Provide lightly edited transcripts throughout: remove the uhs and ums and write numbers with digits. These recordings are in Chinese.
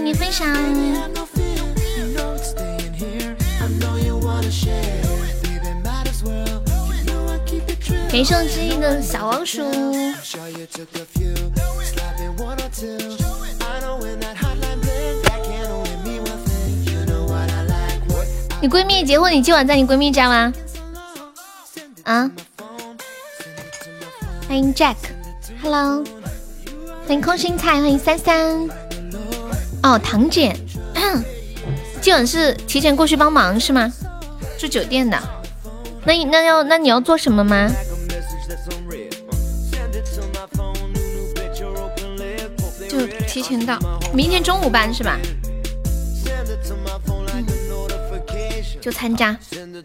你分享。没手机的小老鼠。你闺蜜结婚，你今晚在你闺蜜家吗？啊？欢迎 Jack，Hello， 欢迎空心菜，欢迎33。哦，堂姐，今晚是提前过去帮忙是吗？住酒店的，那你要做什么吗？就提前到，明天中午办是吧？就参加。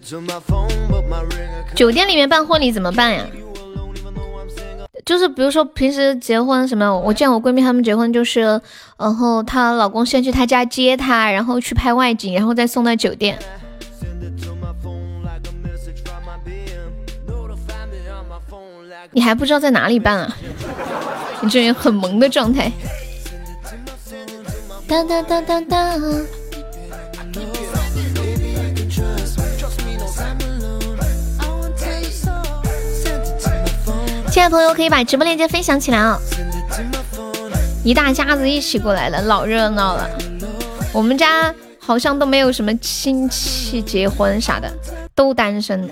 酒店里面办婚礼怎么办呀？就是比如说平时结婚什么，我见我闺蜜她们结婚就是，然后她老公先去她家接她，然后去拍外景，然后再送到酒店。你还不知道在哪里办啊？你这人很萌的状态。哒哒哒哒哒。亲爱的朋友可以把直播链接分享起来啊、一大家子一起过来了，老热闹了。我们家好像都没有什么亲戚结婚啥的，都单身。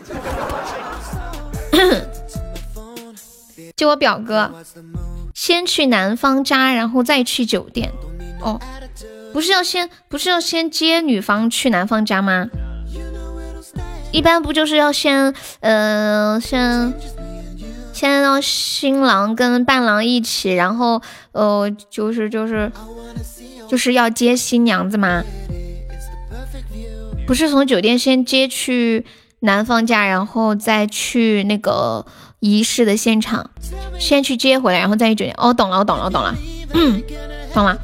就我表哥先去男方家，然后再去酒店。哦，不是要先接女方去男方家吗？一般不就是要先让新郎跟伴郎一起，然后就是要接新娘子吗？不是从酒店先接去男方家，然后再去那个仪式的现场，先去接回来，然后再去酒店。哦，懂了，懂了。懂了。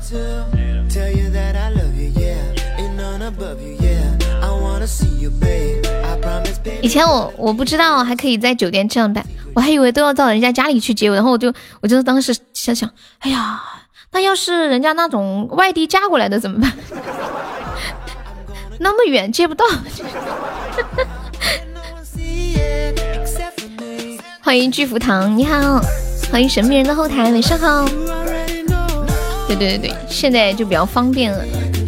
以前我不知道还可以在酒店这样办，我还以为都要到人家家里去接我，然后我就当时想，哎呀，那要是人家那种外地嫁过来的怎么办？那么远接不到。欢迎巨福堂，你好，欢迎神秘人的后台，晚上好。对，现在就比较方便了。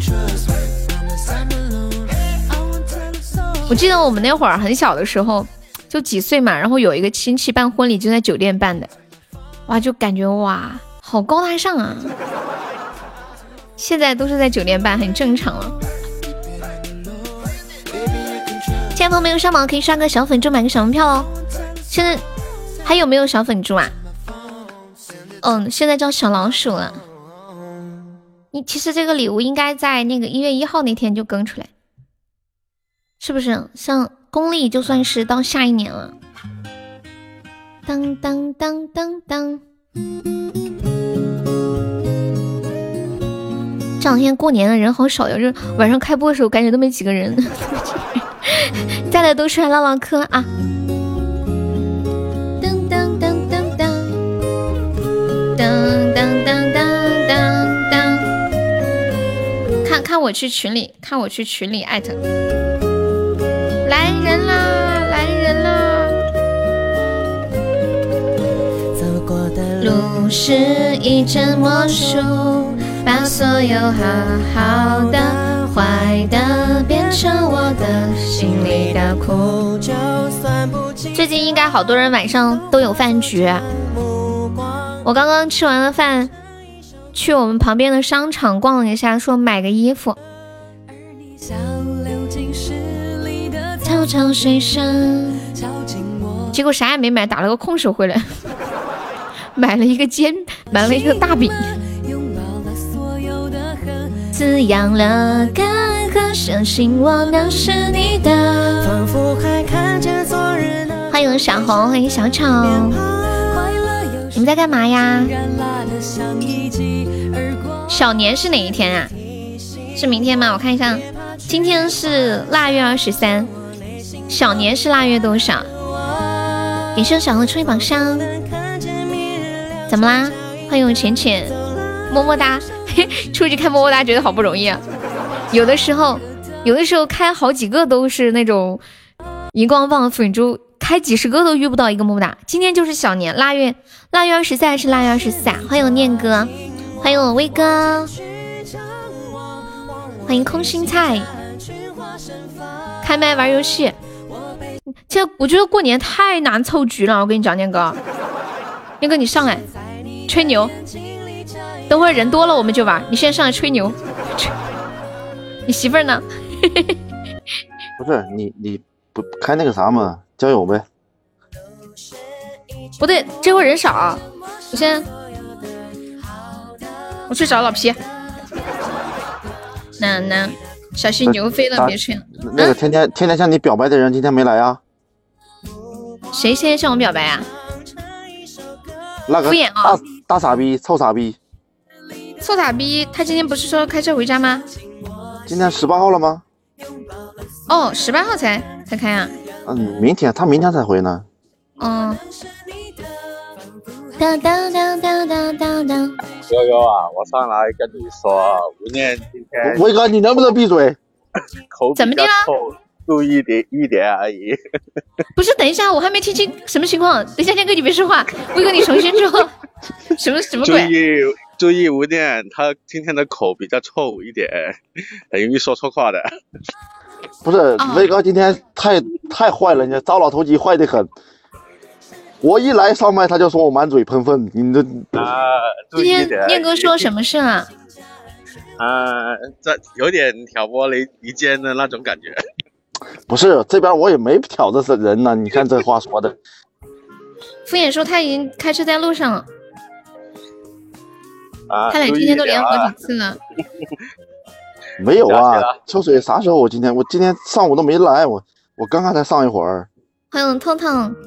我记得我们那会儿很小的时候，就几岁嘛，然后有一个亲戚办婚礼就在酒店办的，哇，就感觉哇，好高大上啊！现在都是在酒店办，很正常了。亲爱的朋友上榜可以刷个小粉猪，买个小门票哦。现在还有没有小粉猪啊？现在叫小老鼠了。其实这个礼物应该在那个1月1号那天就更出来，是不是？像公历就算是到下一年了。当当当当当。这两天过年的人好少呀，就晚上开播的时候感觉都没几个人。在的都出来唠唠嗑啊。当当当当当当当当当当。看我去群里艾特。来人啦！走过的路是一阵魔术，把所有好好的、坏的变成我的心里的苦。最近应该好多人晚上都有饭局。我刚刚吃完了饭，去我们旁边的商场逛了一下，说买个衣服。悄悄水声，结果啥也没买，打了个空手回来。买了一个大饼，滋养了干涸，相信我能是你的。欢迎小红，欢迎小草，你们在干嘛呀？小年是哪一天啊？是明天吗？我看一下，今天是腊月23，小年是腊月多少？给生小红冲一榜上。怎么啦？欢迎我浅浅，么么哒。 出去开么么哒觉得好不容易啊。有的时候开好几个都是那种荧光棒粉珠，开几十个都遇不到一个么么哒。今天就是小年腊月23还是腊月24？欢迎我念哥，欢迎我威哥，欢迎空心菜，开麦玩游戏。这我觉得过年太难凑局了，我跟你讲，念哥你上来吹牛，等会儿人多了我们就玩，你先上来吹牛。你媳妇儿呢？ 不是你不开那个啥吗？交友呗。 不对，这会人少，我去找老皮。那小心牛飞了，别吹了。 那个天天向你表白的人今天没来啊？ 谁天天向我表白啊？ 那个敷衍啊！ 大傻逼，臭傻逼， 臭傻逼！他今天不是说开车回家吗？ 今天18号了吗？ 哦，18号才开啊。 他明天才回呢。 当当当当当当当。 悠悠啊，我上来跟你说，吴念今天威哥，你能不能闭嘴？ 口比较臭，注意一点而已。 不是，等一下，我还没听清什么情况。等一下，天哥你别说话，威哥你重新说。什么鬼？ 注意吴念，他今天的口比较臭一点，很容易说错话的。 不是，威哥今天太坏了，你糟老头子坏得很。我一来上麦他就说我满嘴喷粪，你这今天念哥说什么事啊？ 这有点挑拨离间的那种感觉。 不是，这边我也没挑着人呢，你看这话说的。 敷衍说他已经开车在路上了。他俩今天都连好几次了。 没有啊，秋水啥时候？我今天上午都没来，我刚刚才上一会儿。 欢迎痛痛。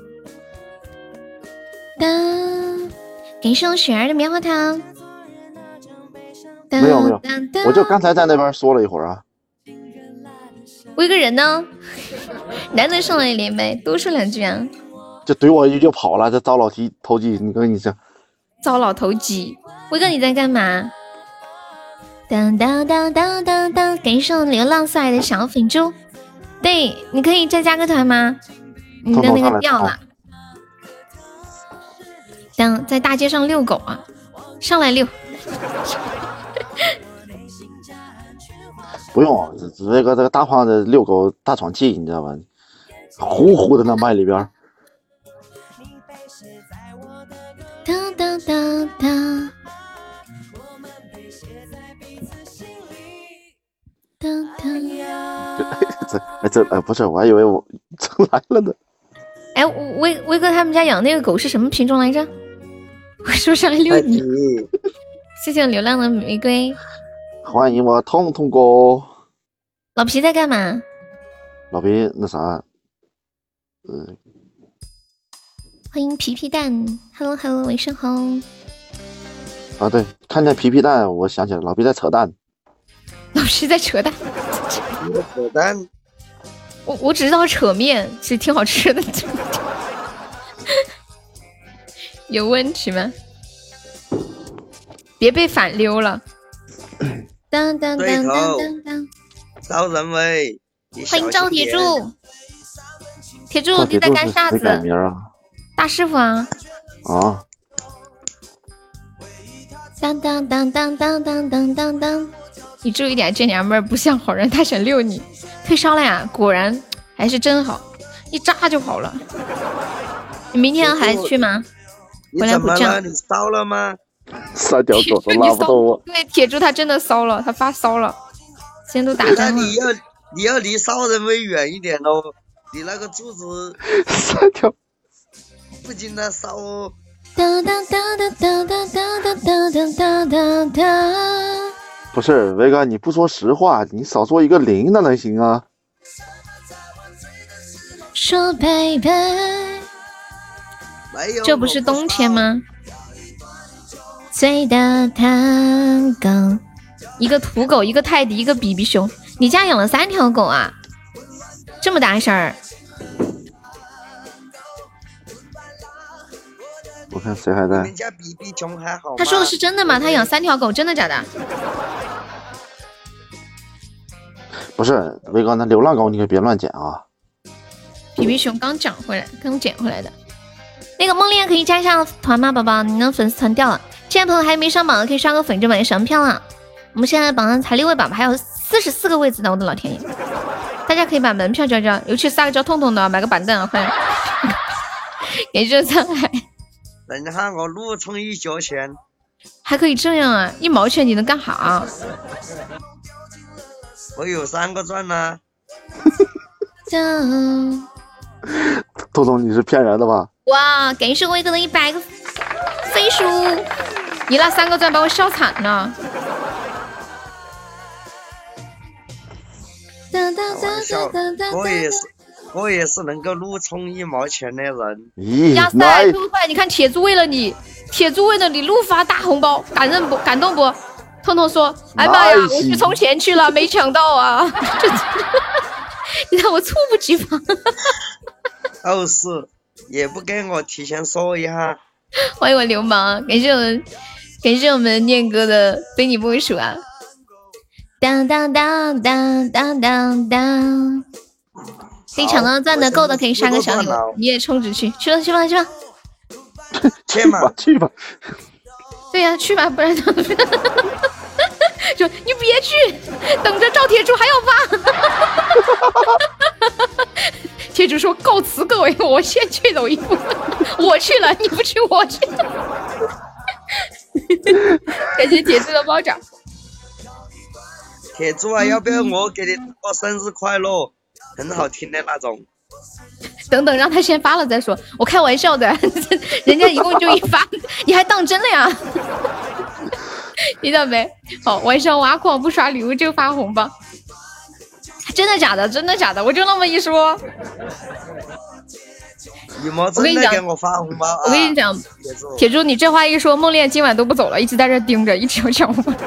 给送雪儿的棉花糖。 没有，我就刚才在那边说了一会儿啊。 我一个人呢，难得上来连麦，多说两句啊。 就怼我一句就跑了，这糟老头子，你跟你讲。 糟老头子，威哥你在干嘛？当当当当当当，给送流浪送来的小粉猪。对，你可以再加个团吗？你的那个掉了。在大街上遛狗啊，上来遛。 不用，这个大胖子遛狗大喘气，你知道吧？呼呼的那麦里边。 哒哒哒哒。 不是，我还以为我真来了呢。 哎，威哥他们家养那个狗是什么品种来着？我说上来遛你。谢谢我流浪的玫瑰。 欢迎我痛痛哥。 老皮在干嘛？ 老皮那啥， 欢迎皮皮蛋 ，Hello Hello， 晚上好。 啊对，看见皮皮蛋，我想起来老皮在扯淡。 老皮在扯淡。 扯淡。 我只知道扯面，其实挺好吃的。有问题吗？别被反溜了。当当当当当当。 招人威。 欢迎赵铁柱。铁柱你在干啥子？大师傅啊。 啊。 当当当当当当当当当。你注意点，这娘们儿不像好人，她想溜你。退烧了呀，果然还是真好，一扎就好了。你明天还去吗？回来补觉。 你烧了吗？ 三条狗都拉不动我。 对，铁柱他真的烧了，他发烧了，现在都打针了。 你要离烧人微远一点哦，你那个柱子三条不经他烧哦。 哒哒哒哒哒哒哒哒哒哒哒。 不是威哥，你不说实话，你少说一个零那能行啊？ 说 baby， 这不是冬天吗？醉的探狗，一个土狗，一个泰迪，一个比比熊。你家养了3条狗啊？这么大事儿？ 我看谁还在。 你们家比比熊还好吗？ 他说的是真的吗？他养3条狗，真的假的？ 不是威哥，那流浪狗你可别乱捡啊！ 比比熊刚捡回来的。那个梦恋可以加上团吗，宝宝？你的粉丝团掉了，现在朋友还没上榜的可以刷个粉就买神票了。我们现在榜上才6位榜，还有44个位置呢，我的老天爷！大家可以把门票交交，尤其撒个交痛痛的，买个板凳，快点！也就是上海。 人家喊我怒充1角钱， 还可以这样啊？1毛钱你能干哈？ 我有3个钻呢。 兔总，你是骗人的吧？ 哇！感谢威哥的100个飞书，你那3个钻把我笑惨了。 我也是能够怒充1毛钱的人。 咦， 呀塞，兔快！你看铁柱为了你怒发大红包，感动不？痛痛说：“哎妈呀，我去充钱去了，没抢到啊！”你看我猝不及防。 哦是，也不跟我提前说一下。 欢迎我流氓，感谢我们念哥的非你莫属啊！当当当当当当当，可以抢到钻的够的可以刷个小礼物，你也充值去吧。 去吧。 对呀，去吧，不然说你别去，等着赵铁柱还要发。铁柱说告辞各位，我先去走一步，我去了，你不去我去。感谢铁柱的包长。 铁柱啊，要不要我给你过生日快乐？很好听的那种。 等等，让他先发了再说。我开玩笑的，人家一共就1发，你还当真了呀？听到没？好，晚上挖矿不刷礼物就发红包，真的假的？真的假的？我就那么一说。 你们真的给我发红包啊！ 我跟你讲，铁柱，你这话一说，梦恋今晚都不走了，一直在这盯着，一直要抢红包。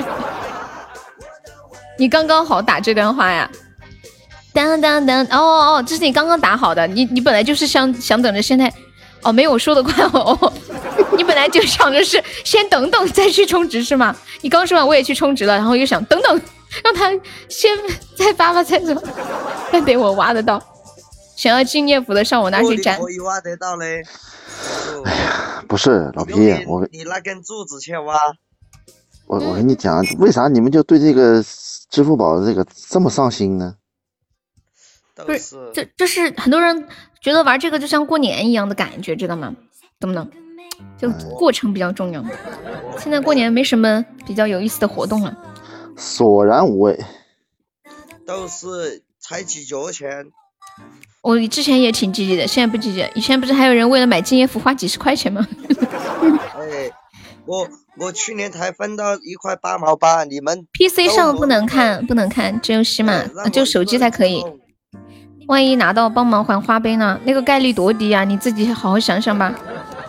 你刚刚好打这段话呀？当当当！哦，这是你刚刚打好的。你本来就是想等着现在，没有我说的快哦。你本来就想着是先等等再去充值是吗？你刚说完我也去充值了，然后又想等等让他先再发发再说，但得我挖得到。想要纪念服的上我那去粘。 可以挖得到嘞。 哎呀，不是老皮， 你那根柱子去挖。 我跟你讲，为啥你们就对这个支付宝这个这么上心呢？ 不是，这是很多人觉得玩这个就像过年一样的感觉，知道吗？懂不懂？就过程比较重要。现在过年没什么比较有意思的活动了。 索然无味。 都是才几角钱。 我之前也挺积极的，现在不积极。以前不是还有人为了买敬业福花几10块钱吗？ 哎，我去年才分到1块8毛8，你们 PC 上不能看，只有喜马，就手机才可以。万一拿到帮忙还花呗呢？那个概率多低啊！你自己好好想想吧。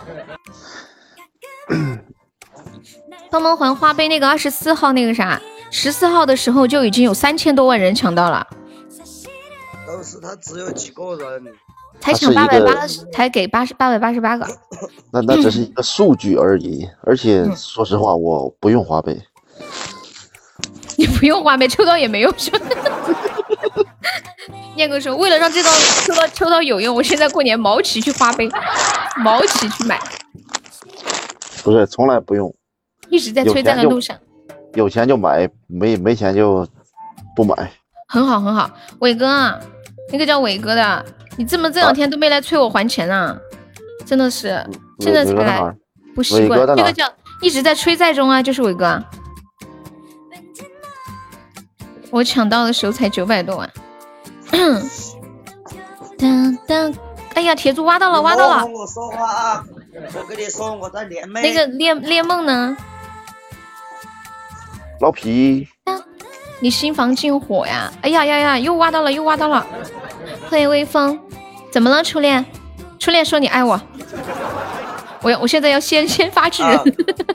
帮忙还花呗那个24号那个啥，14号的时候就已经有3000多万人抢到了。 都是他只有几个人， 才抢880，才给888个。 那只是一个数据而已，而且说实话，我不用花呗。 你不用花呗，抽到也没用。念哥说，为了让这道抽到有用，我现在过年毛起去花呗，毛起去买。 不是，从来不用。 一直在催单的路上。 有钱就买，没钱就不买。很好很好，伟哥啊，那个叫伟哥的，你这两天都没来催我还钱啊，真的是，现在才来，不习惯。这个叫一直在催债中啊，就是伟哥啊。我抢到的时候才900多万。哎呀，铁柱挖到了！ 我说话啊！我跟你说，我在连麦。 那个恋梦呢？ 老皮， 你新房进火呀！哎呀，又挖到了！欢迎微风，怎么了，初恋？初恋说你爱我，我现在要先发制人。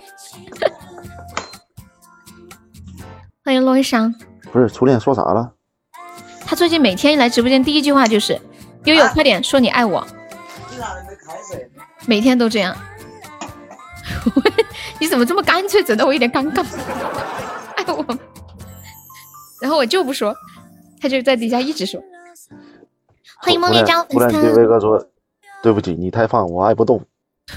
欢迎洛裳。 不是初恋说啥了？ 他最近每天来直播间第一句话就是悠悠快点说你爱我，每天都这样。 你怎么这么干脆，整得我有点尴尬。哎我，然后我就不说，他就在底下一直说。欢迎梦恋张粉丝。 威哥说：“对不起，你太胖，我爱不动。”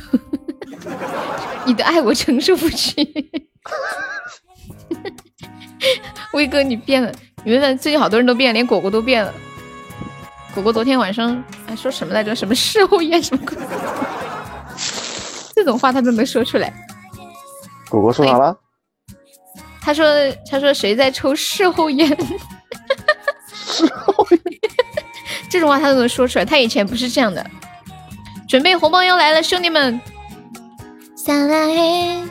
你的爱我承受不起。威哥你变了，你们最近好多人都变了，连果果都变了。果果昨天晚上还说什么来着？什么事后烟什么鬼？这种话他都能说出来。 果果说啥了？ 他说谁在抽事后烟？ 事后烟这种话他都能说出来。他以前不是这样的。准备红包要来了，兄弟们！撒拉嘿，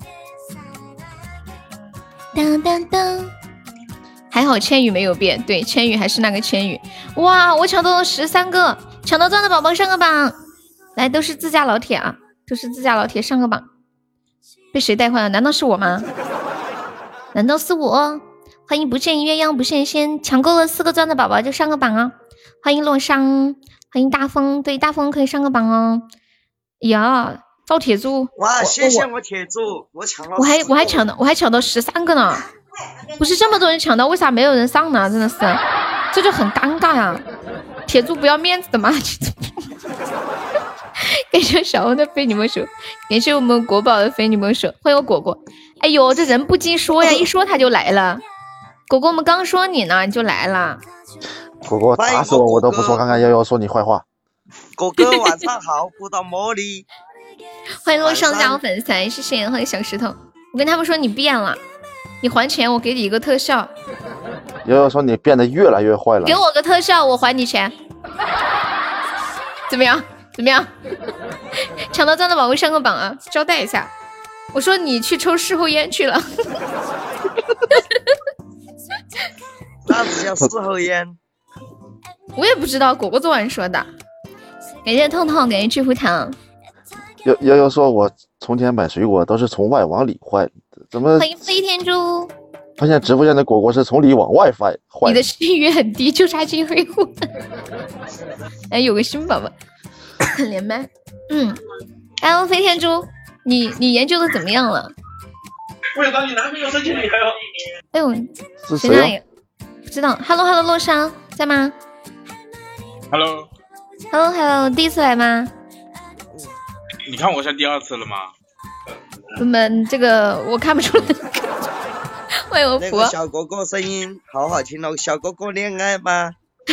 当当当。还好千羽没有变，对，千羽还是那个千羽。哇，我抢到了13个，抢到钻的宝宝上个榜。来，都是自家老铁啊，都是自家老铁上个榜。被谁带坏了？难道是我吗？难道是我？欢迎不见鸳鸯不羡仙，抢够了4个钻的宝宝就上个榜啊！欢迎洛桑，欢迎大风，对，大风可以上个榜哦。呀，赵铁柱， 哇，谢谢我铁柱，我抢了， 我还抢到13个呢。不是这么多人抢到，为啥没有人上呢？真的是，这就很尴尬呀！铁柱不要面子的嘛！感谢小欧的非你莫属，感谢我们国宝的非你莫属，欢迎我果果。哎呦，这人不经说呀，一说他就来了。果果，我们刚说你呢，你就来了。 果果打死我都不说，看看瑶瑶说你坏话。 果哥晚上好，不到茉莉。 欢迎洛上加我粉丝，谢谢，欢迎小石头。我跟他们说你变了。你还钱，我给你一个特效。 瑶瑶说你变得越来越坏了。 给我个特效，我还你钱。怎么样？怎么样？抢到钻的宝贝上个榜啊！交代一下。我说你去抽事后烟去了。 那只叫事后烟。 我也不知道，果果昨晚说的。感谢痛痛，感谢巨福糖。 瑶瑶说我从前买水果都是从外往里坏。怎么？ 欢迎飞天猪。 发现直播间的果果是从里往外坏。 你的信誉很低，就差金黑户。哎，有个新宝宝连麦。哎，飞天猪，你研究的怎么样了？ 为了当你男朋友生气你还要？ 哎呦， 是谁啊？ 不知道。Hello， 洛莎在吗 ？Hello， 第一次来吗？ 你看我像第2次了吗？ 我们这个我看不出来。欢迎我福。 那个小哥哥声音好好听哦，小哥哥恋爱吗？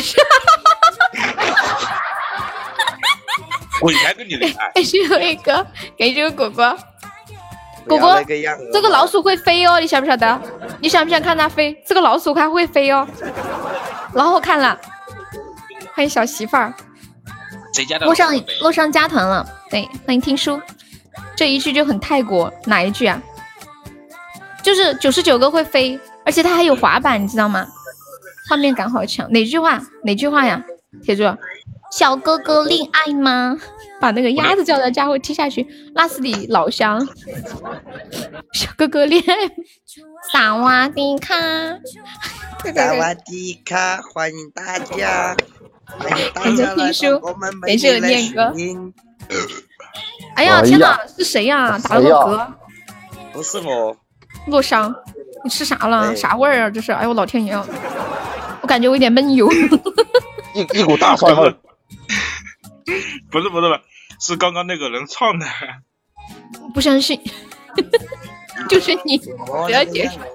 我才跟你恋爱。 感谢我一个，感谢我果果。果果，这个老鼠会飞哦，你晓不晓得？你想不想看它飞？这个老鼠还会飞哦，老好看了。欢迎小媳妇儿。洛上加团了，对，欢迎听书。这一句就很泰国，哪一句啊？就是99个会飞，而且它还有滑板，你知道吗？画面感好强。哪句话？哪句话呀？铁柱，小哥哥恋爱吗？把那个鸭子叫的家伙踢下去，拉死你老乡！小哥哥恋爱，萨瓦迪卡， 萨瓦迪卡，欢迎大家，欢迎大家来到我们美丽的视频。 哎呀，天哪，是谁呀？打了个嗝。 不是我。 洛桑，你吃啥了？啥味儿啊？这是！哎呦，我老天爷！我感觉我有点闷油。 一股大蒜味。 不是，是刚刚那个人唱的。 不相信，就是你，不要解释。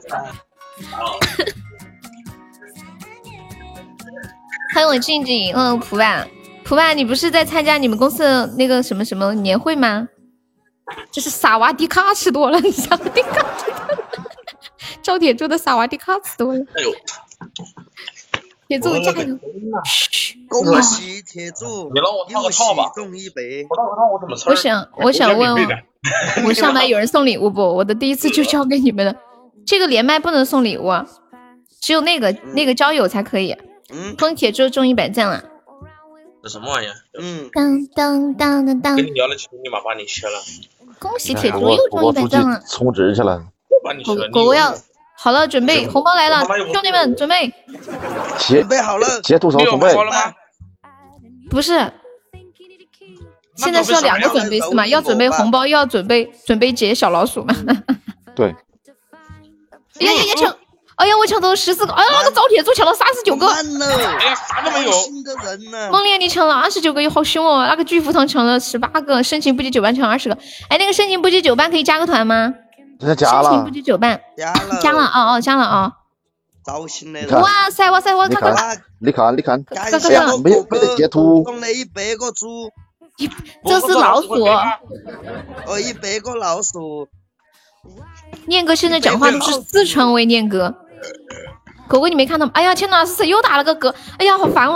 欢迎我静静，普爸，你不是在参加你们公司的那个什么什么年会吗？这是萨瓦迪卡吃多了，你萨瓦迪卡吃多了，赵铁柱的萨瓦迪卡吃多了。哎呦，铁柱加油！ 恭喜铁柱， 你让我套个套吧， 中一杯。 我想问，我上麦有人送礼物不？我的第一次就交给你们了。这个连麦不能送礼物，只有那个交友才可以。恭喜铁柱中100赞了。 这什么玩意儿？ 当。 跟你聊了几密码把你切了。 恭喜铁柱又中100赞了。 充值去了。 果果要好了，准备红包来了，兄弟们准备。 准备好了， 截图手准备。 不是， 现在是要两个准备是吗？要准备红包，又要准备解小老鼠吗？ 对。 哎呀，哎呀，我抢到了14个，哎呀，那个招铁柱抢了39个， 哎呀，啥都没有。 梦莲你抢了29个，好凶哦！那个巨福堂抢了18个，深情不羁酒伴抢20个。哎，那个深情不羁酒伴可以加个团吗？ 加了。 深情不羁酒伴加了哦，加了啊！ 糟心的， 哇塞，我看， 你看，没得截图， 送了100个猪， 这是老鼠 ，100个老鼠。 念哥现在讲话都是四川味，念哥，狗狗你没看到吗？哎呀，天哪，是谁又打了个嗝？哎呀，好烦我！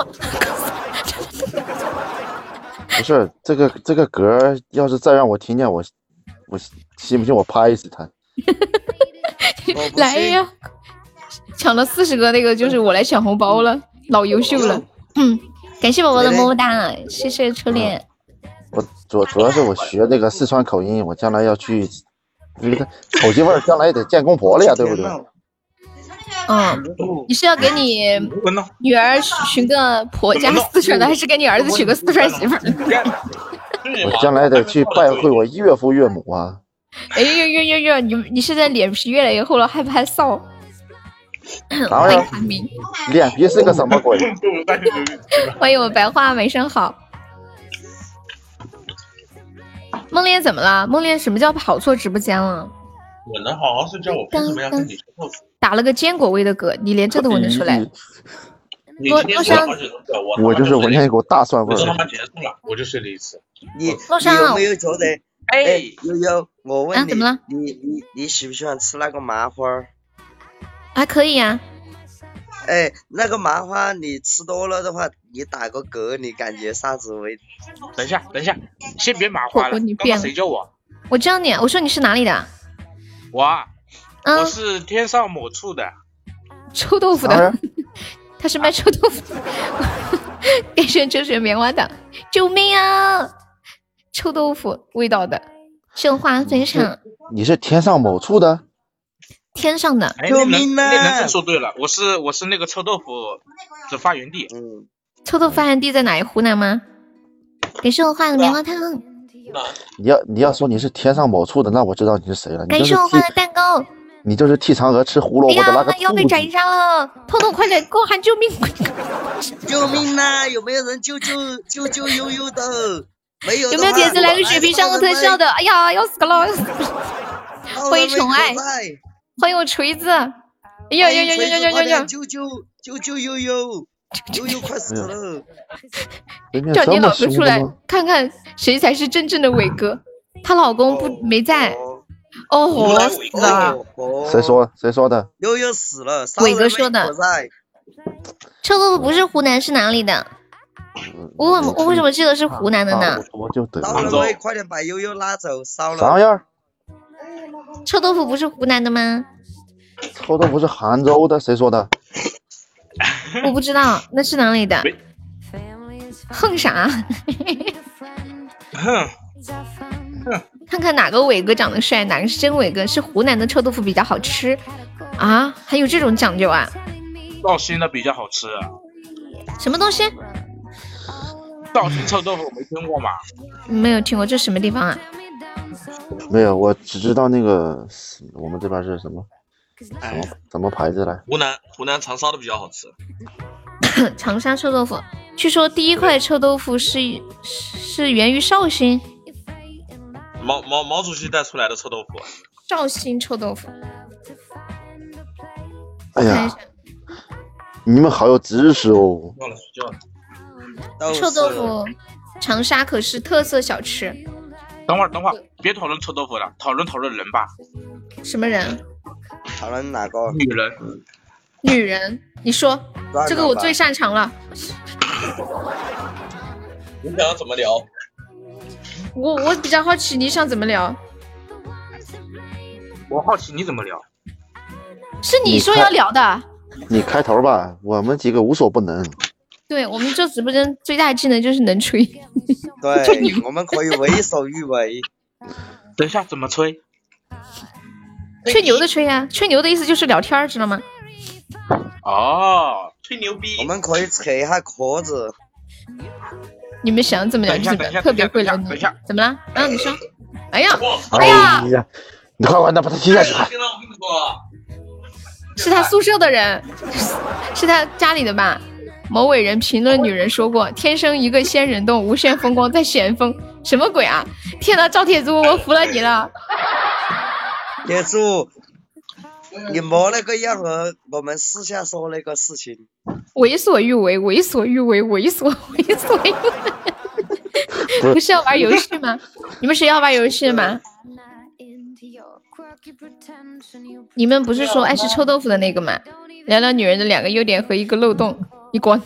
不是这个嗝，要是再让我听见，我信不信我拍死他？ 来呀！抢了40个，那个就是我来抢红包了，老优秀了。感谢宝宝的么么哒，谢谢初恋。 我主要是我学那个四川口音，我将来要去，那个口劲味儿，将来也得见公婆了呀，对不对？ 你是要给你女儿寻个婆家四川的，还是给你儿子娶个四川媳妇儿？ 我将来得去拜会我岳父岳母啊！ 哎呦，你现在脸皮越来越厚了，害不害臊？欢迎韩明， 脸皮是个什么鬼？ 欢迎我白花晚上好。梦莲怎么了？梦莲什么叫跑错直播间了？ 我能好好睡觉，我凭什么要跟你说？ 打了个坚果味的嗝，你连这都闻得出来？ 洛杉， 我就是闻见一股大蒜味。 我他妈结束了，我就睡了一次。 你有没有觉得？哎，悠，我问你， 怎么了？ 你喜不喜欢吃那个麻花？ 还可以呀。 哎，那个麻花你吃多了的话，你打个嗝，你感觉啥子味？ 等一下，先别麻花了。刚刚谁叫我？ 我叫你，我说你是哪里的？ 我是天上某处的。 臭豆腐的，他是卖臭豆腐的。感谢哲学棉花糖，救命啊！臭豆腐味道的，圣花分享。 你是天上某处的？ 天上的， 救命啊！那人说对了，我是那个臭豆腐的发源地。 臭豆腐发源地在哪里？湖南吗？感谢我画的棉花糖。 你要说你是天上某处的，那我知道你是谁了。 感谢我画的蛋糕。 你就是替嫦娥吃胡萝卜的那个兔子。 要被斩杀了！彤彤快点给我喊救命！ 救命啊！有没有人救悠悠的？没有。 有没有姐姐来个血瓶上个特效的？哎呀，要死了！欢迎宠爱，欢迎我锤子！哎呀！救悠悠！悠悠快死了！叫你老公出来看看谁才是真正的伟哥。她老公没在。哦，死了！ 谁说的？ 悠悠死了， 伟哥说的。臭豆腐不是湖南是哪里的？我为什么记得是湖南的呢？ 杭州，快点把悠悠拉走，烧了。 啥样？ 臭豆腐不是湖南的吗？ 臭豆腐是杭州的，谁说的？ 我不知道，那是哪里的？哼啥？看看哪个伟哥长得帅，哪个是真伟哥？是湖南的臭豆腐比较好吃啊？还有这种讲究啊？ 绍兴的比较好吃。 什么东西？ 绍兴臭豆腐没听过吗？ 没有听过，这什么地方啊？ 没有，我只知道那个我们这边是什么牌子来？ 湖南长沙的比较好吃。 长沙臭豆腐，据说第一块臭豆腐是源于绍兴。 毛主席带出来的臭豆腐。 绍兴臭豆腐。 哎呀，你们好有知识哦。 忘了睡觉了。臭豆腐，长沙可是特色小吃。 等会儿，别讨论臭豆腐了，讨论人吧。 什么人？ 讨论哪个？ 女人，你说这个我最擅长了。 你想要怎么聊？ 我比较好奇你想怎么聊。 我好奇你怎么聊。 是你说要聊的。 你开头吧，我们几个无所不能。 对，我们这直播间最大技能就是能吹。 对，我们可以为所欲为。 等一下怎么吹？ 吹牛的吹啊，吹牛的意思就是聊天，知道吗？ 哦，吹牛逼。 我们可以扯一下壳子。 你们想怎么聊就是特别会聊你。怎么了？啊，你说。哎呀， 哎呀，你快把他踢下去！ 是他宿舍的人，是他家里的吧？某伟人评论女人说过，天生一个仙人洞，无限风光在旋风，什么鬼啊？天哪，赵铁柱，我服了你了。 铁柱，你莫那个样儿，我们私下说那个事情。 为所欲为，为所欲为，为所欲为。不是要玩游戏吗？你们谁要玩游戏吗？你们不是说爱吃臭豆腐的那个吗？聊聊女人的2个优点和1个漏洞。你关。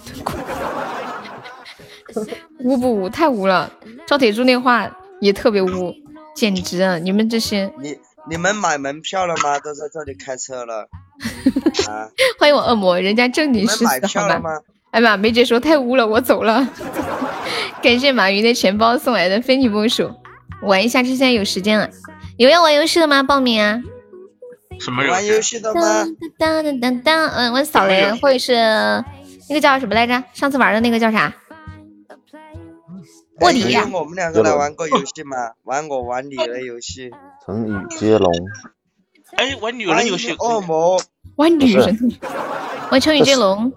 污不污？太污了！赵铁柱那话也特别污，简直啊！你们这些。 你们买门票了吗？都在这里开车了。啊、 欢迎我恶魔，人家正经事实好吗？哎妈，梅姐说太污了，我走了。感谢马云的钱包送来的非你莫属。玩一下，这现在有时间了。有要玩游戏的吗？报名啊！ 什么玩游戏的吗？ 玩扫雷或者是那个叫什么来着？上次玩的那个叫啥？卧底呀！ 我们2个来玩过游戏吗？玩你的游戏。 成语接龙。 哎，玩女人游戏。 恶魔。 玩女人。玩成语接龙。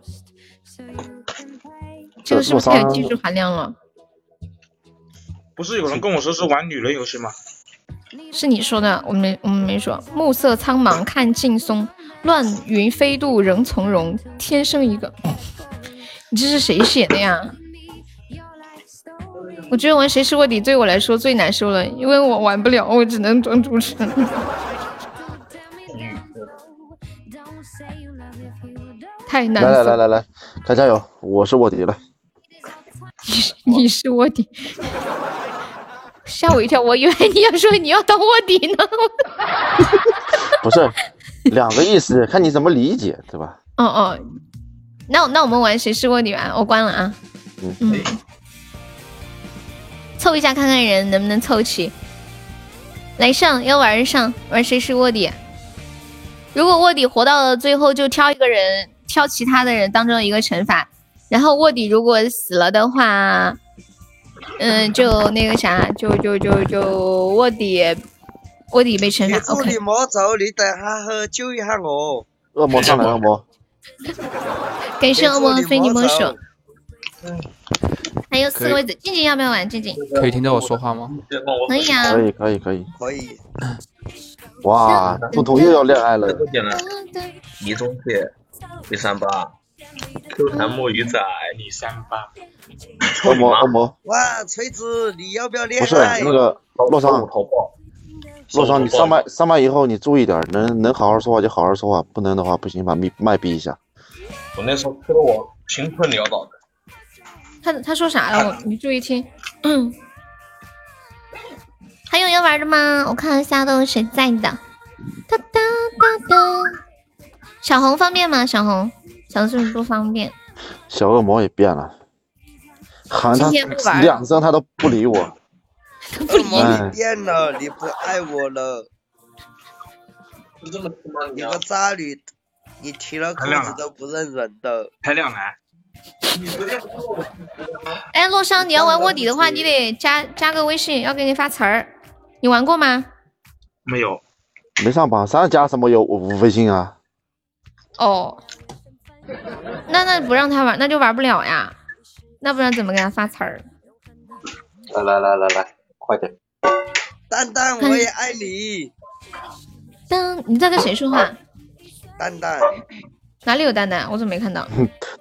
这个是不是太有技术含量了？ 不是有人跟我说是玩女人游戏吗？ 是你说的，我们没说。暮色苍茫看劲松，乱云飞渡人从容，天生一个。你这是谁写的呀？我觉得玩谁是卧底对我来说最难受了，因为我玩不了，我只能装主持。太难了。 来，大家加油！我是卧底了。 你是卧底，吓我一跳，我以为你要说你要当卧底呢。 不是，2个意思，看你怎么理解，对吧？ 哦，那我们玩谁是卧底吧，我关了啊。凑一下看看人能不能凑齐。来上，要玩上，玩谁是卧底。如果卧底活到了最后，就挑一个人，挑其他的人当成一个惩罚。然后卧底如果死了的话，就那个啥，就卧底被惩罚。OK。 你莫走，你等下去救一下我。 恶魔上来，恶魔。 感谢恶魔非你莫属。还有4个位置，静静要不要玩？静静可以听到我说话吗？ 可以啊， 可以。哇，彤彤又要恋爱了。 一中铁138，Q 弹墨鱼仔 238。 恶魔。 哇，锤子，你要不要恋爱？ 不是那个洛桑，你上麦以后你注意点，能好好说话就好好说话，不能的话不行，把麦闭一下。 我那时候说我贫困潦倒的。 他说啥了？你注意听。还有要玩的吗？我看一下都有谁在的。哒哒哒哒。小红方便吗？小红是不是不方便？ 小恶魔也变了，喊他2声他都不理我。 恶魔你变了，你不爱我了。你个渣女，你提了裤子都不认人的。 太亮了。 哎，洛桑，你要玩卧底的话，你得加个微信，要给你发词儿。你玩过吗？ 没有， 没上榜3加什么有微信啊？ 哦，那不让他玩，那就玩不了呀。那不然怎么给他发词儿？ 来，快点！ 蛋蛋，我也爱你。 你在跟谁说话？ 蛋蛋。 哪里有蛋蛋？我怎么没看到？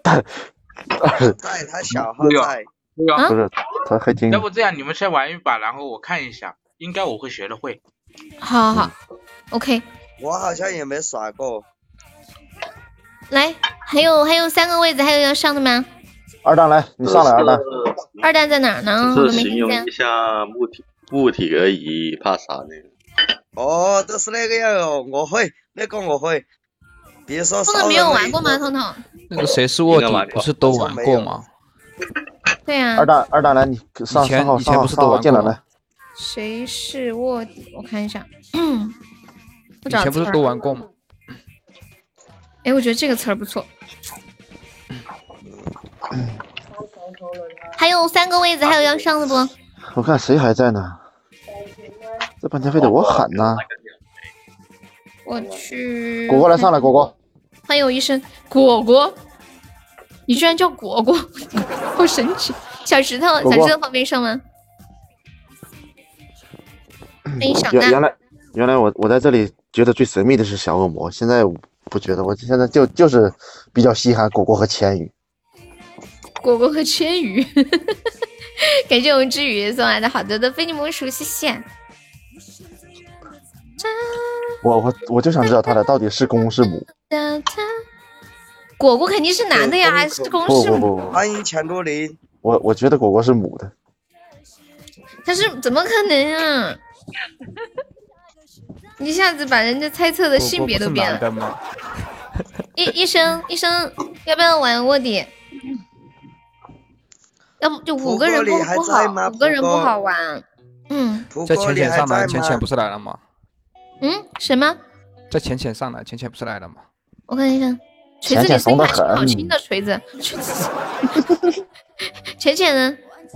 在他小号在。 不是，他还挺。 要不这样，你们先玩一把，然后我看一下，应该我会学得会。 好 ，OK。 我好像也没耍过。 来，还有3个位置，还有要上的吗？ 二蛋来，你上来，二蛋。 二蛋在哪儿呢？ 是形容一下物体而已，怕啥呢？ 哦，都是那个样哦，我会，那个我会。比如说， 彤彤没有玩过吗？彤彤， 那个谁是卧底不是都玩过吗？ 对啊。 二蛋来，你上号进来来。 谁是卧底？我看一下。 以前不是都玩过吗？ 哎，我觉得这个词儿不错。 还有3个位子，还有要上的不？ 我看谁还在呢？这半天非得我喊呢。 我去。 果果来上来，果果。 欢迎我一生果果，你居然叫果果，好神奇！小石头，小石头方便上吗？欢迎小娜。 原来我在这里觉得最神秘的是小恶魔，现在不觉得，我现在就是比较稀罕果果和千羽。 果果和千羽，感谢我们之羽送来的好多的非你莫属，谢谢。 我就想知道他俩到底是公是母。 果果肯定是男的呀，还是公是母？ 不， 欢迎钱多林。 我觉得果果是母的。 他是怎么可能啊？一下子把人家猜测的性别都变了。医生，要不要玩卧底？要不就5个人不好，5个人不好玩。 在浅浅上来，浅浅不是来了吗？ 什么？ 在浅浅上来，浅浅不是来了吗？ 我看一下，锤子你声音还是好轻的，锤子。浅浅呢？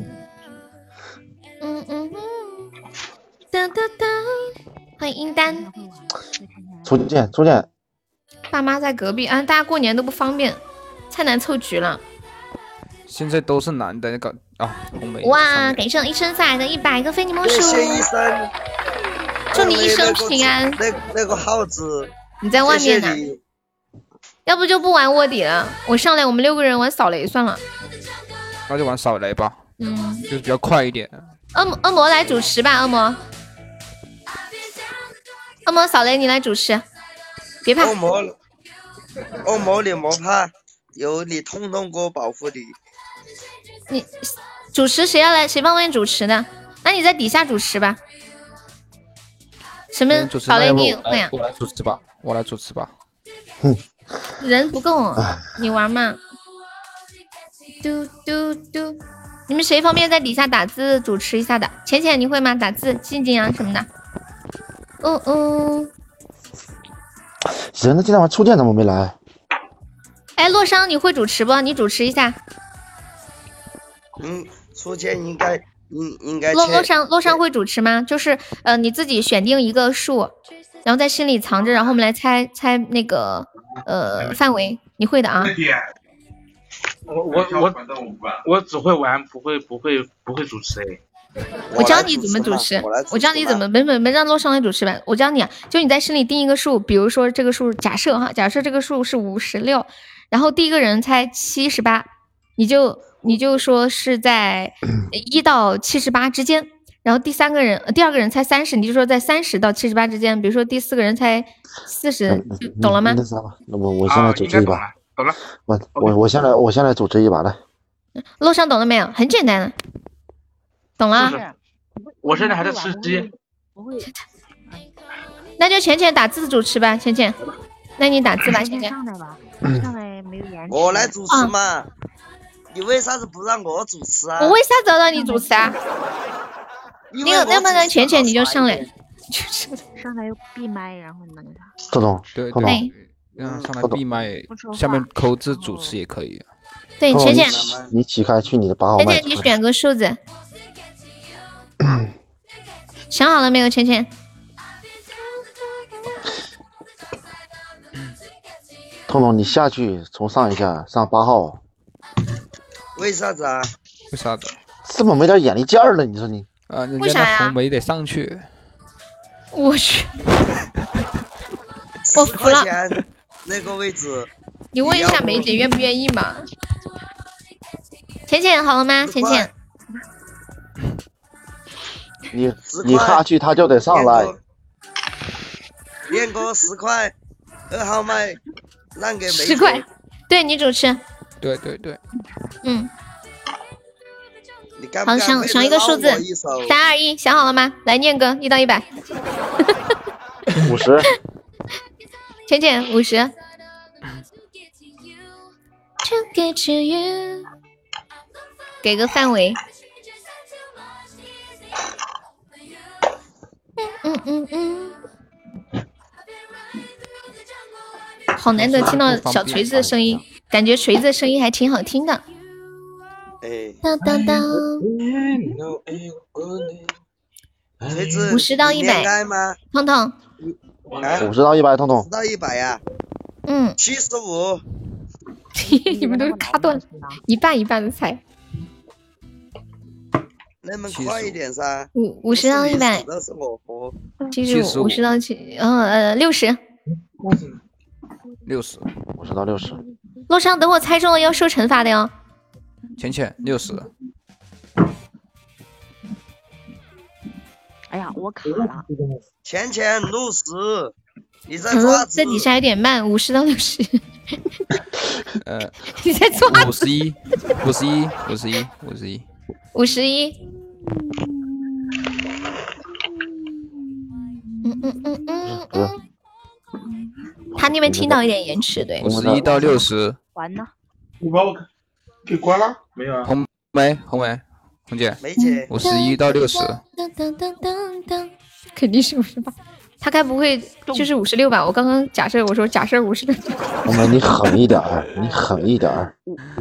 哒哒哒！欢迎英丹。 初见。 爸妈在隔壁啊，大家过年都不方便，太难凑局了。 现在都是男的那个啊，红梅。 哇，感谢医生送来的100个非你莫属。 谢谢医生， 祝你一生平安。 那个耗子， 你在外面呢？要不就不玩卧底了，我上来我们6个人玩扫雷算了。 那就玩扫雷吧，就是比较快一点。 恶魔来主持吧，恶魔扫雷你来主持，别怕。 恶魔你莫怕，有你痛痛哥保护你。 你主持谁要来？谁方便主持的？那你在底下主持吧。什么扫雷你也会啊？ 我来主持吧。 人不够，你玩嘛？嘟嘟嘟，你们谁方便在底下打字主持一下的？浅浅你会吗？打字、静静啊什么的。 人呢？今天晚上初见怎么没来？ 哎，洛桑你会主持不？你主持一下。 初见应该。 洛桑会主持吗？就是你自己选定一个数，然后在心里藏着，然后我们来猜那个范围，你会的啊？ 我只会玩，不会主持哎。 我教你怎么主持，我教你怎么没让洛桑来主持吧。我教你啊，就你在心里定一个数，比如说这个数，假设这个数是56，然后第一个人猜78，你就说是在1到78之间，然后第二个人猜30，你就说在30到78之间。比如说第4个人猜40，懂了吗？ 我先来主持一把。 懂了。 我先来主持一把来。 洛桑懂了没有？很简单的。懂了。 我现在还在吃鸡。 那就浅浅打字主持吧，浅浅。那你打字吧，浅浅。 上来没有颜值。 我来主持嘛。你为啥子不让我主持啊？ 我为啥子要让你主持啊？要不然浅浅你就上来， 上来又闭麦，然后那个啥。 周总， 对，上来闭麦，下面扣字主持也可以。 对，浅浅， 你起开去你的8号麦。 浅浅，你选个数字。想好了没有，浅浅？ 彤彤，你下去从上一下上8号。 为啥子啊？ 为啥子？ 这么没点眼力劲儿了？你说你啊？人家那红梅得上去。 我去，我服了。 那个位置， 你问一下梅姐愿不愿意嘛？浅浅好了吗？浅浅， 你下去他就得上来。 练哥10块，2号麦让给梅姐。 10块，对你主持。 对。 好，想一个数字，3、2、1，想好了吗？来念歌，1到100。 50。 浅浅50。给个范围。好难得听到小锤子的声音，感觉锤子的声音还挺好听的。 当当当。 锤子 50到100， 恋爱吗？ 彤彤。 50到100，彤彤。 50到100呀。 嗯。 75。 你们都卡断了，一半一半的猜。 那么快一点噻。 50到100。 都是我活。 75 50到60。 60。 50到60。 洛杉，等我猜中了要受惩罚的哟。 浅浅60。 哎呀，我卡了。 浅浅60，你在抓子。 在底下有点慢，50到60。你在抓子。 51。 51。他那边听到一点延迟，对。 51到60。 完了。 你把我给关了？没有啊。 红梅，红姐。 梅姐。 51到60。 肯定是58。他该不会就是56吧？我刚刚假设56。 红梅，你狠一点儿，你狠一点儿。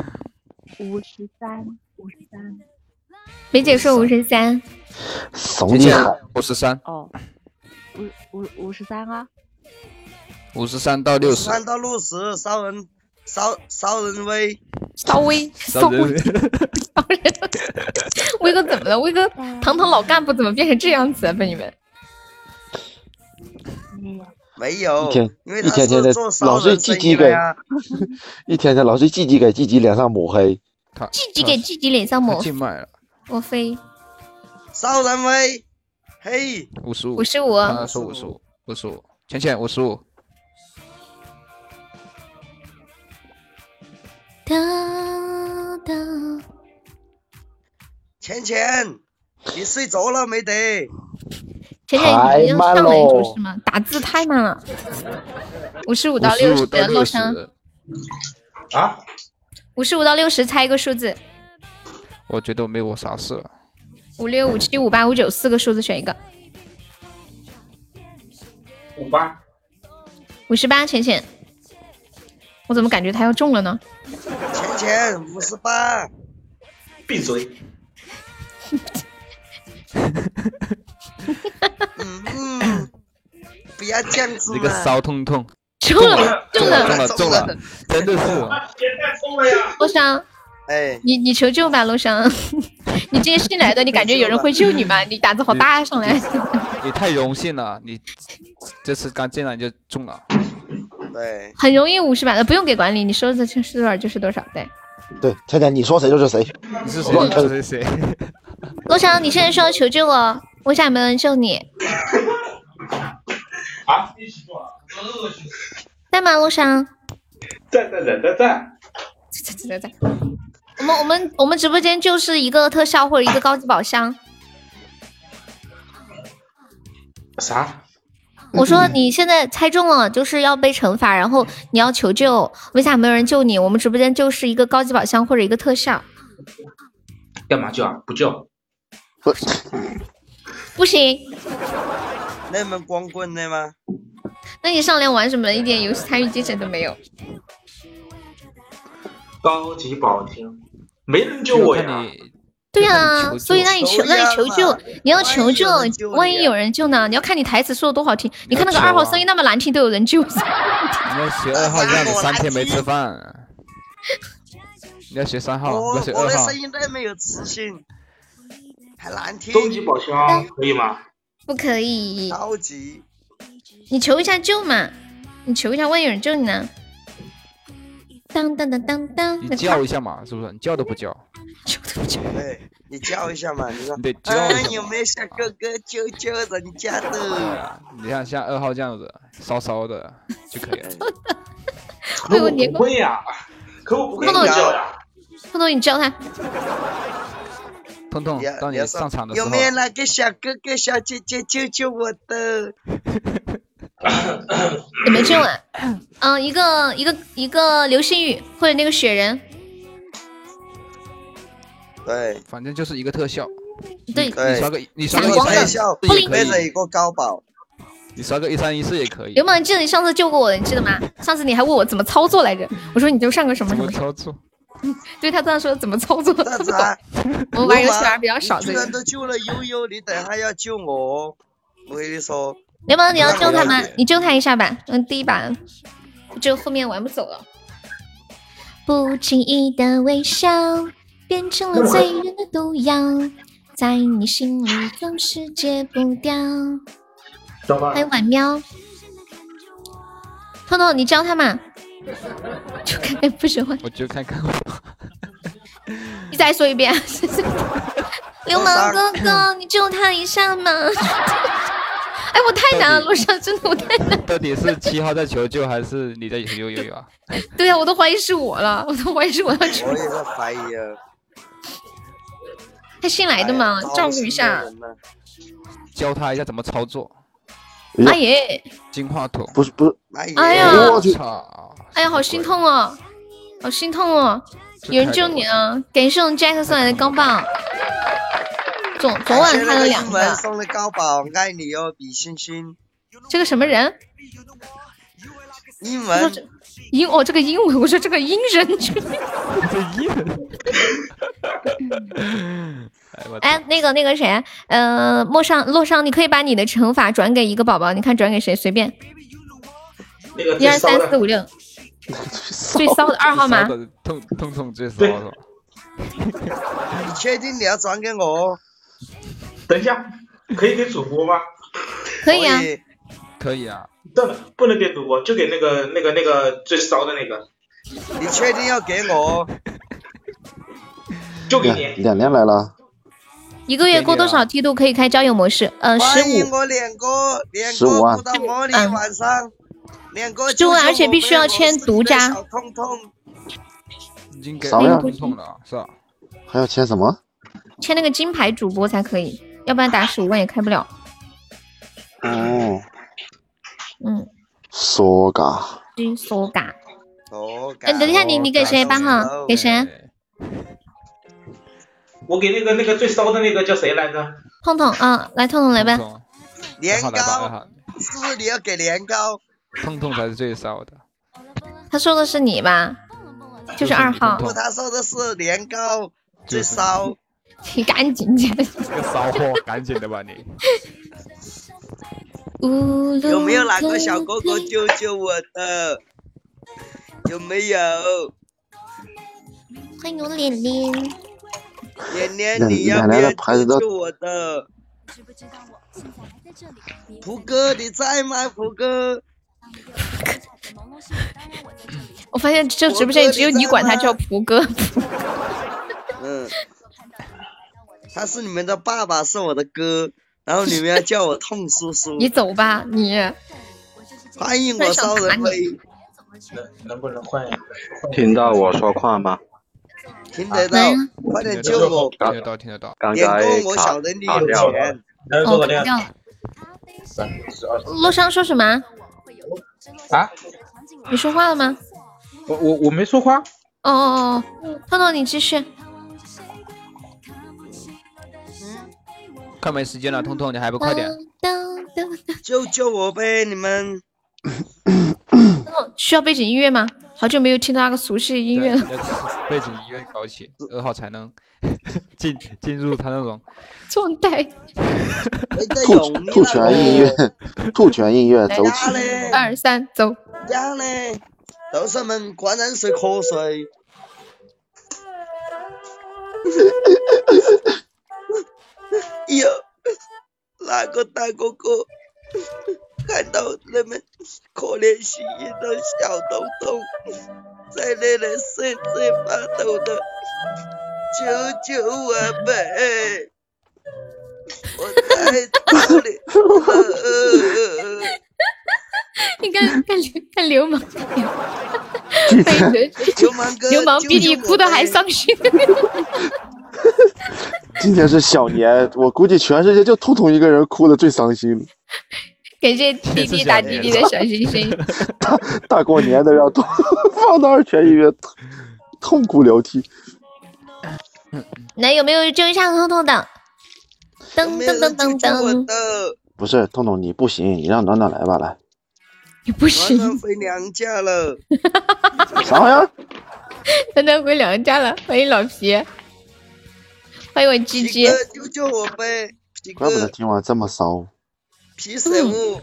53。 梅姐说53。 怂你狠。 53。 哦，53啊。 53到60。 53到60，烧人威。 威哥怎么了？威哥堂堂老干部怎么变成这样子啊？被你们。 没有， 一天天的老是积极给，一天天老是积极给自己脸上抹黑， 积极给自己脸上抹黑， 我飞， 烧人威，嘿 ，55，他说55，浅浅55， 浅浅，你睡着了没得？ 浅浅，你要上来就是吗？打字太慢了。55到60，洛杉。 啊 ？55到60，猜一个数字。 我觉得没我啥事了。 56、57、58、59，四个数字选一个。 58。 58，浅浅。我怎么感觉他要中了呢？ 浅浅58。 闭嘴。 不要这样子嘛！ 那个骚痛痛， 中了， 真的是。 洛杉，你求救吧，洛杉，你今天新来的，你感觉有人会救你吗？你胆子好大上来。 你太荣幸了，你这次刚进来就中了。 对， 很容易50把的，不用给管理，你说的是多少就是多少，对。 对，倩倩，你说谁就是谁。 你是谁？谁？ 洛杉，你现在说要求救我，问一下有没有人救你？ 啊！ 在吗，洛杉？ 在。 我们直播间就是一个特效或者一个高级宝箱。 啥？ 我说你现在猜中了，就是要被惩罚，然后你要求救，为啥没有人救你？我们直播间就是一个高级宝箱或者一个特效。 干嘛救啊？不救。 不行。 那么光棍的吗？ 那你上来玩什么？一点游戏参与精神都没有。 高级宝箱，没人救我呀。 对啊，所以让你求救，你要求救，万一有人救呢？你要看你台词说的多好听。你看那个2号声音那么难听，都有人救。 你要学2号这样子3天没吃饭。你要学3号，不要学2号。 我的声音太没有磁性，还难听。 终极宝箱可以吗？ 不可以。 高级。 你求一下救嘛，你求一下，万一有人救你呢？当当当当当， 你叫一下嘛，是不是？你叫都不叫， 叫都不叫。 对，你叫一下嘛，你说。 你得叫。 有没有小哥哥救救人家的？ 你看像2号这样子，骚骚的就可以了。 可我不会呀，可我不会叫呀。 彤彤，你教他。 彤彤，当你上场的时候， 有没有那个小哥哥、小姐姐救救我的？ 有没有救啊？一个流星雨或者那个雪人。 对， 反正就是一个特效。 对， 你刷个 131也可以的一个高保。 你刷个1314也可以。 刘猛，记得你上次救过我的，你记得吗？上次你还问我怎么操作来着，我说你就上个什么什么操作。 对他这样说怎么操作？ 啥子啊？ 我玩游戏玩比较少， 居然都救了悠悠，你等下要救我，我跟你说。 流氓，你要救他吗？你救他一下吧。第一把，这后面玩不走了。不经意的微笑，变成了醉人的毒药，在你心里总是戒不掉。还有晚喵，彤彤，你教他嘛？就看看不说话。 我就看看。 你再说一遍。流氓哥哥，你救他一下嘛！哎，我太难了，路上真的我太难了。 到底是7号在求救，还是你在悠悠啊？ 对呀，我都怀疑是我了，我都怀疑是我要求。 我也在怀疑啊。 他新来的嘛，照顾一下。 教他一下怎么操作。 阿爷， 金话筒不是， 哎呀， 我去， 哎呀，好心痛哦，好心痛哦！有人救你啊！感谢我们 Jack 送来的高宝。昨晚看了2个。 送的高宝，爱你哦，比心心。 这个什么人？ 英文。 这个英文，我说这个英人。哎，那个谁，洛上，你可以把你的惩罚转给一个宝宝，你看转给谁，随便。1、2、3、4、5、6。最骚的2号吗？ 痛最骚的。 你确定你要转给我？ 等一下，可以给主播吗？ 可以啊。 可以啊。 不能给主播，就给那个最骚的那个。 你确定要给我？ 就给你。 2年来了。 1个月过多少梯度可以开交友模式？15。 欢迎我练歌不到模拟晚上。 15万，而且必须要签独家。 已经给了痛了，是吧？ 还要签什么？ 签那个金牌主播才可以，要不然打15万也开不了。 哦。索嘎。 索嘎。等一下，你给谁8号？给谁？ 我给那个最骚的那个叫谁来着？ 痛痛啊，来痛痛来呗。 年糕，是不是你要给年糕？ 痛痛才是最骚的。 他说的是你吧？就是2号。 不，他说的是年糕最骚。 你赶紧点。 这个骚货，赶紧的吧你。 有没有哪个小哥哥救救我的？有没有？ 欢迎我脸脸。 脸脸，你要不要救救我的？普哥，你在吗？普哥。 我发现这直播间只有你管他叫普哥。 他是你们的爸爸，是我的哥，然后你们要叫我痛叔叔。 你走吧，你。 欢迎我骚人飞。 能不能换？ 听到我说话吗？ 听得到，快点救我！ 听得到。 刚才我晓得你有钱。 哦，掉了。洛桑说什么？ 啊？ 你说话了吗？ 我没说话。 哦，彤彤你继续。 快没时间了，彤彤你还不快点？ 救救我呗，你们！ 需要背景音乐吗？好久没有听到那个熟悉的音乐了。 背景音乐搞起，2号才能进入他那种状态。 兔泉音乐走起。 1、2、3，走。 呀嘞，斗士们果然是瞌睡。有哪个大哥哥看到人们可怜兮兮的小豆豆，在那里瑟瑟发抖的，救救我呗！我太可怜了。 你看流氓，流氓比你哭的还伤心。 今天是小年，我估计全世界就痛痛一个人哭的最伤心。 感谢弟弟打弟弟的小星星。 大过年的让痛放到2泉音乐，痛哭流涕。 那有没有救一下痛痛的？噔噔噔噔噔。 不是痛痛，你不行，你让暖暖来吧，来。 你不行。 暖暖回娘家了。 啥玩意儿？ 丹丹回娘家了，欢迎老皮，欢迎我鸡鸡。 救救我呗！ 怪不得今晚这么骚。 皮生物。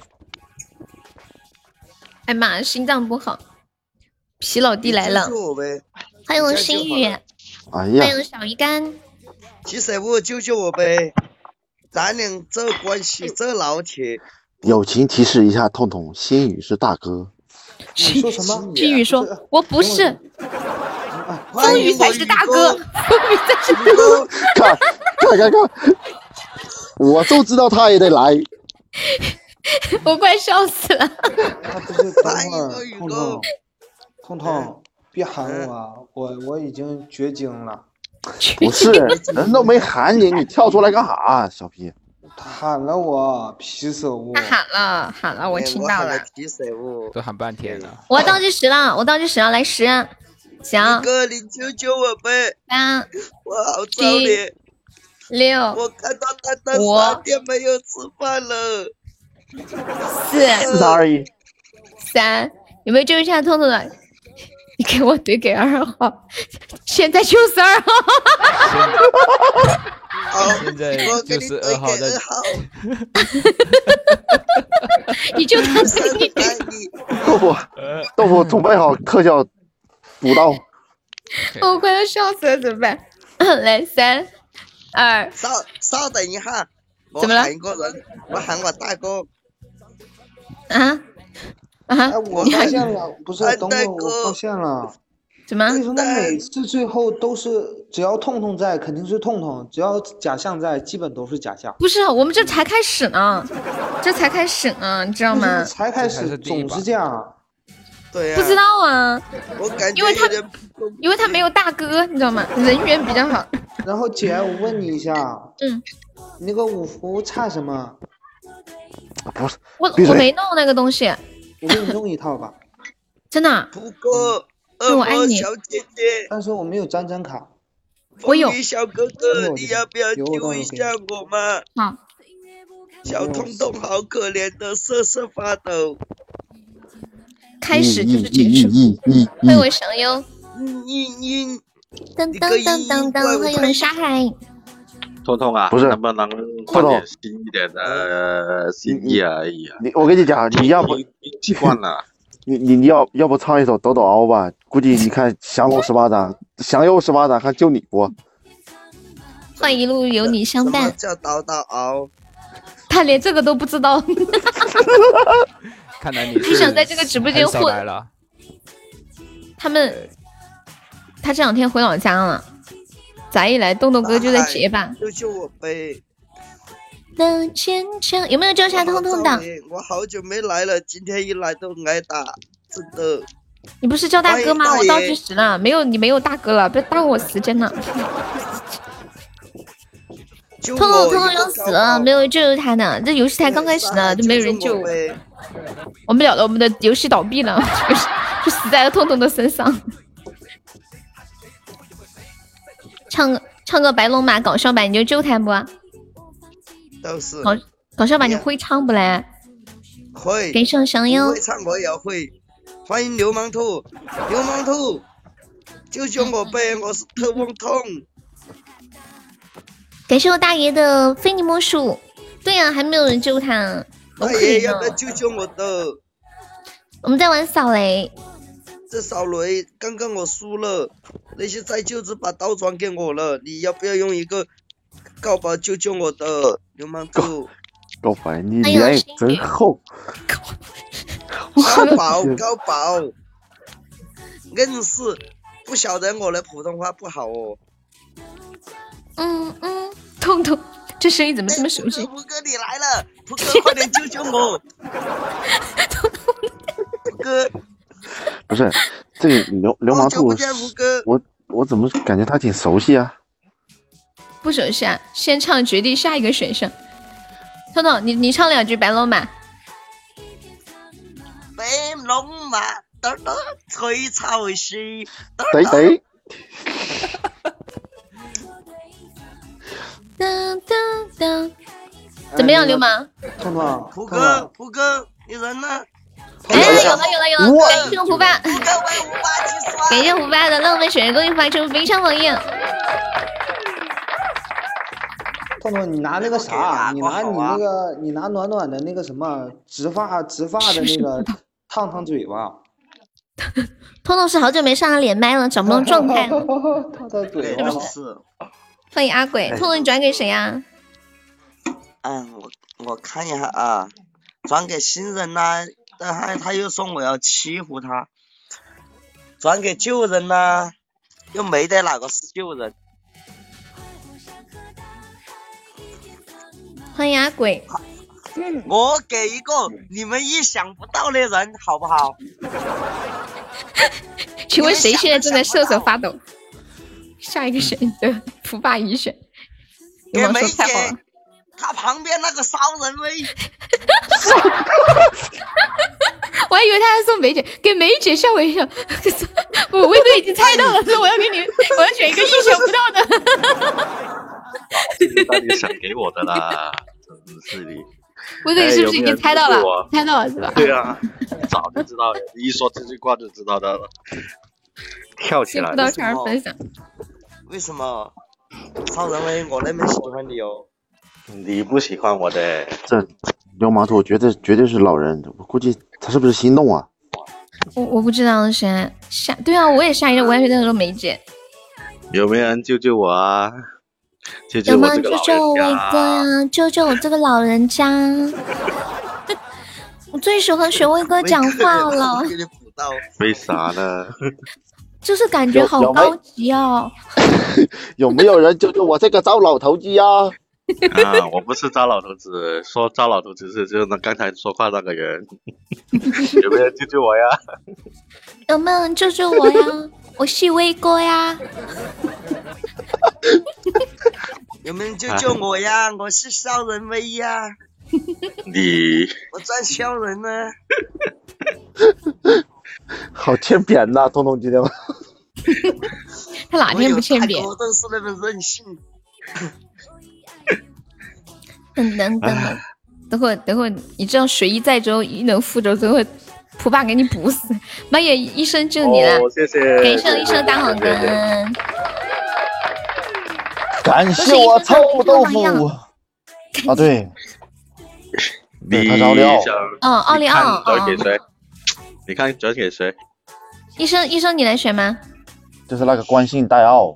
哎妈，心脏不好。皮老弟来了，欢迎我心雨， 哎呀， 欢迎小鱼干。 皮生物救救我呗！咱俩这关系这老铁。 友情提示一下，痛痛，心雨是大哥。 你说什么？ 心雨说：“我不是，风雨才是大哥，风雨才是大哥。” 看，我就知道他也得来。 我快笑死了。 他不是等会儿，痛痛，别喊我啊！我已经绝经了。 不是，人都没喊你，你跳出来干啥，小皮？ 他喊了我皮手物。 他喊了，我听到了。 皮手物都喊半天了。 我倒计时了，来10，行。 哥，你救救我呗 ！3， 我好着急。 6， 我看到丹丹3天没有吃饭了。 4， Sorry。 3，有没有救一下痛痛的？你给我怼给2号，现在就是2号。 现在就是2号的。 你就他这个豆腐准备好特效补刀。 我快要笑死了，怎么办？来3、2， 稍等一下， 怎么了？ 我喊我大哥。 我发现了，不是，等会我发现了。 怎么？ 为什么每次最后都是只要痛痛在，肯定是痛痛；只要假象在，基本都是假象。 不是，我们这才开始呢，你知道吗？ 才开始总是这样。 对呀。 不知道啊， 我感觉因为他没有大哥，你知道吗？人缘比较好。 然后姐，我问你一下，你那个五福差什么？ 不是， 我没弄那个东西。 我给你弄一套吧。 真的？ 不过。 我爱你， 小姐姐， 但是我没有粘粘卡。 我有。 小哥哥，你要不要救一下我嘛？ 好。 小痛痛好可怜的，瑟瑟发抖。 开始就是结束。欢迎我神优。噔噔噔噔噔，欢迎我沙海。 痛痛啊， 不是， 能不能换点新一点的心意而已啊？ 我跟你讲，你要不习惯了。 你要不唱一首抖抖嗷吧？估计你看降龙18掌，降妖18掌还就你不？ 欢迎一路有你相伴。 什么叫抖抖嗷？ 他连这个都不知道。 看来你想在这个直播间混了。 他这2天回老家了，咋一来洞洞哥就在结巴。 救救我呗！ 的坚强，有没有救下痛痛的？ 我好久没来了，今天一来都挨打，真的。 你不是叫大哥吗？我倒计时了，你没有大哥了，别耽误我时间了。痛痛要死了，没有救他的，这游戏才刚开始呢，就没有人救。完不了了，我们的游戏倒闭了，就死在了痛痛的身上。唱个白龙马搞笑版，你就救他不？ 都是搞笑版你会唱不嘞？ 会。 给上香哟。 会唱我也会。欢迎流氓兔，流氓兔，救救我呗！我是特工痛。 感谢我大爷的非你莫属。对呀、还没有人救他。 大爷要不要救救我的？ 我们在玩扫雷。 这扫雷，刚刚我输了，那些再救只把刀传给我了，你要不要用一个告白救救我的流氓兔？ 告白，你脸也真厚。 高宝，硬是不晓得我的普通话不好哦。 痛痛，这声音怎么这么熟悉？ 普哥你来了，普哥快点救救我！普哥， 不是这个流氓兔，我怎么感觉他挺熟悉啊？ 不熟悉啊，先唱决定下一个选项。痛痛，你唱2句白龙马。 白龙马，得得吹草时， 得。 怎么样，流氓？ 痛痛， 普哥，你人呢？ 哎，有了，感谢胡爸，感谢胡爸的浪漫雪人，恭喜发出非常猛硬。 彤彤，你拿那个啥，你拿暖暖的那个什么直发的那个烫嘴巴。 彤彤是好久没上脸麦了，找不到状态了。 烫嘴巴是。欢迎阿鬼，彤彤你转给谁呀？ 我看一下啊，转给新人啦，他又说我要欺负他，转给旧人啦，又没得哪个是旧人。 欢迎阿鬼。 我给一个你们意想不到的人，好不好？ 请问谁现在正在瑟瑟发抖？下一个选择福霸一选。 给梅姐，他旁边那个骚人威。 我还以为他要送梅姐，给梅姐吓我一跳。我威哥已经猜到了，说我要给你，我要选一个意想不到的。 到底想给我的啦，真是的。 威哥，你是不是已经猜到了？猜到了是吧？ 对啊，早就知道了，一说这句话就知道的了，跳起来。 不到圈分享。 为什么？骚人威，我那么喜欢你哦。 你不喜欢我的？ 这流氓兔绝对是老人，我估计他是不是心动啊？ 我不知道是谁下，对啊，我也下一个，我还以为那个梅姐。 有没有人救救我啊？救救我这个老人家！ 有没有救救我伟哥呀？救救我这个老人家！我最喜欢学伟哥讲话了。 为啥呢？ 就是感觉好高级哦。 有没有人救救我这个糟老头子呀？ 啊，我不是糟老头子，说糟老头子就是那刚才说话那个人。有没有人救救我呀？ 有没有人救救我呀？我是威哥呀。 有没有人救救我呀？我是骚人威呀。 你我转骚人呢。 好欠扁呐，彤彤今天。 他哪天不欠扁？ 我都是那么任性。 等会儿，你这样水一载舟，一能覆舟，等会普爸给你补死。妈耶，医生救你了！ 谢谢， 感谢医生大红灯。 感谢我臭豆腐啊！对， 你他着料。 奥利奥， 转给谁？你看转给谁？ 医生，你来选吗？ 就是那个关信戴奥。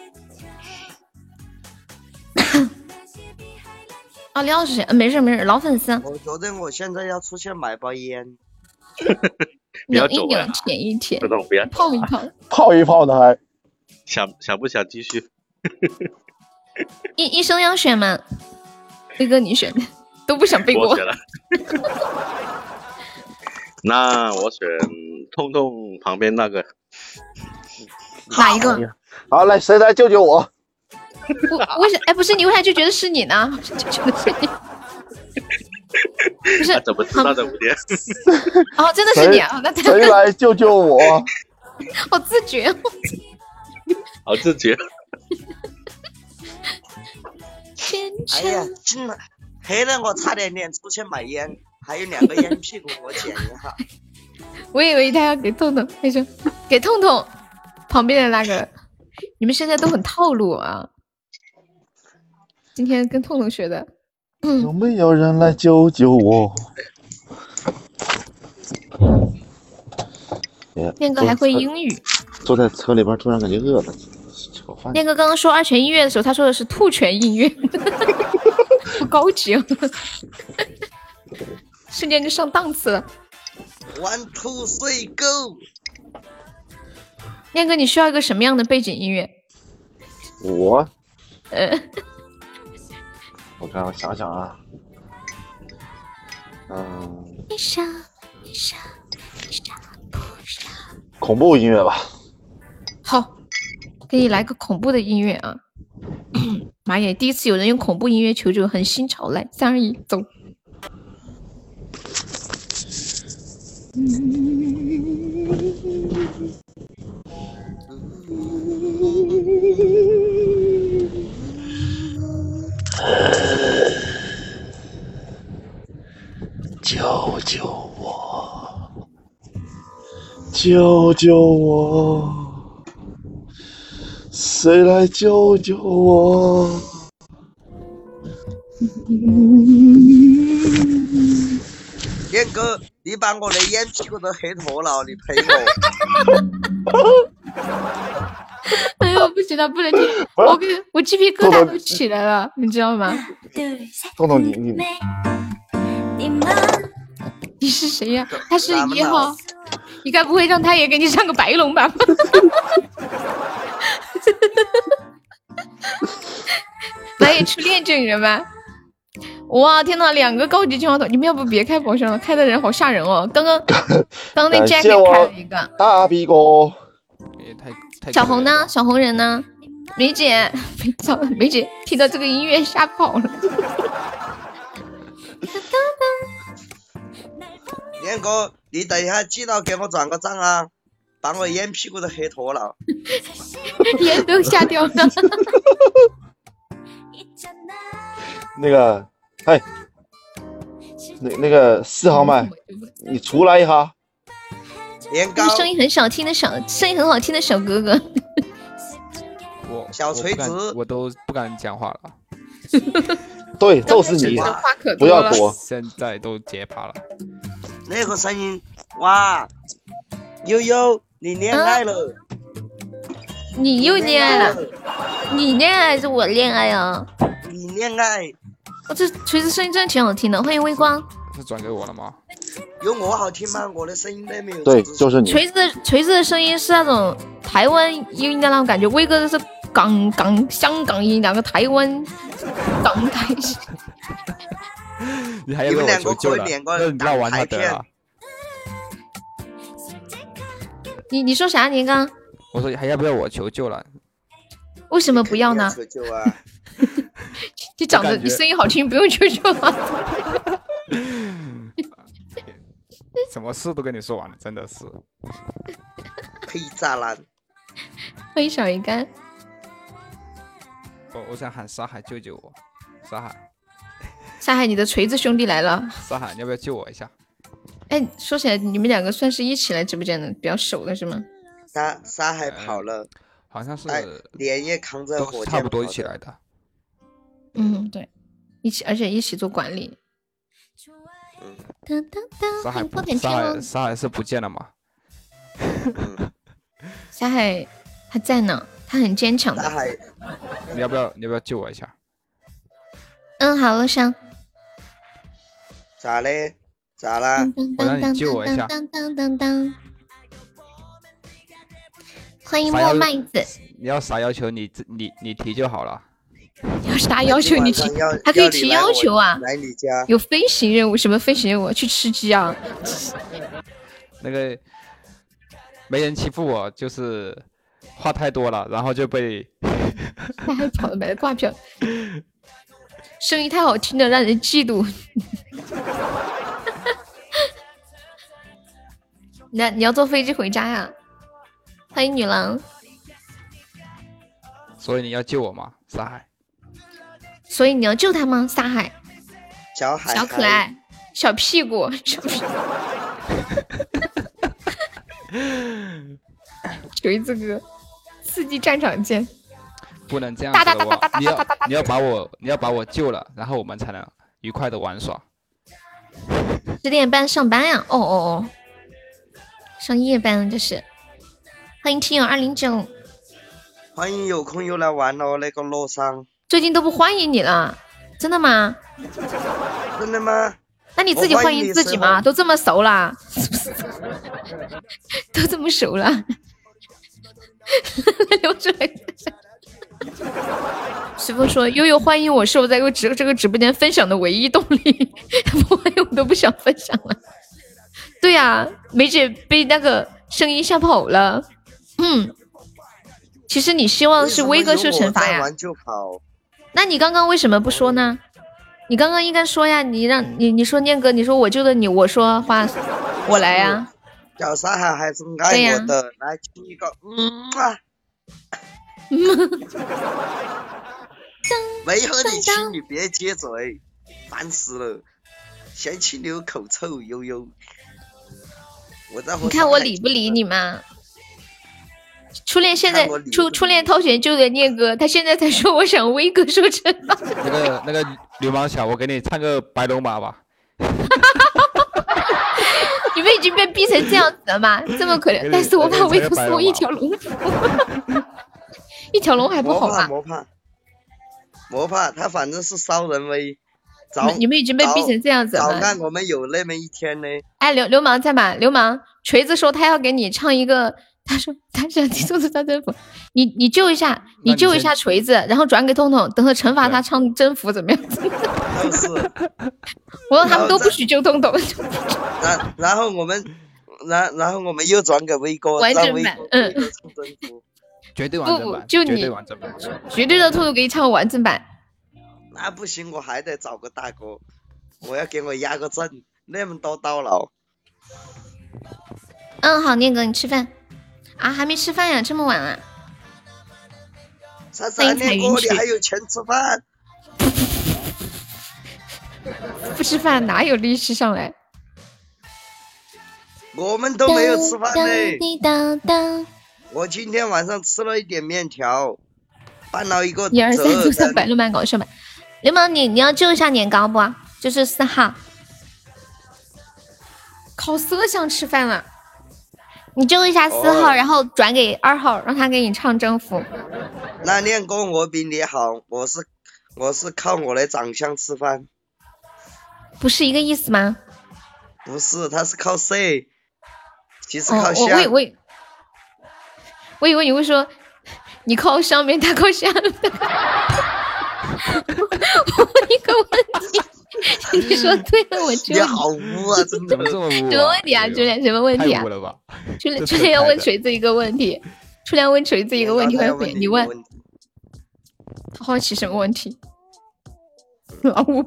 奥利奥是谁？没事，老粉丝。 我觉得我现在要出去买包烟。 扭一扭， 舔一舔， 不要泡一泡， 泡一泡的还。 想不想继续？ 医生要选吗？威哥你选，都不想背锅。 我选了。那我选痛痛旁边那个。 哪一个？ 好，来，谁来救救我？ 为什？哎，不是你，为啥就觉得是你呢？就觉得是你。不是， 怎么知道的5点？ 哦，真的是你啊！那谁来救救我？ 好自觉， 好自觉。 哎呀，今晚黑了我差点出去买烟，还有2个烟屁股，我捡一下。 我以为他要给痛痛，他说给痛痛旁边的那个。你们现在都很套路啊！今天跟痛痛学的。 有没有人来救救我？ 念哥还会英语。 坐在车里边，突然感觉饿了，吃口饭。 念哥刚刚说2泉音乐的时候，他说的是兔泉音乐，不高级啊！瞬间就上档次了。 1 2 3 go。 念哥，你需要一个什么样的背景音乐？ 我想想啊，恐怖音乐吧。 好，给你来个恐怖的音乐啊！妈耶，第一次有人用恐怖音乐求救，很新潮。来，3、2、1，走。 救救我！ 救救我！谁来救救我？ 燕哥，你把我的眼皮股都黑脱了，你赔我！ 哎呦，不行了，不能听，我鸡皮疙瘩都起来了，你知道吗？ 豆豆， 你是谁呀？他是1号，你该不会让他也给你唱个白龙吧？来也初恋证人吧。哇，天哪，2个高级金话筒，你们要不别开宝箱了，开的人好吓人哦。刚刚那 Jack 开了一个大逼哥。 小红呢？小红人呢？梅姐，梅姐听到这个音乐吓跑了。 燕哥，你等一下记得给我转个账啊，把我眼屁股都黑脱了， 眼都吓掉了。 那个，哎，那个4号麦，你出来一下。 声音很好听的小哥哥。 小锤子， 我都不敢讲话了。 对，就是你，不要躲。 现在都结巴了。 那个声音，哇，悠悠，你恋爱了。 你又恋爱了？你恋爱还是我恋爱啊？ 你恋爱。 我这锤子声音真的挺好听的，欢迎微光。 是转给我了吗？ 有我好听吗？我的声音都没有。 对，就是你。 锤子的声音是那种台湾音的那种感觉，威哥是香港音，两个台湾港台。 你还要跟我求救了？那你让玩他得了。 你说啥？你刚？ 我说还要不要我求救了？ 为什么不要呢？ 求救啊！ 你长得你声音好听，不用求救啊。 什么事都跟你说完了，真的是。 呸！渣男。 欢迎小鱼干。 我想喊沙海救救我，沙海。 沙海，你的锤子兄弟来了。 沙海，你要不要救我一下？ 哎，说起来，你们2个算是一起来直播间的，比较熟的是吗？ 沙海跑了， 好像是连夜扛着火箭， 差不多一起来的。 嗯，对，一起，而且一起做管理。 沙海是不见了吗？ 沙海他在呢，他很坚强的。 你要不要救我一下？ 嗯，好了，香。 咋嘞？咋啦？ 我让你救我一下。 欢迎莫麦子。 你要啥要求你提就好了。 有啥要求你提，还可以提要求啊！ 来你家有飞行任务，什么飞行任务？去吃鸡啊！ 那个没人欺负我，就是话太多了，然后就被他还跑了买了挂票，声音太好听了，让人嫉妒。你要坐飞机回家呀？欢迎女郎。 所以你要救我吗，沙海？ 所以你要救他吗？沙海， 小可爱，小屁股，锤子哥，四季战场见。 不能这样子的，你要把我救了，然后我们才能愉快的玩耍。 10点半上班呀？哦，上夜班这是。欢迎听友209， 欢迎有空又来玩哦，那个洛桑。 最近都不欢迎你了，真的吗？ 真的吗？ 那你自己欢迎自己吗？都这么熟了，都这么熟了，流出来。师傅说：“悠悠欢迎我是我在这个直播间分享的唯一动力，不欢迎我都不想分享了。”对呀，梅姐被那个声音吓跑了。其实你希望是威哥受惩罚呀？那你刚刚为什么不说呢？你刚刚应该说呀，你说念哥，你说我救的你，我说话我来呀。 小沙海还是爱我的，来亲一个，没和你亲，你别接嘴，烦死了，嫌弃你有口臭，悠悠。 你看我理不理你吗？初恋现在初恋掏选就的念歌，他现在才说我想威哥说真的。 那个流氓小，我给你唱个白龙马吧。 你们已经被逼成这样子了吗？这么可怜，但是我怕威哥送我一条龙服，一条龙还不好吗？ 莫怕，他反正是烧人威。 你们已经被逼成这样子了吗？ 早看我们有那么一天呢。 哎，流氓在吗？流氓锤子说他要给你唱一个，他说他想听宋山征服，你救一下，你救一下锤子，然后转给痛痛，等他惩罚他唱征服怎么样？ 就是， 我说他们都不许救痛痛。 然后我们又转给威哥， 完整版， 绝对完整版， 就你绝对的痛痛给你唱完整版。 那不行，我还得找个大哥，我要给我压个阵，那么多叨唠。 好，念哥，你吃饭啊？还没吃饭呀？这么晚了。 念哥，你还有钱吃饭？ 不吃饭哪有力气上来？ 我们都没有吃饭呢。我今天晚上吃了一点面条，拌了一个。 1、2、3、4、300路蛮搞笑吧？流氓，你要救一下年糕不？就是4号。靠色相吃饭了，你救一下4号，然后转给2号，让他给你唱征服。 那练功我比你好，我是靠我的长相吃饭。 不是一个意思吗？ 不是，他是靠色，其实靠相。 我以为你会说你靠上面，他靠下面。我问一个问题，你说对了我就。 你好污啊！真的。 什么问题啊？初恋什么问题啊？ 太污了吧！ 初恋要问锤子一个问题，初恋问锤子一个问题，你问。他好奇什么问题？老五。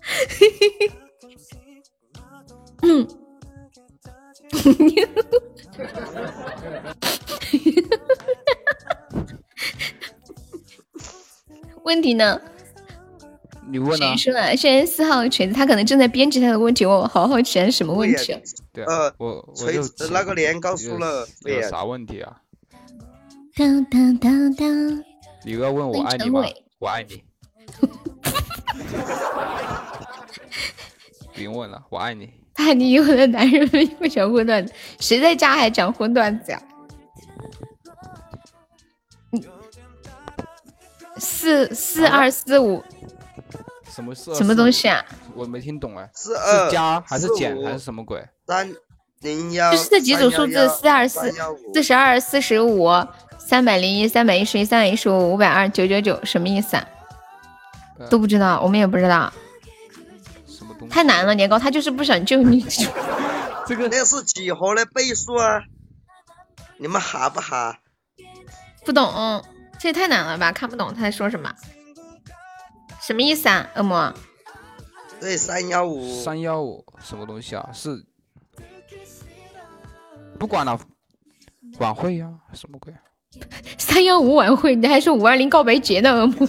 问题呢？ 你问啊？ 谁说啊？现在4号锤子，他可能正在编辑他的问题，我好好奇是什么问题。 对啊， 锤子那个脸告诉了， 有啥问题啊？ 当当当当。 你要问我爱你吗？我爱你。不用问了，我爱你。 爱你以后的男人们不讲荤段子，谁在家还讲荤段子呀？4245。什么东西啊？ 我没听懂哎。是加还是减还是什么鬼 ？301。 就是这几组数字，424、42、45、301、311、315、520、999，什么意思啊？都不知道，我们也不知道。 什么东西？ 太难了，年糕，他就是不想救你。 这个那是几何的倍数啊？你们哈不哈？ 不懂，这也太难了吧？看不懂他在说什么。什么意思啊，恶魔？ 对，315。 315什么东西啊？是不管了，晚会呀，什么鬼 ？315晚会，你还说520告白节呢，恶魔。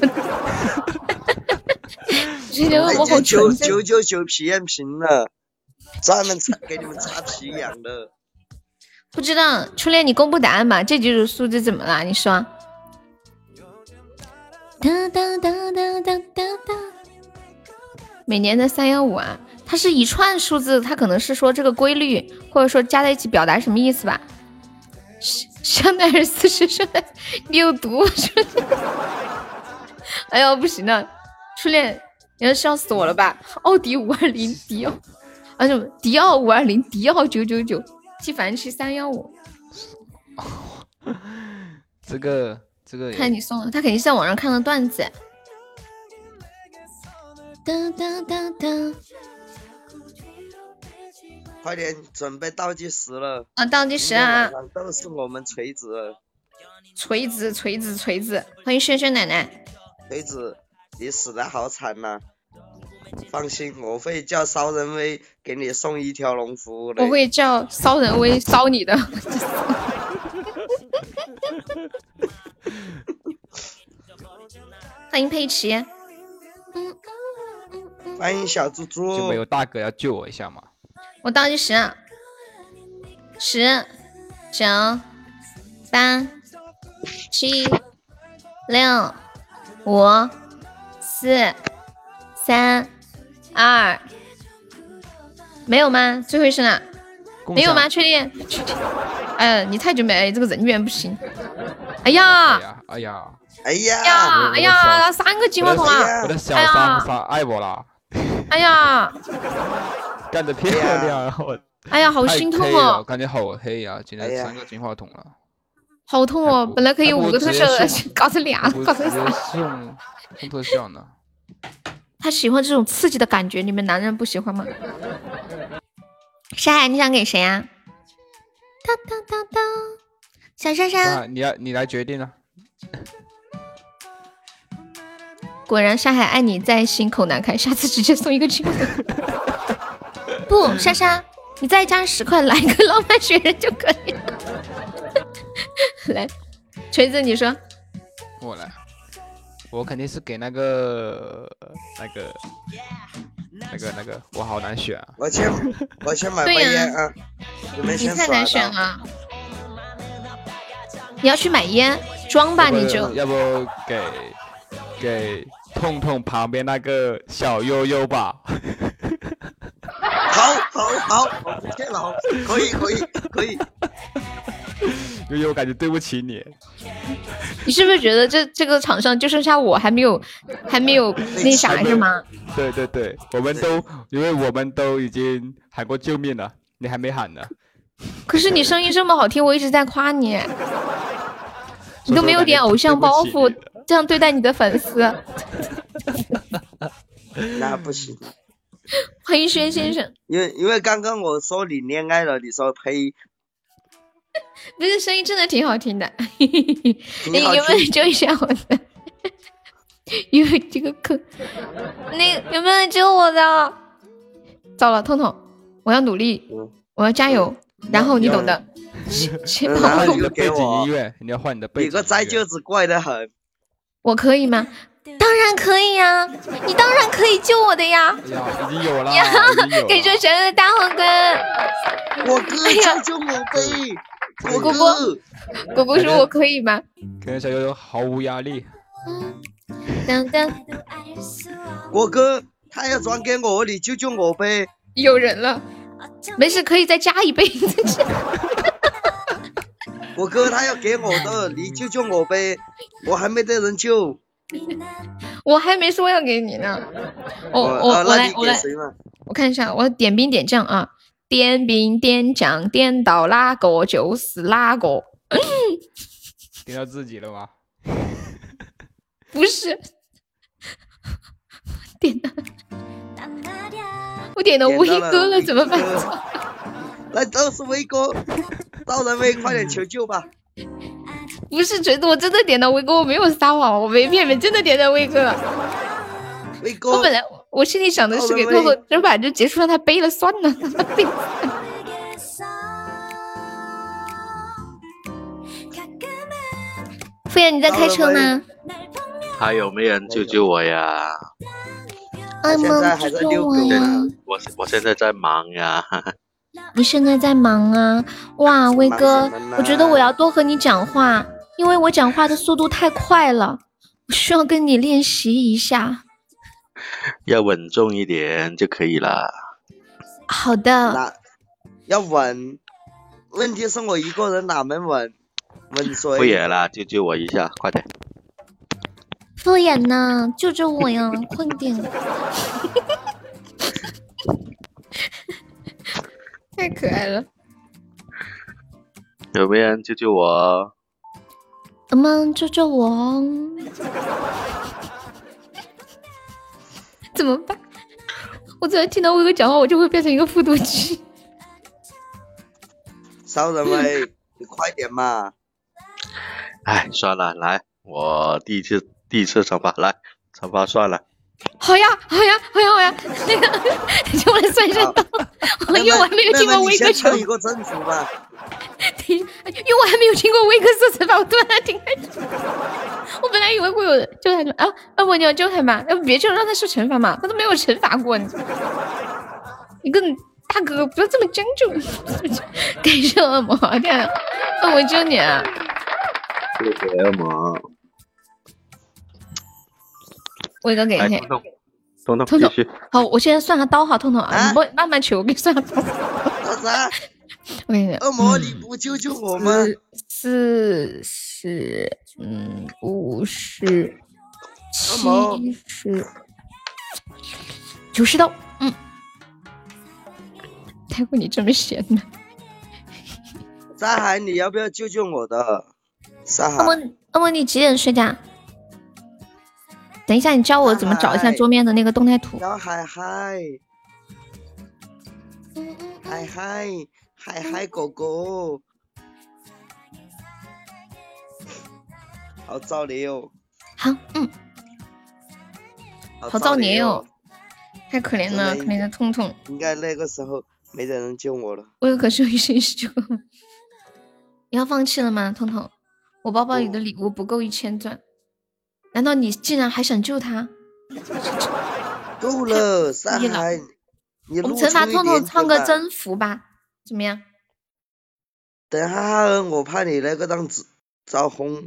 这个恶魔好纯真。 999皮炎平了，专门给你们擦皮痒的。 不知道，初恋，你公布答案吧。这几组数字怎么了？你说。哒哒哒哒哒哒哒。每年的315啊，它是一串数字，它可能是说这个规律，或者说加在一起表达什么意思吧。香奈儿40升，你有毒！哎呦，不行了，初恋，你要笑死我了吧？奥迪520，迪奥，啊什么？迪奥520，迪奥999，纪梵希315。 这个。 看你送了，他肯定是在网上看了段子。哒哒哒哒， 快点准备倒计时了啊！倒计时啊！ 都是我们锤子， 欢迎轩轩奶奶。 锤子，你死得好惨呐！放心，我会叫骚人威给你送一条龙服务的。 我会叫骚人威骚你的。欢迎佩奇， 欢迎小猪猪。 就没有大哥要救我一下吗？ 我倒计时啊 10、9、8、7、6、5、4、3、2，没有吗？最后一声啊？没有吗？确定？你太久没，这个人缘不行。哎呀！ 哎呀！ 哎呀！ 哎呀！3个金话筒了！ 我的小三爱我了！ 哎呀！ 干得漂亮！我哎呀，好心痛哦！ 感觉好黑呀！今天3个金话筒了， 好痛哦！本来可以5个特效的，搞成2，搞成3。 送特效呢？ 他喜欢这种刺激的感觉，你们男人不喜欢吗？山海，你想给谁啊？当当当当，小珊珊， 你来决定了。 果然山海爱你在心口难开，下次直接送一个金。不，珊珊，你再加10块，来一个浪漫雪人就可以了。来，锤子，你说。 我来，我肯定是给那个，我好难选啊。 我先买包烟啊，你们先太难选了。你要去买烟装吧，你就要不给痛痛旁边那个小悠悠吧。 好，我不欠了，可以。 悠悠，我感觉对不起你。 你是不是觉得这个场上就剩下我还没有那啥是吗？ 对，因为我们都已经喊过救命了，你还没喊呢。 可是你声音这么好听，我一直在夸你，你都没有点偶像包袱，这样对待你的粉丝。 那不行。 欢迎轩先生。 因为刚刚我说你恋爱了，你说呸。 不是，声音真的挺好听的。你有没有救一下我的？因为这个坑，那有没有人救我的？糟了，痛痛，我要努力，我要加油，然后你懂的。 然后你就给我音乐，你要换你的背景。 你个栽舅子怪得很。 我可以吗？当然可以呀，你当然可以救我的呀！ 已经有了， 给这神的大红哥， 我哥救我呗！ 果果说我可以吗？ 跟小悠悠毫无压力。 当当， 果哥他要转给我，你救我呗！ 有人了，没事，可以再加一杯。 果哥他要给我的，你救我呗！我还没得人救。 我还没说要给你呢。我来，我看一下，我点兵点将啊。点兵点将，点到哪个就是哪个。 点到自己了吗？ 不是，点的，我点到威哥了，怎么办？ 来，都是威哥，到人威，快点求救吧！ 不是锤子，我真的点到威哥，我没有撒谎，我没骗你，真的点到威哥。 威哥， 我本来我心里想的是给透透这把就结束，让他背了算了。敷衍，你在开车吗？ 还有没人救救我呀？ 阿梦救救我呀！ 我现在在忙呀。 你现在在忙啊？哇，威哥，我觉得我要多和你讲话，因为我讲话的速度太快了，我需要跟你练习一下。 要稳重一点就可以了。 好的。 要稳，问题是我一个人哪门稳？稳谁？ 敷衍啦，救我一下，快点！ 敷衍呢，救救我呀，快点！太可爱了。 有没有人救救我？ 阿梦救救我！怎么办？我只要听到威哥讲话，我就会变成一个复读机。 骚人喂，你快点嘛！ 哎，算了，来，我第一次惩罚，来惩罚算了。 好呀，那个，就来算一下刀，因为我还没有听过威哥求一个征服吧。 因为我还没有听过威哥说惩罚，我突然听开始。我本来以为会有救他啊，我你要救他嘛，要不别救，让他受惩罚嘛，他都没有惩罚过你。你个大哥不要这么将就，感谢恶魔，天啊，恶魔救你啊！ 谢谢恶魔。 威哥给一下。 彤彤继续。 好，我现在算下刀哈，彤彤啊，你慢慢求，我给你算下刀。 啥？ 我跟你讲， 恶魔你不救救我吗 ？40，50，70，90刀。待会你这么闲的。 沙海，你要不要救救我的？沙海。 恶魔，你几点睡觉？等一下，你教我怎么找一下桌面的那个动态图。 小海海，海海海海狗狗，好造孽哦！ 好，好造孽哦！太可怜了，可怜的痛痛。 应该那个时候没人能救我了。 我有可是有19，你要放弃了吗，痛痛？我包包里的礼物不够1000钻。难道你竟然还想救他？ 够了，沙海， 我们惩罚痛痛唱个征服吧，怎么样？ 等哈哈，我怕你那个档子遭轰。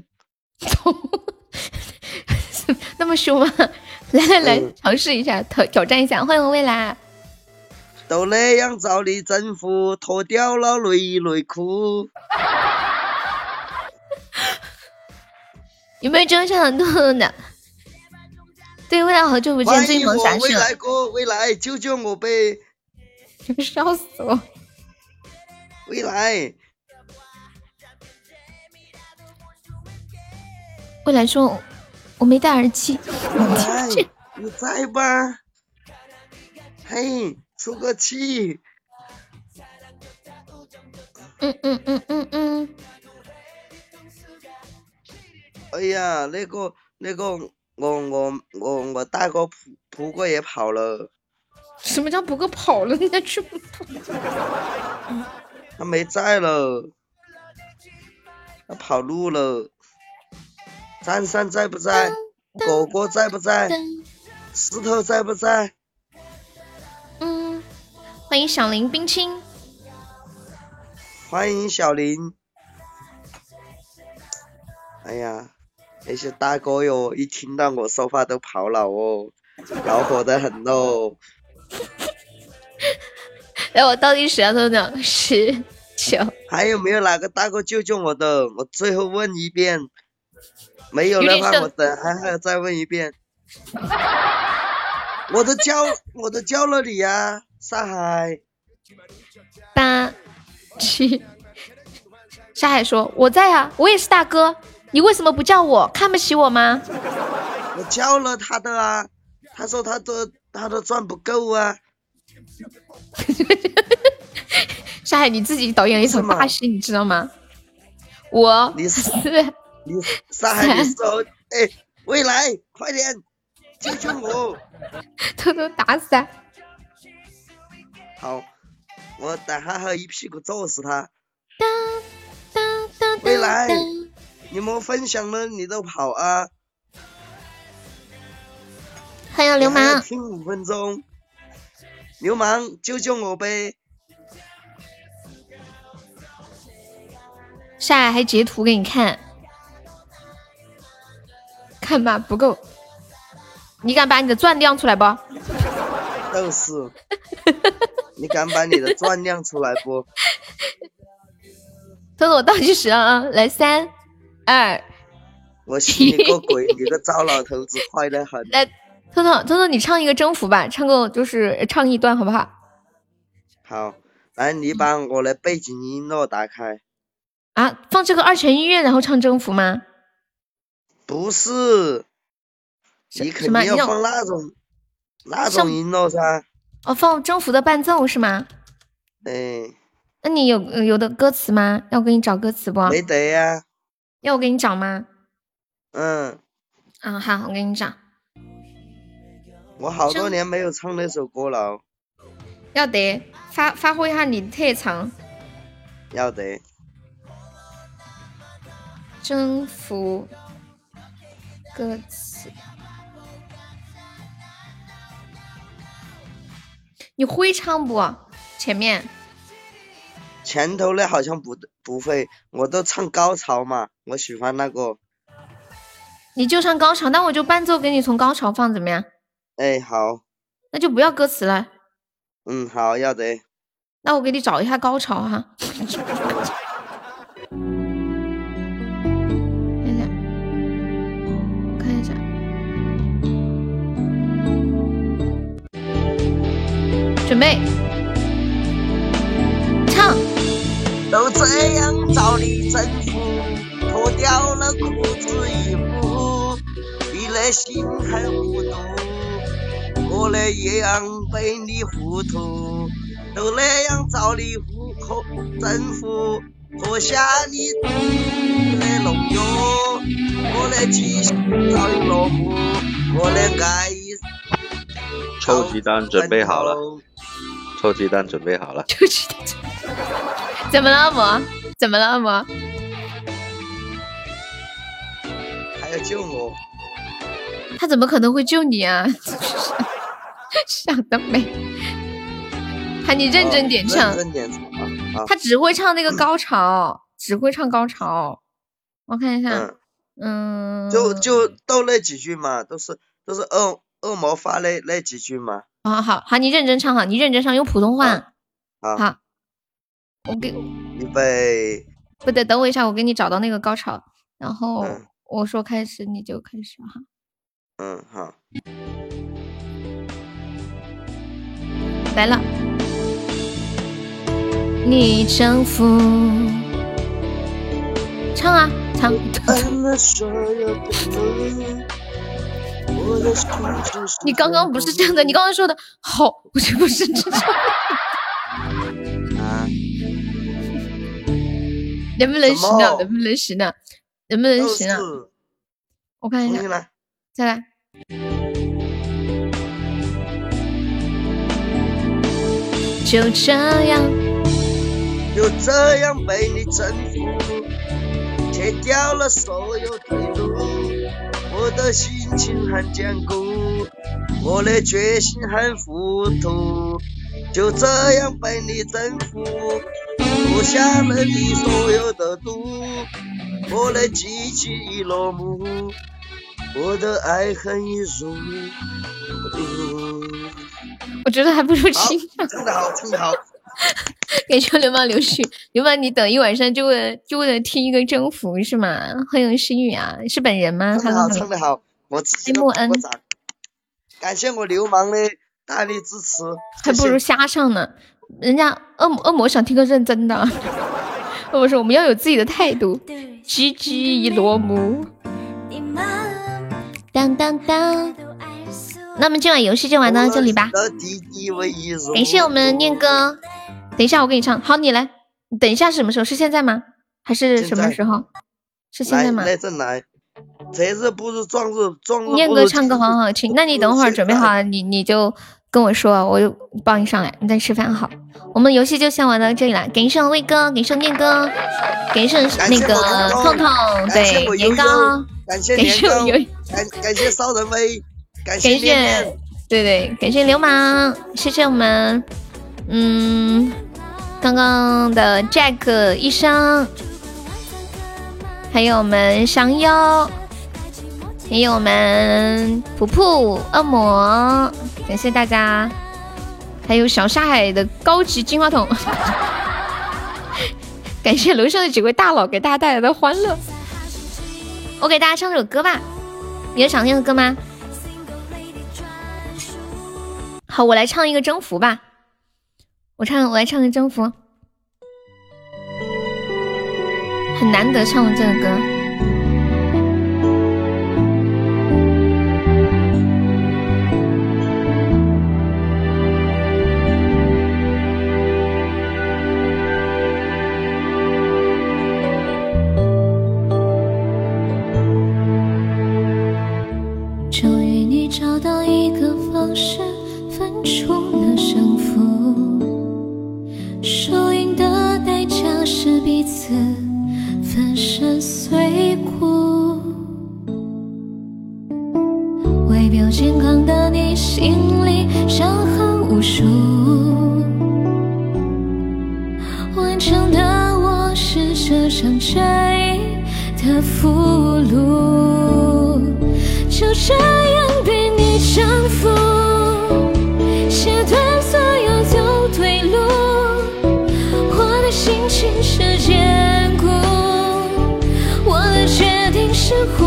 那么凶吗？来，尝试一下，挑战一下。欢迎未来。 都那样找你征服，脱掉了内裤。 有没有真相的痛痛的？对，未来好久不见，最近忙啥事？ 未来哥，未来救救我呗！ 笑死我！ 未来， 未来说我没戴耳机。 未来，你在吧？嘿，出个气！哎呀，那个，我大哥扑哥也跑了。 什么叫扑哥跑了？你再去扑？ 他没在了，他跑路了。珊珊在不在？果果在不在？石头在不在？ 欢迎小林冰清。 欢迎小林。哎呀。那些大哥哟，一听到我说话都跑了哦，恼火得很哦。 来，我倒计时啊，等等，10、9。 还有没有哪个大哥救救我的？我最后问一遍，没有的话，我等还要再问一遍。我都叫了你呀，沙海。 8、7。沙海说：“我在啊，我也是大哥。”你为什么不叫我？看不起我吗？ 我叫了他的啊，他说他的钻不够啊。 沙海，你自己导演了一场大戏，你知道吗？ 你沙海，你说，哎，未来，快点救救我！ 偷偷打死他。 好，我等哈哈一屁股揍死他。未来。你们分享了你都跑啊！ 欢迎流氓， 听5分钟。流氓救救我呗！ 下来还截图给你看，看吧不够，你敢把你的钻亮出来不？ 就是，你敢把你的钻亮出来不？ 等我倒计时啊！来3、2， 我信你个鬼！你个糟老头子，快得很！ 来，彤彤，你唱一个征服吧，唱个就是唱一段好不好？ 好，来，你把我的背景音乐打开。 啊，放这个2泉音乐，然后唱征服吗？ 不是，你肯定要放那种音乐噻。 哦，放征服的伴奏是吗？ 哎。 那你有的歌词吗？要我给你找歌词不？ 没得呀。 要我给你找吗？ 嗯。 啊，好，我给你找。 我好多年没有唱那首歌了。 要得，发挥一下你的特长。 要得。 征服歌词，你会唱不？ 前面。 前头的好像不会，我都唱高潮嘛，我喜欢那个。 你就唱高潮，那我就伴奏给你从高潮放，怎么样？ 哎，好。 那就不要歌词了。 嗯，好，要得。 那我给你找一下高潮哈。看一下，准备唱。 都这样找你征服，脱掉了裤子衣服，你的心很糊涂，我的样被你糊涂，都那样找你征服，脱下你的龙油，我的激情早已落幕，我的爱臭鸡蛋准备好了，臭鸡蛋准备好了， 臭鸡蛋。怎么了，阿嬷？怎么了，阿嬷？ 还要救我？ 他怎么可能会救你啊？想得美！喊你认真点唱， 认真点唱啊！ 他只会唱那个高潮，只会唱高潮。我看一下， 就都那几句嘛，都是恶魔发那几句嘛。 好，你认真唱，好，你认真唱，用普通话。好。我给预备， 不得，等我一下，我给你找到那个高潮，然后我说开始你就开始哈。 嗯，好。 来了，你征服，唱啊，唱。你刚刚不是这样的，你刚刚说的好，我这不是这样。能不能行呢？能不能行呢？能不能行呢？我看一下，再来。就这样被你征服，切掉了所有退路，我的心情很坚固，我的决心很糊涂，就这样被你征服。脱下了你所有的毒，我的激情已落幕，我的爱恨已入。我觉得还不如清唱。 唱得好，唱得好。 感谢流氓流絮，流氓你等一晚上就为了听一个征服是吗？欢迎心雨啊，是本人吗？ 唱得好，唱得好，我自己都鼓过掌。感谢我流氓的大力支持， 还不如瞎唱呢。人家恶魔想听个认真的，恶魔说我们要有自己的态度。GG 已落幕，当当当。那么今晚游戏就玩到这里吧。感谢我们念哥，等一下我给你唱。好，你来。等一下是什么时候？是现在吗？还是什么时候？是现在吗？ 来正来。这日不是壮日，壮日。 念哥唱歌好好听，那你等会儿准备好，你就跟我说，我就帮你上来。你再吃饭好。我们游戏就先玩到这里了。感谢魏哥，感谢念哥，感谢那个痛痛，对年糕， 感谢年糕，感谢骚人威，感谢对，感谢流氓，谢谢我们刚刚的 Jack 医生，还有我们降妖，还有我们普普恶魔，感谢大家。还有小沙海的高级金话筒，感谢楼上的几位大佬给大家带来的欢乐。我给大家唱首歌吧，你有想听的歌吗？好，我来唱一个征服吧。我来唱个征服，很难得唱这个歌。终于你找到一个方式分出了胜负，输赢的代价是彼此粉身碎战役的俘虏，就这样被你征服，切断所有的退路。我的心情是坚固，我的决定是糊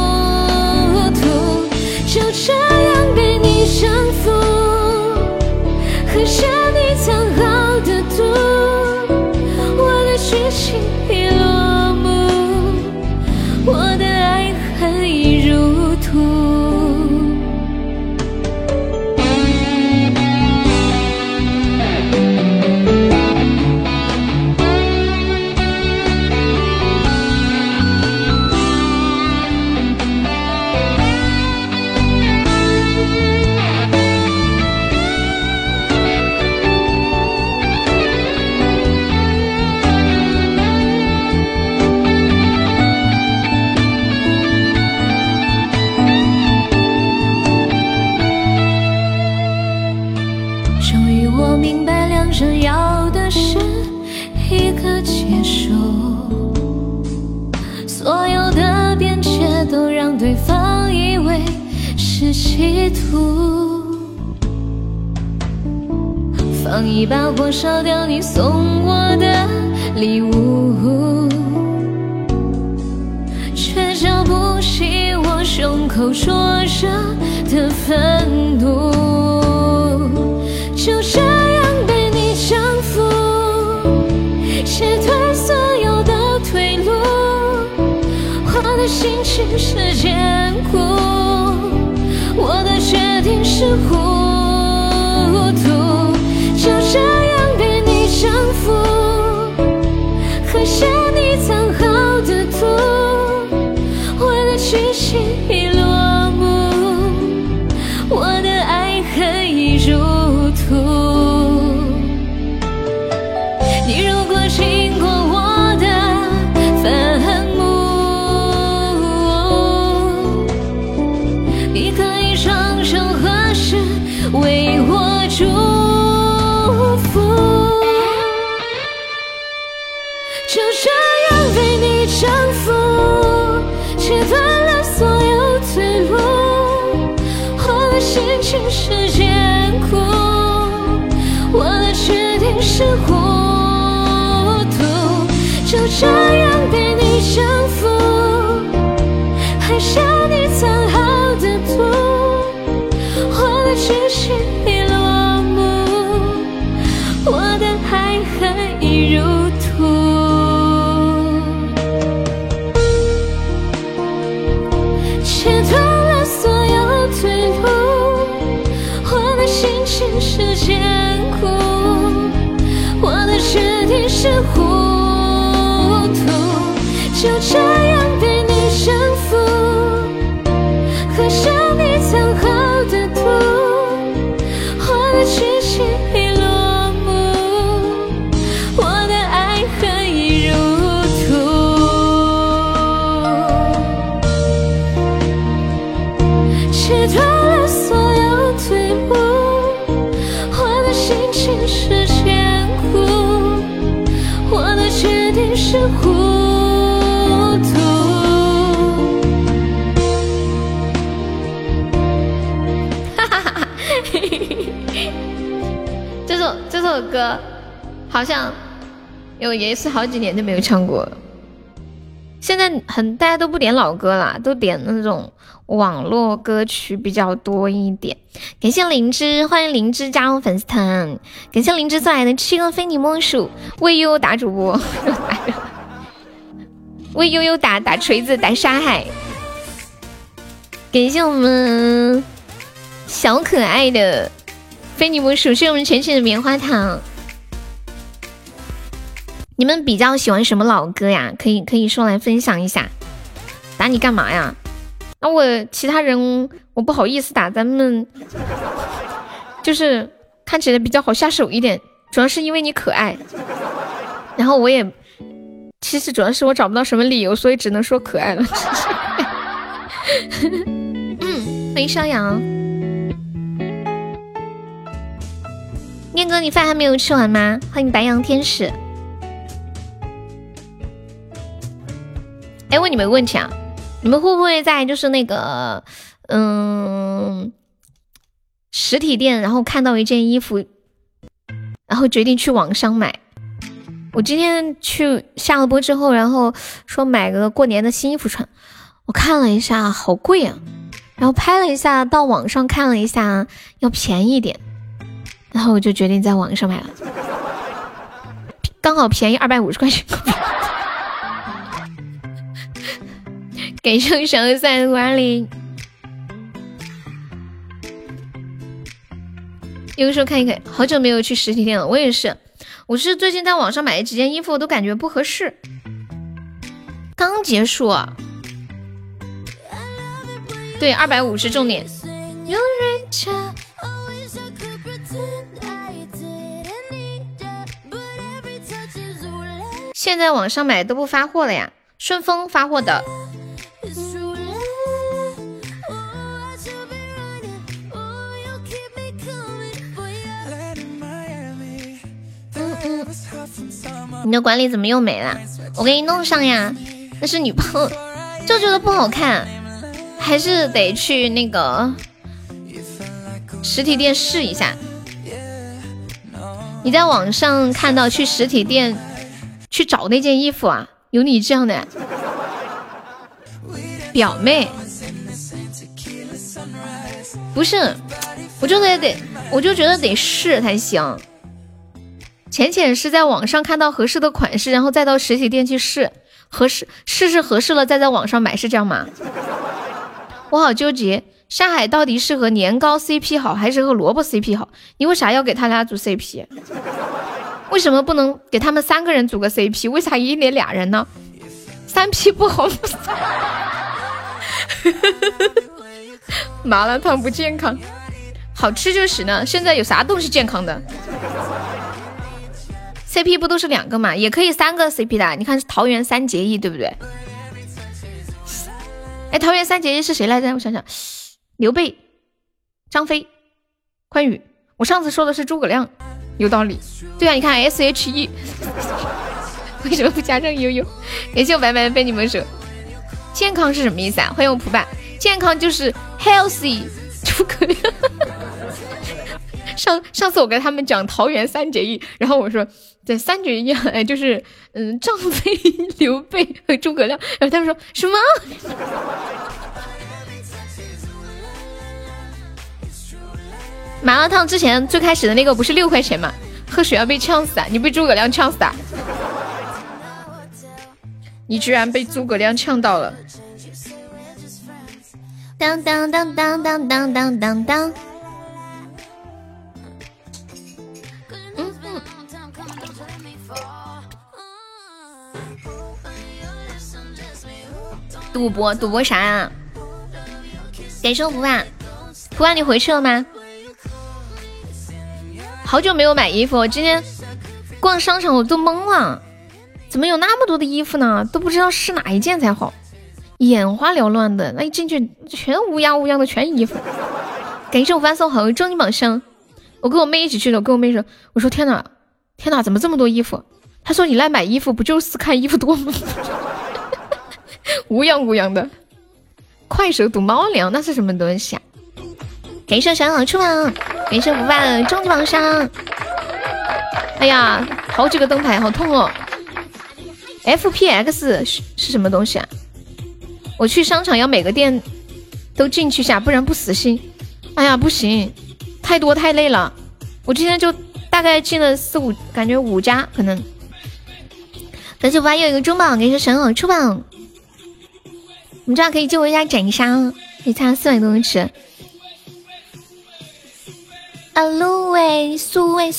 涂，就这样被你征服，喝下你藏好的毒，我的剧情已落幕，我的爱恨已入土。明白两人要的是一个结束，所有的边界都让对方以为是企图，放一把火烧掉你送我的礼物，却浇不熄我胸口灼热的愤怒，就这样被你征服，切断所有的退路，我的心情是坚固，我的决定是糊涂，就这样被你征服，喝下你藏好的毒，我的剧情已落幕，我的爱恨已入你如果经过我的坟墓，你可以双手合十为我祝福，就这样被你征服，切断了所有退路，我的心情是坚固，我的决定是糊涂，就这样被你征服，喝下你藏好的毒，我的剧情已落幕，我的爱恨已入土，切断了所有退路，我的心情是坚固，我的决定是糊涂，就这样被你征服，喝下你藏好的毒，我的剧情已落幕，我的爱恨已入土，切断了所有退路，我的心情是坚固，我的决定是糊涂。哈哈哈！这首歌好像也是好几年都没有唱过了。现在大家都不点老歌啦，都点那种网络歌曲比较多一点。感谢灵芝，欢迎灵芝加入粉丝团。感谢灵芝送来的7个非你莫属，为悠悠打主播，为悠悠打锤子打沙海。感谢我们小可爱的非你莫属，是我们全群的棉花糖。你们比较喜欢什么老歌呀？可以说来分享一下。打你干嘛呀？那我其他人我不好意思打，咱们就是看起来比较好下手一点，主要是因为你可爱。然后我也其实主要是我找不到什么理由，所以只能说可爱了。欢迎邵阳。念哥，你饭还没有吃完吗？欢迎白羊天使。 哎，问你们个问题啊，你们会不会在就是那个实体店，然后看到一件衣服，然后决定去网上买？我今天去下了播之后，然后说买个过年的新衣服穿，我看了一下，好贵啊。然后拍了一下，到网上看了一下，要便宜一点，然后我就决定在网上买了，刚好便宜250块钱。给上小赛的管理。有时候看一看，好久没有去实体店了，我也是。我是最近在网上买了几件衣服，我都感觉不合适。刚结束啊。对，250重点。现在网上买都不发货了呀，顺丰发货的。你的管理怎么又没了？我给你弄上呀，那是女朋友，就觉得不好看。还是得去那个实体店试一下。你在网上看到去实体店去找那件衣服啊？有你这样的表妹？不是，我就觉得得试才行。浅是在网上看到合适的款式，然后再到实体店去试，试合适了再在网上买，是这样吗？我好纠结，沙海到底是和年糕 CP 好还是和萝卜 CP 好？你为啥要给他俩组 CP？ 为什么不能给他们3个人组个 CP？ 为啥一定得俩人呢？3P 不好。麻辣烫不健康，好吃就是呢。现在有啥东西健康的？CP 不都是2个嘛？也可以3个 CP 的。你看桃园3结义，对不对？哎，桃园3结义是谁来着？我想想，刘备、张飞、关羽。我上次说的是诸葛亮，有道理。对啊，你看 SHE， 为什么不加上悠悠？感谢我白白被你们说。健康是什么意思啊？欢迎我普爸。健康就是 healthy， 诸葛亮。上次我跟他们讲桃园3结义，然后我说在3结义哎，就是张飞、刘备和诸葛亮，然后他们说什么？麻辣烫之前最开始的那个不是6块钱吗？喝水要被呛死啊！你被诸葛亮呛死啊！你居然被诸葛亮呛到了！当当当当当当当当当。赌博啥啊？感谢福啊，福啊，你回去了吗？好久没有买衣服，今天逛商场我都懵了，怎么有那么多的衣服呢？都不知道试哪一件才好，眼花缭乱的。那一进去全乌泱乌泱的，全衣服。感谢我发送好，终极宝箱。我跟我妹一起去的，我跟我妹说，我说天哪，怎么这么多衣服？她说你来买衣服不就是看衣服多吗？乌泱乌泱的。快手赌猫粮那是什么东西啊？感谢小好处啊，感谢不败终极宝箱。哎呀，好几个灯牌，好痛哦。FPX 是什么东西啊？我去商场要每个店都进去下，不然不死心。哎呀，不行，太多太累了。我今天就大概进了4、5，感觉5家可能。感谢不败又一个中榜，感谢神好出榜。你们这样可以救我一下斩杀，可以差400多吃。啊芦苇，素味。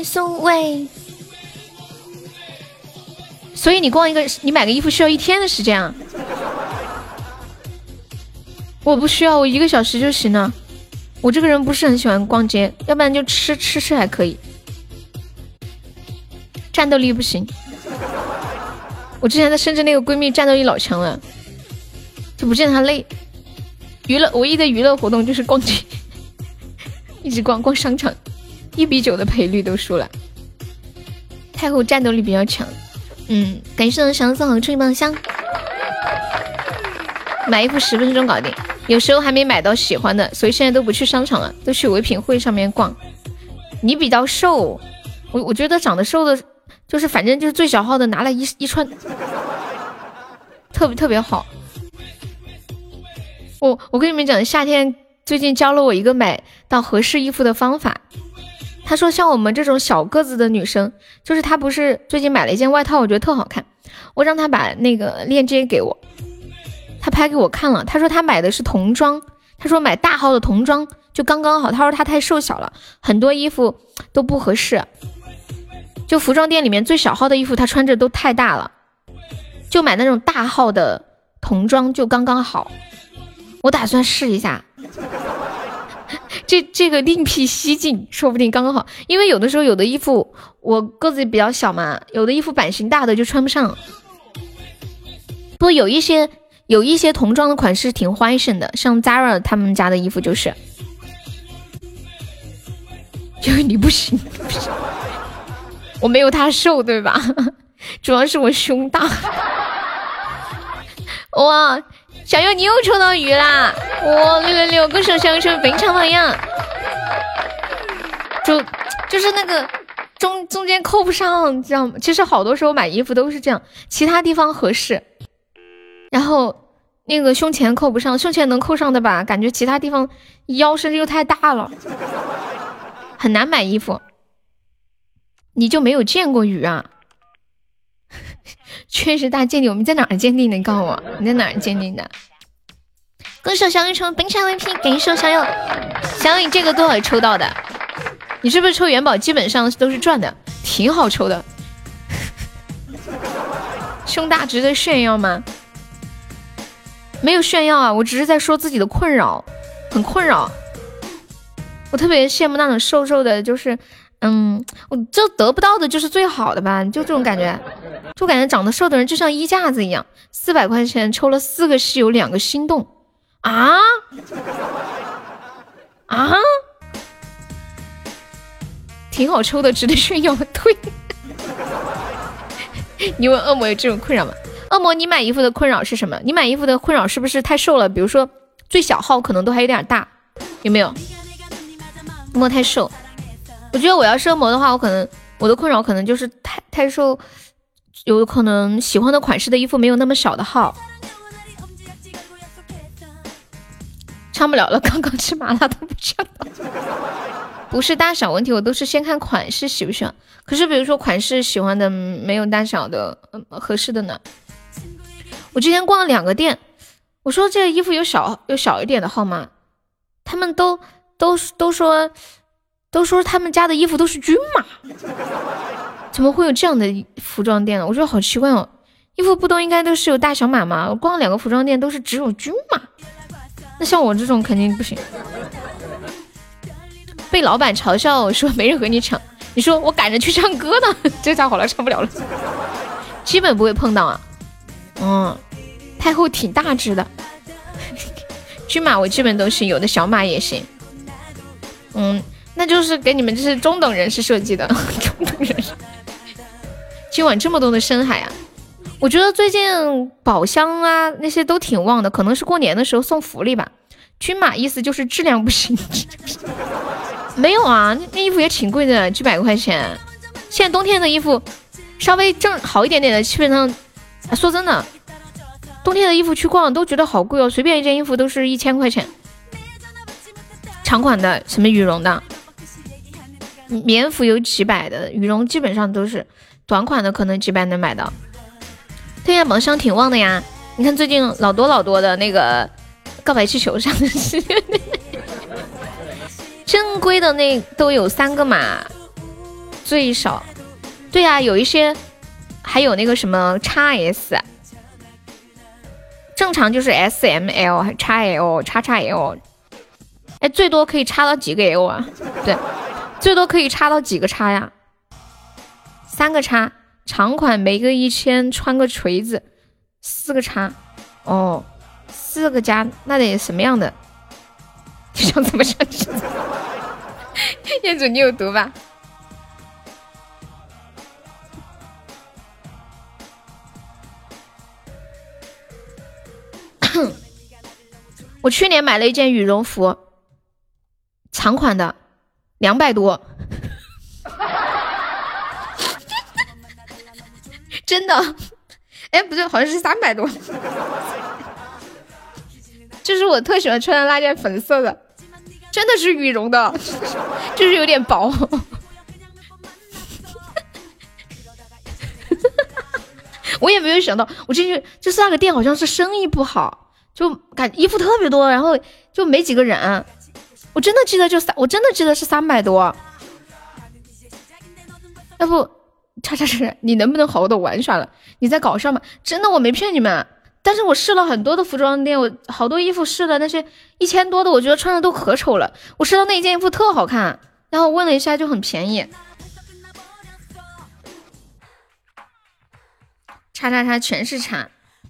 所以你你买个衣服需要1天的时间啊？我不需要，我1个小时就行了。我这个人不是很喜欢逛街，要不然就吃还可以。战斗力不行。我之前在深圳那个闺蜜战斗力老强了，就不见她累。唯一的娱乐活动就是逛街，一直逛商场，1比9的赔率都输了。太后战斗力比较强。感谢小四好出一棒香。 买衣服10分钟搞定，有时候还没买到喜欢的，所以现在都不去商场了，都去唯品会上面逛。你比较瘦，我觉得长得瘦的，就是反正就是最小号的，拿来一穿，特别好。我跟你们讲，夏天最近教了我一个买到合适衣服的方法。他说像我们这种小个子的女生，就是他不是最近买了一件外套，我觉得特好看，我让他把那个链接给我，他拍给我看了，他说他买的是童装，他说买大号的童装就刚刚好，他说他太瘦小了，很多衣服都不合适，就服装店里面最小号的衣服他穿着都太大了，就买那种大号的童装就刚刚好。我打算试一下这个另辟蹊径，说不定刚刚好，因为有的时候有的衣服我个子比较小嘛，有的衣服版型大的就穿不上。不过有一些童装的款式挺欢神的，像 Zara 他们家的衣服就是你不行，我没有他瘦对吧？主要是我胸大。哇，小优你又抽到鱼啦！哇，666，歌手小优抽非常的样，就是那个中间扣不上，知道吗？其实好多时候买衣服都是这样，其他地方合适，然后那个胸前扣不上，胸前能扣上的吧，感觉其他地方腰身又太大了，很难买衣服。你就没有见过鱼啊？确实大鉴定，我们在哪儿鉴定的？你告诉我你在哪儿鉴定的？歌手小雨抽本场 VP， 感谢小友，小雨这个多少抽到的？你是不是抽元宝基本上都是赚的？挺好抽的。胸大值得炫耀吗？没有炫耀啊，我只是在说自己的困扰，很困扰。我特别羡慕那种瘦瘦的，就是我就得不到的就是最好的吧，就这种感觉，就感觉长得瘦的人就像衣架子一样，400块钱抽了4个稀有2个心动啊，挺好抽的，值得炫耀。对，你问恶魔有这种困扰吗？恶魔，你买衣服的困扰是什么？你买衣服的困扰是不是太瘦了？比如说最小号可能都还有点大，有没有？恶魔太瘦。我觉得我要是恶魔的话，我的困扰可能就是太瘦，有可能喜欢的款式的衣服没有那么小的号，唱不了了。刚刚吃麻辣都不唱了。不是大小问题，我都是先看款式喜不喜欢。可是比如说款式喜欢的没有大小的合适的呢。我之前逛了2个店，我说这个衣服有小一点的号吗？他们都说他们家的衣服都是均码，怎么会有这样的服装店呢？我觉得好奇怪哦，衣服不都应该都是有大小码吗？我逛2个服装店都是只有均码，那像我这种肯定不行。被老板嘲笑说没人和你抢，你说我赶着去唱歌呢，这下好了，唱不了了，基本不会碰到啊。太后挺大只的，均码我基本都是有的，小码也行。那就是给你们这是中等人士设计的。中等人士，今晚这么多的深海啊！我觉得最近宝箱啊那些都挺旺的，可能是过年的时候送福利吧。均码意思就是质量不行。没有啊，那衣服也挺贵的，几百块钱。现在冬天的衣服稍微好一点点的，基本上说真的，冬天的衣服去逛都觉得好贵哦，随便一件衣服都是1000块钱。长款的，什么羽绒的。棉服有几百的，羽绒基本上都是短款的，可能几百能买到。对呀，宝箱挺旺的呀，你看最近老多的那个告白气球上的是正规的那都有3个码最少。对呀，有一些还有那个什么 XS， 正常就是 SML、XL、XXL， 哎，最多可以插到几个 L 啊？对，最多可以插到几个叉呀？3个叉，长款没个1000，穿个锤子，4个叉，哦，4个加，那得什么样的？你想怎么上去？业主你有毒吧？ 我去年买了一件羽绒服，长款的，200多，真的。哎，不对，好像是300多。就是我特喜欢穿的那件粉色的，真的是羽绒的，就是有点薄。我也没有想到，我进去就是那个店好像是生意不好，就感衣服特别多，然后就没几个人。我真的记得我真的记得是300多。要不叉，你能不能好好的玩耍了？你在搞笑吗？真的我没骗你们，但是我试了很多的服装店，我好多衣服试了，那些1000多的，我觉得穿的都可丑了。我试到那一件衣服特好看，然后问了一下就很便宜。叉全是叉，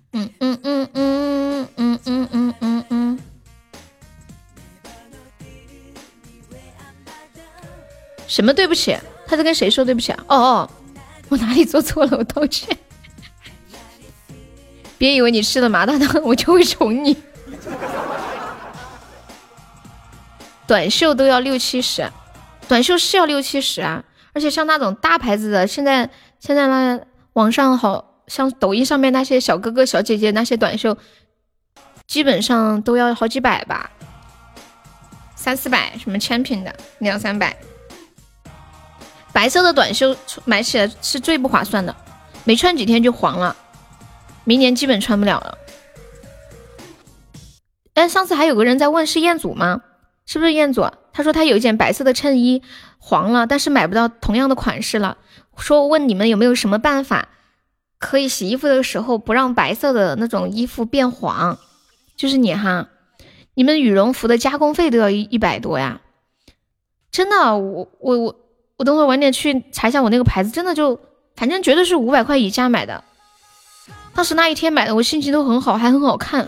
什么对不起？他在跟谁说对不起啊？哦，我哪里做错了？我道歉。别以为你吃了麻辣烫我就会宠你。短袖都要60-70，短袖是要60-70啊！而且像那种大牌子的，现在那网上好像抖音上面那些小哥哥小姐姐那些短袖，基本上都要好几百吧，300-400，什么千品的200-300。白色的短袖买起来是最不划算的，没穿几天就黄了，明年基本穿不了了。哎，上次还有个人在问是彦祖吗？是不是彦祖？他说他有一件白色的衬衣黄了，但是买不到同样的款式了，说问你们有没有什么办法可以洗衣服的时候不让白色的那种衣服变黄。就是你哈，你们羽绒服的加工费都要100多呀，真的。我等会儿晚点去查一下我那个牌子，真的就反正绝对是500块以下买的。当时那一天买的，我心情都很好，还很好看。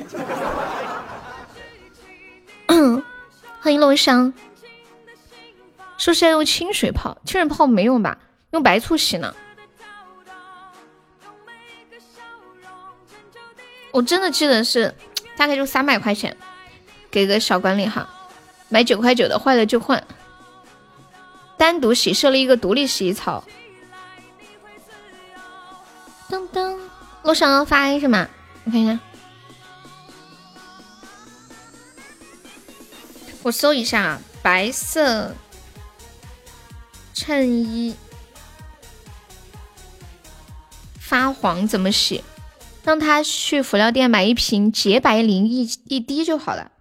欢迎龙香，说是要用清水泡，清水泡没用吧？用白醋洗呢。我真的记得是大概就300块钱，给个小管理哈，买9块9的，坏了就换。单独洗设了一个独立洗衣槽。噔噔，路上要发是吗？我看一下，我搜一下白色衬衣发黄怎么洗？让他去辅料店买一瓶洁白灵一滴就好了。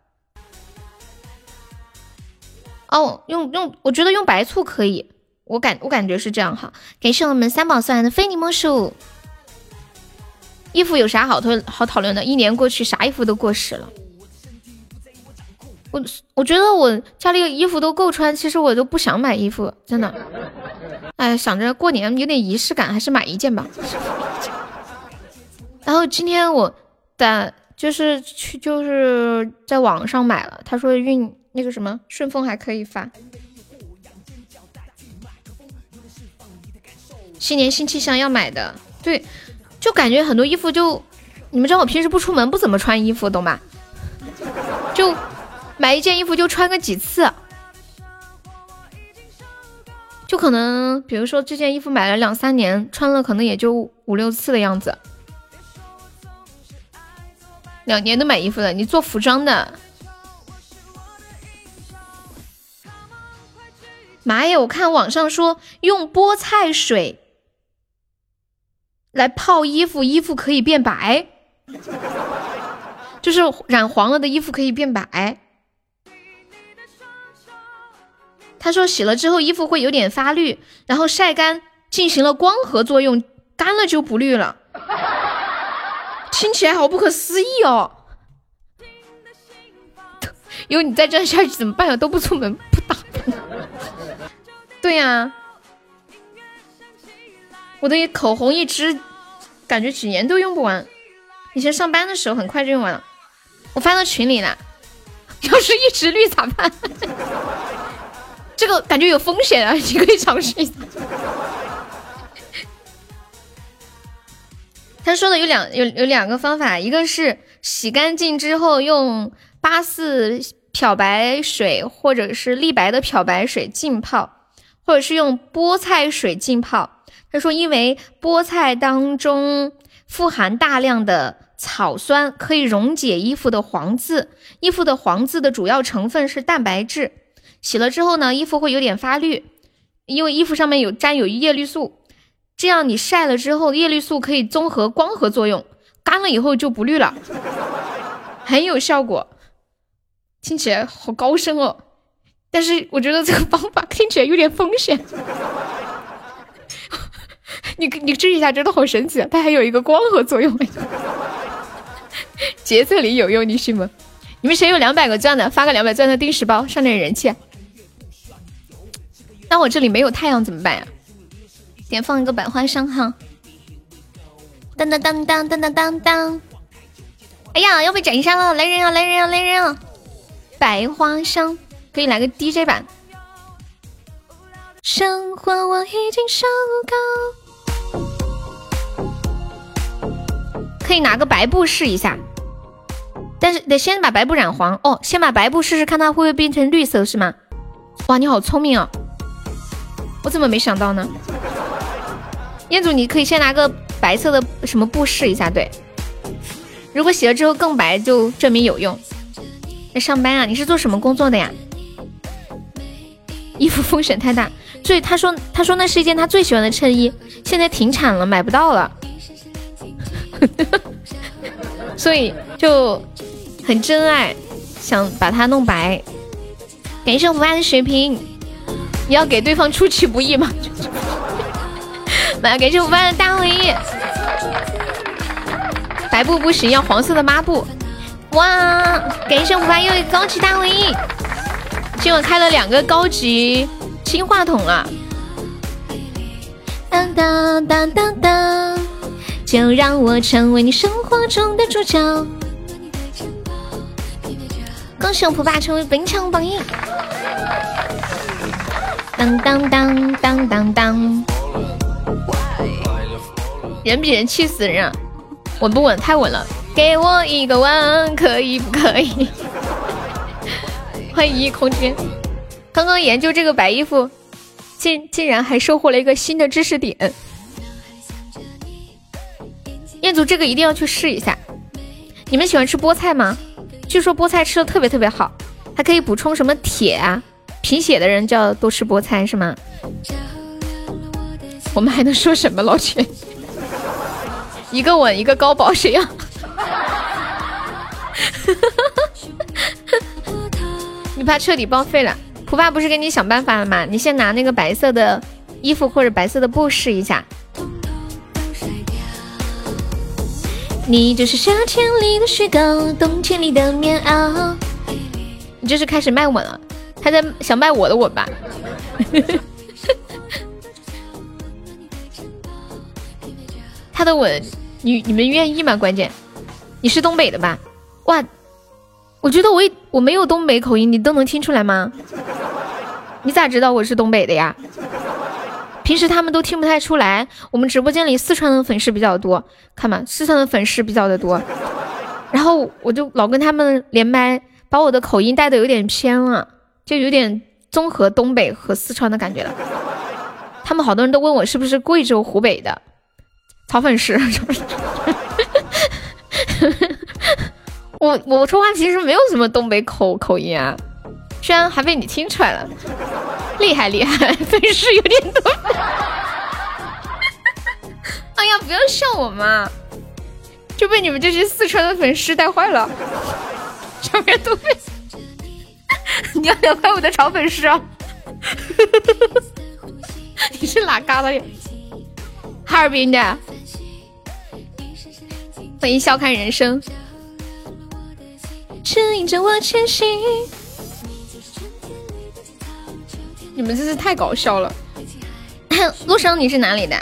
哦，我觉得用白醋可以，我感觉是这样哈。感谢我们3宝送来的非你莫属。衣服有啥好讨论的？一年过去，啥衣服都过时了。我觉得我家里的衣服都够穿，其实我都不想买衣服，真的。哎，想着过年有点仪式感，还是买一件吧。然后今天我就是在网上买了，他说运那个什么顺丰还可以发。新年新气象要买的，对，就感觉很多衣服就，你们知道我平时不出门不怎么穿衣服，懂吧？就买一件衣服就穿个几次，就可能比如说这件衣服买了2-3年，穿了可能也就5-6次的样子。2年都买衣服了，你做服装的？妈呀！我看网上说用菠菜水来泡衣服，衣服可以变白，就是染黄了的衣服可以变白。他说洗了之后衣服会有点发绿，然后晒干进行了光合作用，干了就不绿了。听起来好不可思议哦！有你再这样下去怎么办呀？都不出门不打扮。对呀，我的口红一支感觉几年都用不完，以前上班的时候很快就用完了。我发到群里了，要是一直绿咋办？这个感觉有风险啊，你可以尝试一下。他说的有两个方法，一个是洗干净之后用 84漂白水或者是立白的漂白水浸泡，或者是用菠菜水浸泡。他说因为菠菜当中富含大量的草酸，可以溶解衣服的黄渍，衣服的黄渍的主要成分是蛋白质，洗了之后呢，衣服会有点发绿，因为衣服上面沾有叶绿素，这样你晒了之后，叶绿素可以综合光合作用，干了以后就不绿了，很有效果。听起来好高深哦，但是我觉得这个方法听起来有点风险。你试一下，真的好神奇啊！它还有一个光合作用，洁厕里有用，你信吗？你们谁有200个钻的，发个200钻的定时包，上点人气。那我这里没有太阳怎么办呀？点放一个百花香哈。当当当当当当当当！哎呀，要被斩杀了！来人啊！来人啊！来人啊！百花香，可以来个 DJ 版。生活我已经受够，可以拿个白布试一下，但是得先把白布染黄哦。先把白布试试看它会不会变成绿色是吗？哇，你好聪明哦，我怎么没想到呢？彦祖，你可以先拿个白色的什么布试一下，对，如果洗了之后更白就证明有用。在上班啊？你是做什么工作的呀？衣服风险太大，所以他说那是一件他最喜欢的衬衣，现在停产了，买不到了，所以就很真爱，想把它弄白。感谢我爱的水瓶，你要给对方出其不意吗？来，感谢我爱的大卫，白布不行，要黄色的抹布。哇，感谢我爱又一个高级大卫。今晚开了2个高级新话筒了，当当当当当，就让我成为你生活中的主角。恭喜我普爸成为本场榜一，当当当当当当，人比人气死人啊！稳不稳？太稳了！给我一个吻，可以不可以？欢迎空间，刚刚研究这个白衣服，竟然还收获了一个新的知识点。彦祖，这个一定要去试一下。你们喜欢吃菠菜吗？据说菠菜吃的特别特别好，还可以补充什么铁啊，贫血的人就要多吃菠菜是吗？我们还能说什么？老钱，一个稳一个高保，谁呀？你怕彻底报废了？普爸不是给你想办法了吗？你先拿那个白色的衣服或者白色的布试一下。你就是夏天里的雪糕，冬天里的棉袄。你这是开始卖吻了？他在想卖我的吻吧？他的吻，你们愿意吗？关键你是东北的吧？哇！我觉得我没有东北口音，你都能听出来吗？你咋知道我是东北的呀？平时他们都听不太出来，我们直播间里四川的粉丝比较多，看吧，四川的粉丝比较的多，然后我就老跟他们连麦，把我的口音带的有点偏了，就有点综合东北和四川的感觉了。他们好多人都问我是不是贵州湖北的草粉丝。我说话其实没有什么东北口音啊，居然还被你听出来了，厉害厉害，粉丝有点多。哎呀，不要笑我嘛，就被你们这些四川的粉丝带坏了，上面都被你要2块5的炒粉丝啊！你是哪嘎达的？哈尔滨的。欢迎笑看人生。指引着我前行。你们真是太搞笑了。陆生，你是哪里的？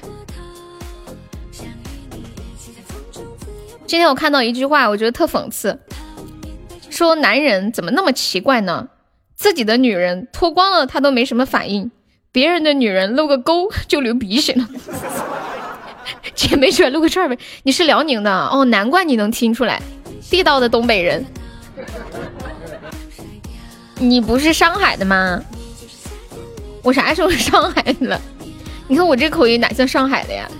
今天我看到一句话，我觉得特讽刺，说男人怎么那么奇怪呢？自己的女人脱光了他都没什么反应，别人的女人露个沟就流鼻血了。姐妹出来露个串呗。你是辽宁的哦，难怪你能听出来，地道的东北人。 你不是上海的吗？我啥时候上海的了？你看我这口音哪像上海的呀？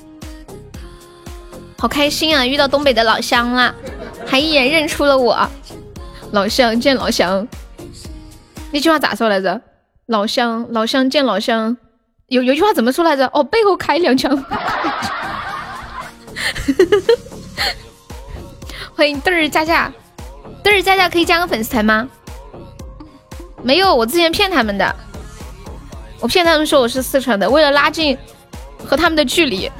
好开心啊，遇到东北的老乡啦，还一眼认出了我。老乡见老乡，那句话咋说来着？老乡见老乡，有句话怎么说来着？哦，背后开2枪。欢迎嘚儿佳佳，嘚儿佳佳可以加个粉丝团吗？没有，我之前骗他们的，我骗他们说我是四川的，为了拉近和他们的距离，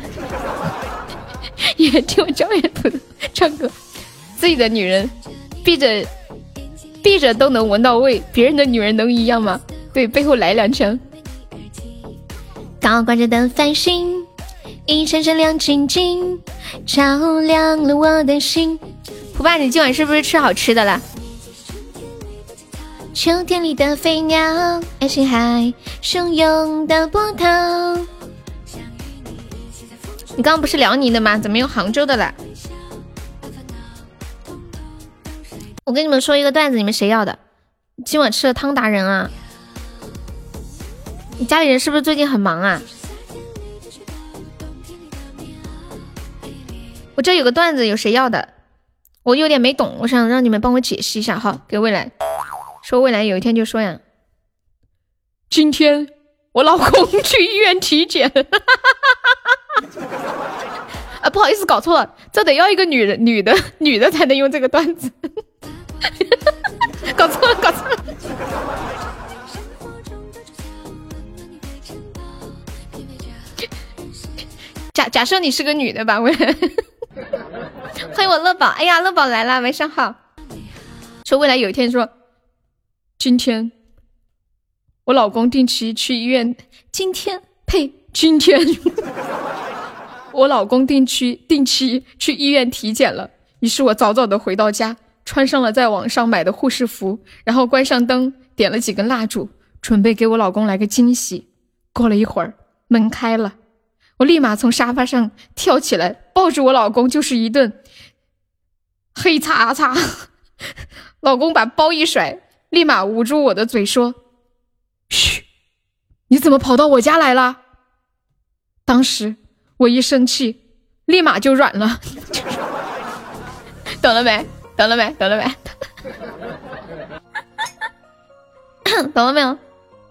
也听我教乐谱的唱歌。自己的女人闭着都能闻到味，别人的女人能一样吗？对，背后来2枪。高挂着的繁星，一闪闪亮晶晶，照亮了我的心。蒲爸，你今晚是不是吃好吃的了？秋天里的飞鸟，爱琴海汹涌的波涛。你刚刚不是辽宁的吗？怎么有杭州的了？我跟你们说一个段子，你们谁要的？今晚吃了汤达人啊！你家里人是不是最近很忙啊？我这有个段子，有谁要的？我有点没懂，我想让你们帮我解释一下哈，给未来。说未来有一天就说呀，今天我老公去医院体检。啊，不好意思，搞错了，这得要一个女的才能用这个段子。搞错了。假设你是个女的吧，未来。欢迎我乐宝，哎呀，乐宝来了，晚上好。说未来有一天说，今天我老公定期去医院，今天我老公定期去医院体检了。于是我早早的回到家，穿上了在网上买的护士服，然后关上灯，点了几根蜡烛，准备给我老公来个惊喜。过了一会儿，门开了，我立马从沙发上跳起来，抱住我老公就是一顿嘿擦擦。老公把包一甩，立马捂住我的嘴说，嘘，你怎么跑到我家来了？当时我一生气，立马就软了。懂了没？懂了没有？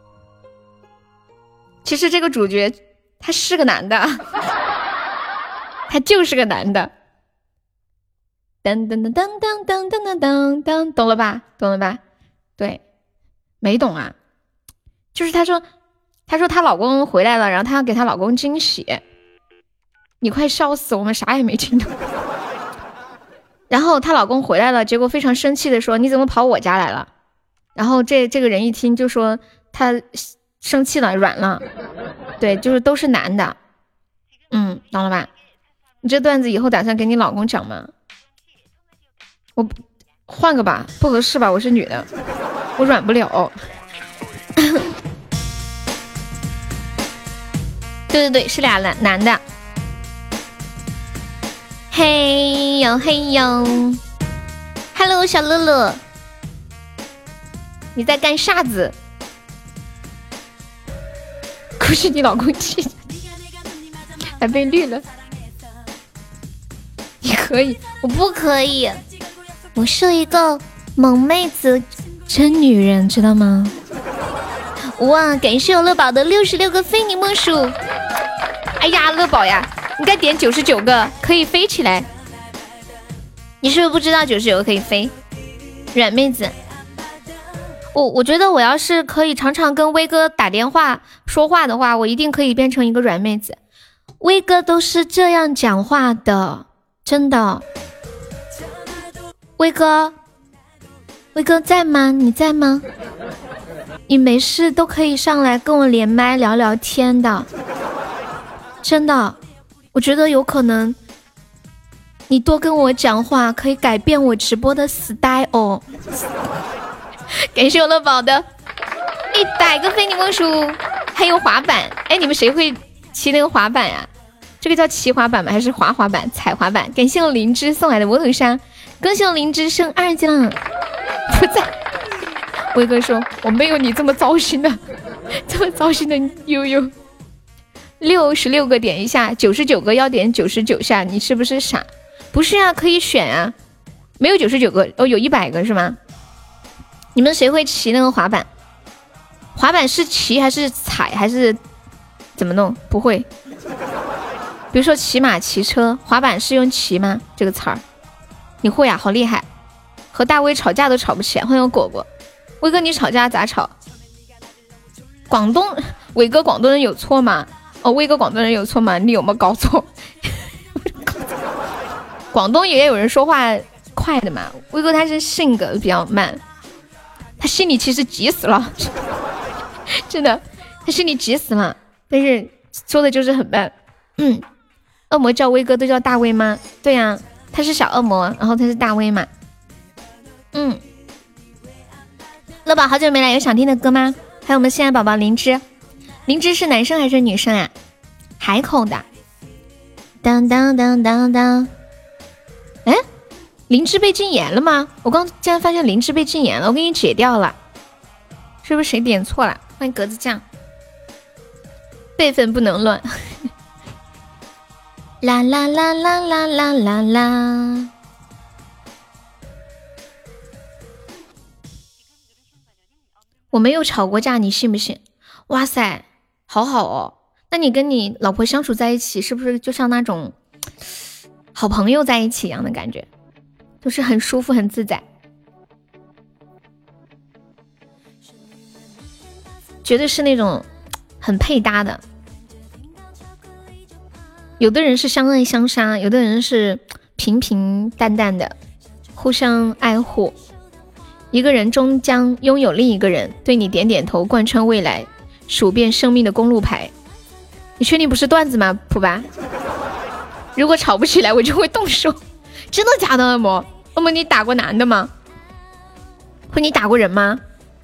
其实这个主角他是个男的，他就是个男的。噔噔噔噔噔噔噔噔噔，懂了吧？对，没懂啊？就是她说她老公回来了，然后她要给她老公惊喜。你快笑死，我们啥也没听懂。然后她老公回来了，结果非常生气的说，你怎么跑我家来了？然后这个人一听就说他生气了，软了。对，就是都是男的。懂了吧？你这段子以后打算给你老公讲吗？我换个吧，不合适吧？我是女的，我软不了。对，是俩男的。嘿呦嘿呦 ，Hello 小乐乐，你在干啥子？可是你老公气，还被绿了。你可以，我不可以。我是一个萌妹子，真女人，知道吗？哇，感谢我乐宝的66个非你莫属。哎呀，乐宝呀，你该点99个，可以飞起来。你是不是不知道99个可以飞？软妹子，我觉得我要是可以常常跟威哥打电话说话的话，我一定可以变成一个软妹子。威哥都是这样讲话的，真的。威哥在吗？你在吗？你没事都可以上来跟我连麦聊聊天的，真的，我觉得有可能你多跟我讲话可以改变我直播的 style。 感谢我乐宝的100个非你莫属，还有滑板。哎，你们谁会骑那个滑板呀？这个叫骑滑板吗？还是滑滑板、踩滑板？感谢我灵芝送来的摩头山，恭喜我灵芝升2级了。不在， 威哥说我没有你这么糟心的，这么糟心的悠悠。66个点一下，99个要点99下，你是不是傻？不是啊，可以选啊，没有99个哦，有100个是吗？你们谁会骑那个滑板？滑板是骑还是踩还是怎么弄？不会。比如说骑马、骑车，滑板是用骑吗？这个词儿你会啊？好厉害！和大威吵架都吵不起来。欢迎果果，威哥你吵架咋吵？广东伟哥，广东人有错吗？哦，威哥广东人有错吗？你有没有搞错？广东也有人说话快的嘛，威哥他是性格比较慢，他心里其实急死了，真的，他心里急死了，但是说的就是很慢。恶魔叫威哥都叫大威吗？对呀，他是小恶魔，然后他是大威嘛。乐宝好久没来，有想听的歌吗？还有我们现在宝宝灵芝，灵芝是男生还是女生啊？海口的。当当当当当。哎，灵芝被禁言了吗？我刚竟然发现灵芝被禁言了，我给你解掉了，是不是谁点错了？欢迎格子酱，辈分不能乱。啦啦啦啦啦啦啦啦。我没有吵过架，你信不信？哇塞，好好哦。那你跟你老婆相处在一起，是不是就像那种好朋友在一起一样的感觉，就是很舒服很自在，绝对是那种很配搭的。有的人是相爱相杀，有的人是平平淡淡的互相爱护。一个人终将拥有另一个人，对你点点头，贯穿未来，数遍生命的公路牌。你确定不是段子吗，普巴？如果吵不起来我就会动手。真的假的？恶魔，恶魔你打过男的吗？会你打过人吗？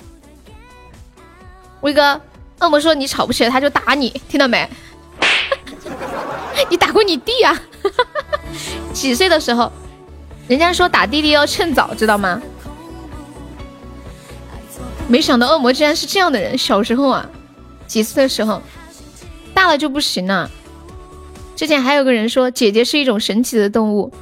威哥，恶魔说你吵不起来他就打你，听到没？你打过你弟啊？几岁的时候？人家说打弟弟要趁早，知道吗？没想到恶魔竟然是这样的人。小时候啊，几岁的时候，大了就不行了。之前还有个人说姐姐是一种神奇的动物，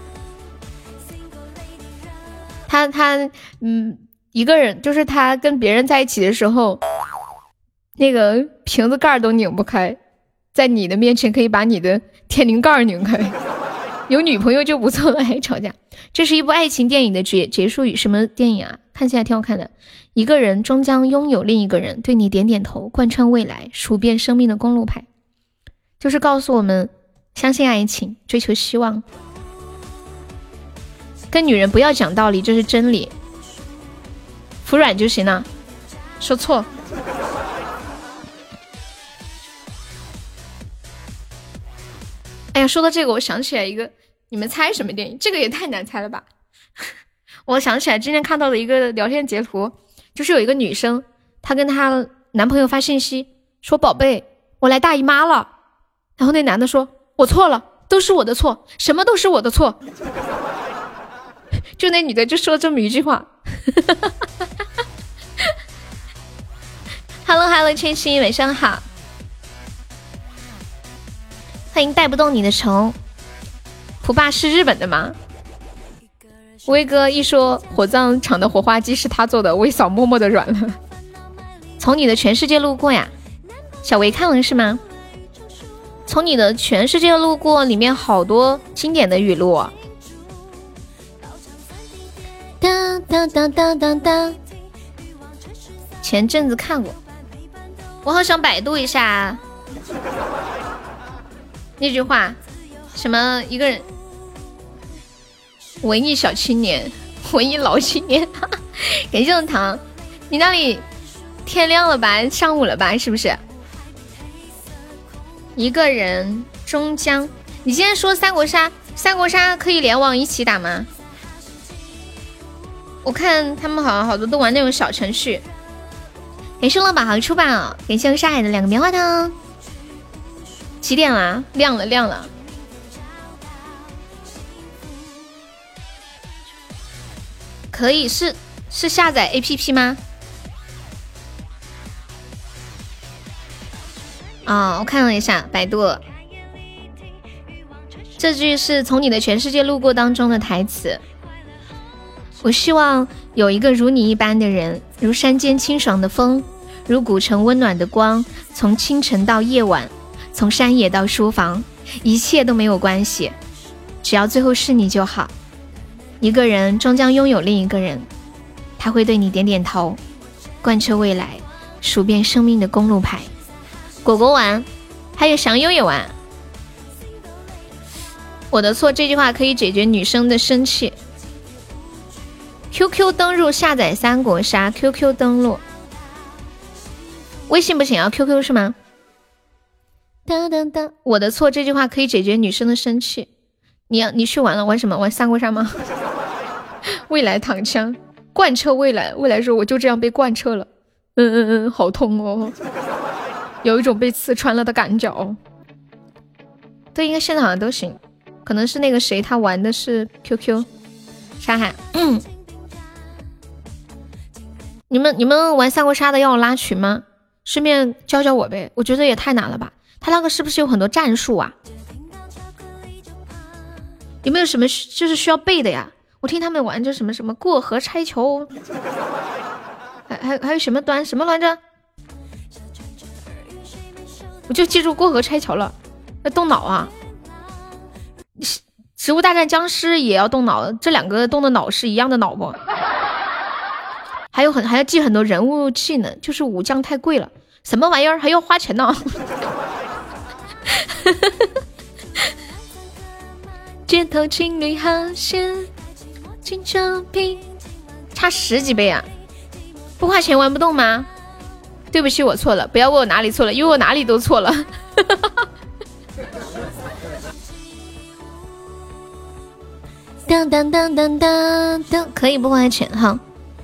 他一个人就是他跟别人在一起的时候，那个瓶子盖都拧不开，在你的面前可以把你的天灵盖拧开。有女朋友就不错了还吵架。这是一部爱情电影的结束语，什么电影啊？看起来挺好看的。一个人终将拥有另一个人，对你点点头，贯穿未来，数遍生命的公路牌，就是告诉我们相信爱情，追求希望。跟女人不要讲道理，这是真理，服软就行了。说错。哎呀，说到这个我想起来一个，你们猜什么电影？这个也太难猜了吧。我想起来之前看到的一个聊天截图，就是有一个女生，她跟她男朋友发信息说，宝贝我来大姨妈了，然后那男的说我错了，都是我的错，什么都是我的错。就那女的就说这么一句话。Hello 千玺，晚上好，欢迎带不动你的愁。普爸是日本的吗？威哥一说火葬场的火化机是他做的，微嫂默默的软了。从你的全世界路过呀，小维看了是吗？从你的全世界路过里面好多经典的语录啊。当当当当当当，前阵子看过，我好想百度一下那句话，什么一个人文艺小青年，文艺老青年。感谢糖，你那里天亮了吧？上午了吧？是不是？一个人终将，你今天说三国杀，三国杀可以联网一起打吗？我看他们好像好多都玩那种小程序。感谢乐宝好出版啊！感谢沙海的2个棉花糖。几点了？亮了亮了。可以是下载 APP 吗？ 啊、我看了一下百度，这句是从你的全世界路过当中的台词。我希望有一个如你一般的人，如山间清爽的风，如古城温暖的光，从清晨到夜晚，从山野到书房，一切都没有关系，只要最后是你就好。一个人终将拥有另一个人，他会对你点点头，贯彻未来，数遍生命的公路牌。果果丸，还有祥悠也玩。我的错这句话可以解决女生的生气。QQ 登录下载三国杀 ，QQ 登录，微信不行啊 ，QQ 是吗？当当当，我的错这句话可以解决女生的生气。你去玩了，玩什么？玩三国杀吗？未来躺枪，贯彻未来。未来说我就这样被贯彻了，好痛哦，有一种被刺穿了的感觉哦。对，应该现在好像都行，可能是那个谁他玩的是 QQ。沙海，你们玩三国杀的要我拉群吗？顺便教教我呗，我觉得也太难了吧。他那个是不是有很多战术啊？有没有什么就是需要背的呀？我听他们玩着什么什么过河拆桥，还有什么端什么来着？我就记住过河拆桥了，要动脑啊！植物大战僵尸也要动脑，这两个动的脑是一样的脑不？还要记很多人物技能，就是武将太贵了，什么玩意儿还要花钱呢？街头情侣航线，请招聘，差10几倍啊！不花钱玩不动吗？对不起，我错了，不要问我哪里错了，因为我哪里都错了。当当当当当当，可以不花钱哈。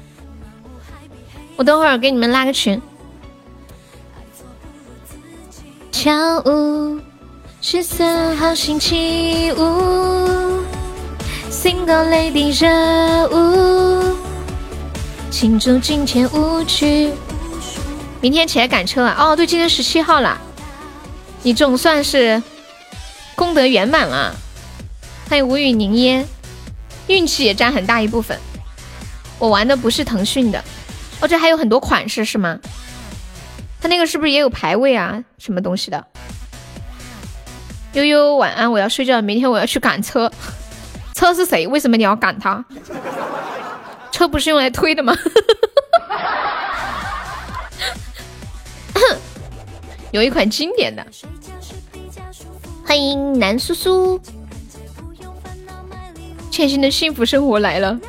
我等会儿给你们拉个群。跳舞，14号星期五 ，Single Lady 热舞，庆祝今天舞曲。明天起来赶车啊！哦，对，今天17号了，你总算是功德圆满了。欢迎无语凝噎，运气也占很大一部分。我玩的不是腾讯的，哦，这还有很多款式是吗？它那个是不是也有排位啊？什么东西的？悠悠晚安，我要睡觉，明天我要去赶车。车是谁？为什么你要赶它？车不是用来推的吗？有一款经典的，欢迎南苏苏，倩欣的幸福生活来了。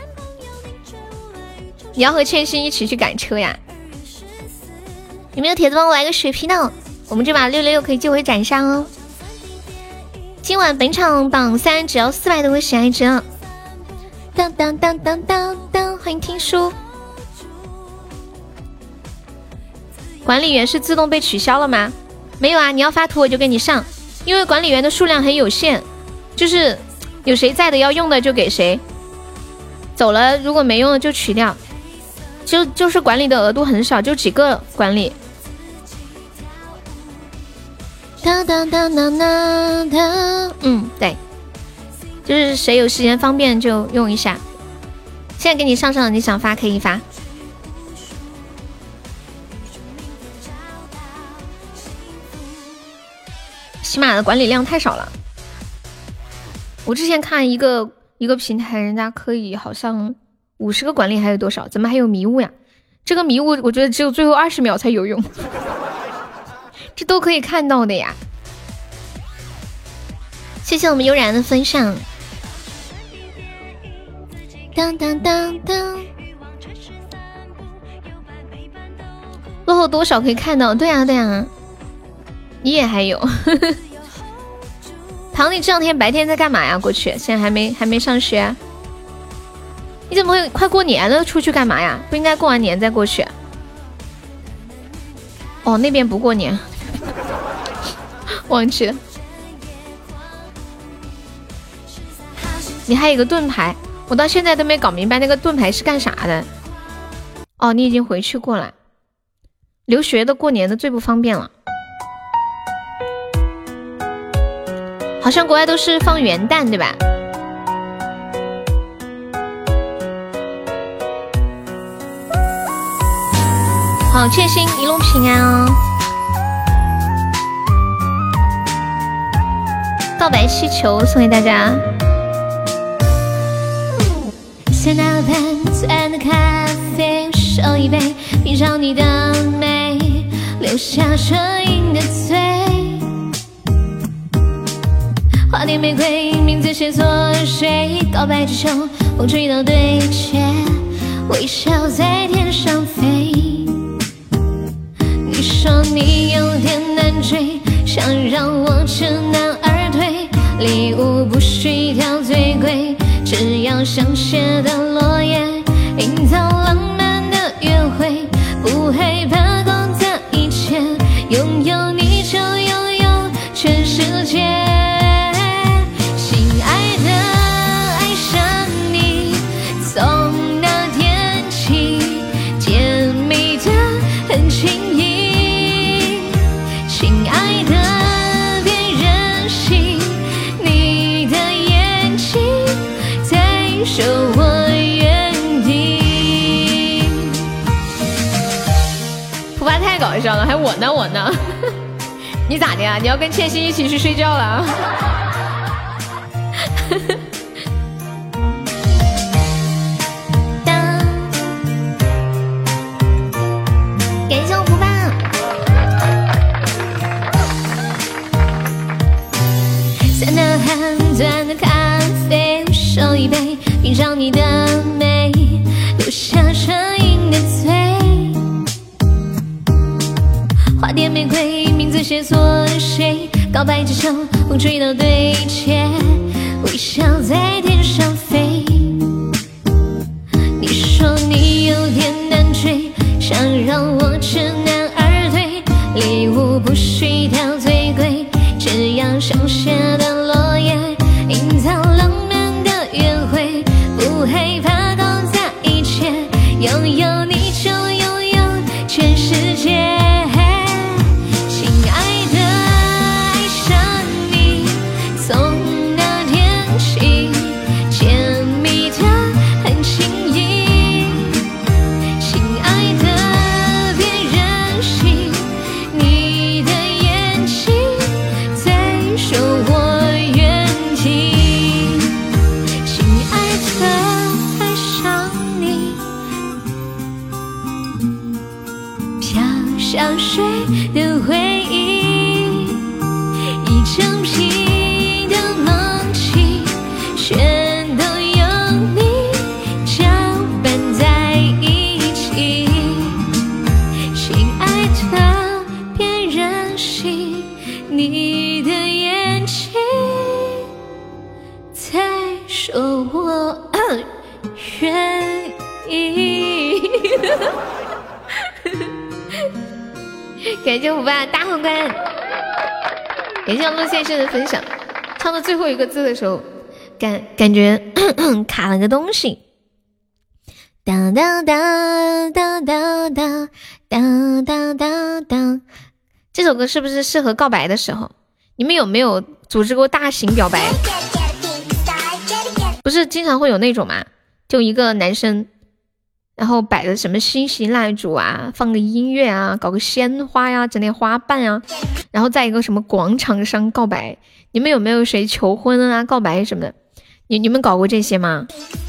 你要和倩欣一起去赶车呀？有没有铁子帮我来个血皮呢？我们这把666可以救回斩杀哦。今晚本场榜3只要400多个喜爱值。当当当当当当，欢迎听书。管理员是自动被取消了吗？没有啊，你要发图我就给你上，因为管理员的数量很有限，就是有谁在的要用的就给谁，走了如果没用的就取掉，就是管理的额度很少，就几个管理。哒哒哒哒哒哒，对，就是谁有时间方便就用一下。现在给你上上，你想发可以发。起码的管理量太少了。我之前看一个平台，人家可以好像50个管理还有多少？怎么还有迷雾呀？这个迷雾我觉得只有最后20秒才有用，这都可以看到的呀。谢谢我们悠然的分享。当当当当，落后多少可以看到？对啊对啊。你也还有唐，你这两天白天在干嘛呀？过去现在还没上学，你怎么会快过年了出去干嘛呀？不应该过完年再过去？哦，那边不过年忘记了。你还有一个盾牌，我到现在都没搞明白那个盾牌是干啥的。哦，你已经回去过了，留学的过年的最不方便了。 好像国外都是放元旦对吧？好，确信一路平安哦。告白气球送给大家。在那盘最爱的咖啡，手一杯，品尝你的美，留下唇印的嘴。花店玫瑰，名字写错谁？告白气球，风吹到对街，微笑在天上飞。你说你有点难追，想让我知难而退。礼物不需挑最贵，只要香榭的落叶，营造浪漫的约会，不害怕共的一切，拥有你就拥有全世界。亲爱的，爱上你，从那天起，甜蜜的很轻易。亲爱的，别任性，你的眼睛在说我愿意。普巴太搞笑了，还我呢我呢。你咋的呀？你要跟倩欣一起去睡觉了？感谢我普巴。在那寒酸的咖啡，手一杯，品尝你的美，留下唇印的嘴。花店玫瑰，名字写错谁？告白气球，风吹到对街，微笑在天上飞。你说你有点难追，想让我知难而退。礼物不需挑最贵，只要香榭的落叶，营造浪漫的约会，不害怕共在一起，拥有你就拥有全世界。像水的回忆，一整批的梦境，全都有你搅拌在一起。亲爱的，别任性，你的眼睛在说我愿意。感谢我爸大皇冠，感谢陆先生的分享。唱到最后一个字的时候，感觉卡了个东西。哒哒哒哒哒哒哒哒哒哒。这首歌是不是适合告白的时候？你们有没有组织过大型表白？不是经常会有那种嘛，就一个男生。然后摆的什么星星蜡烛啊，放个音乐啊，搞个鲜花呀，整点花瓣啊，然后在一个什么广场上告白。你们有没有谁求婚啊、告白什么的？你们搞过这些吗？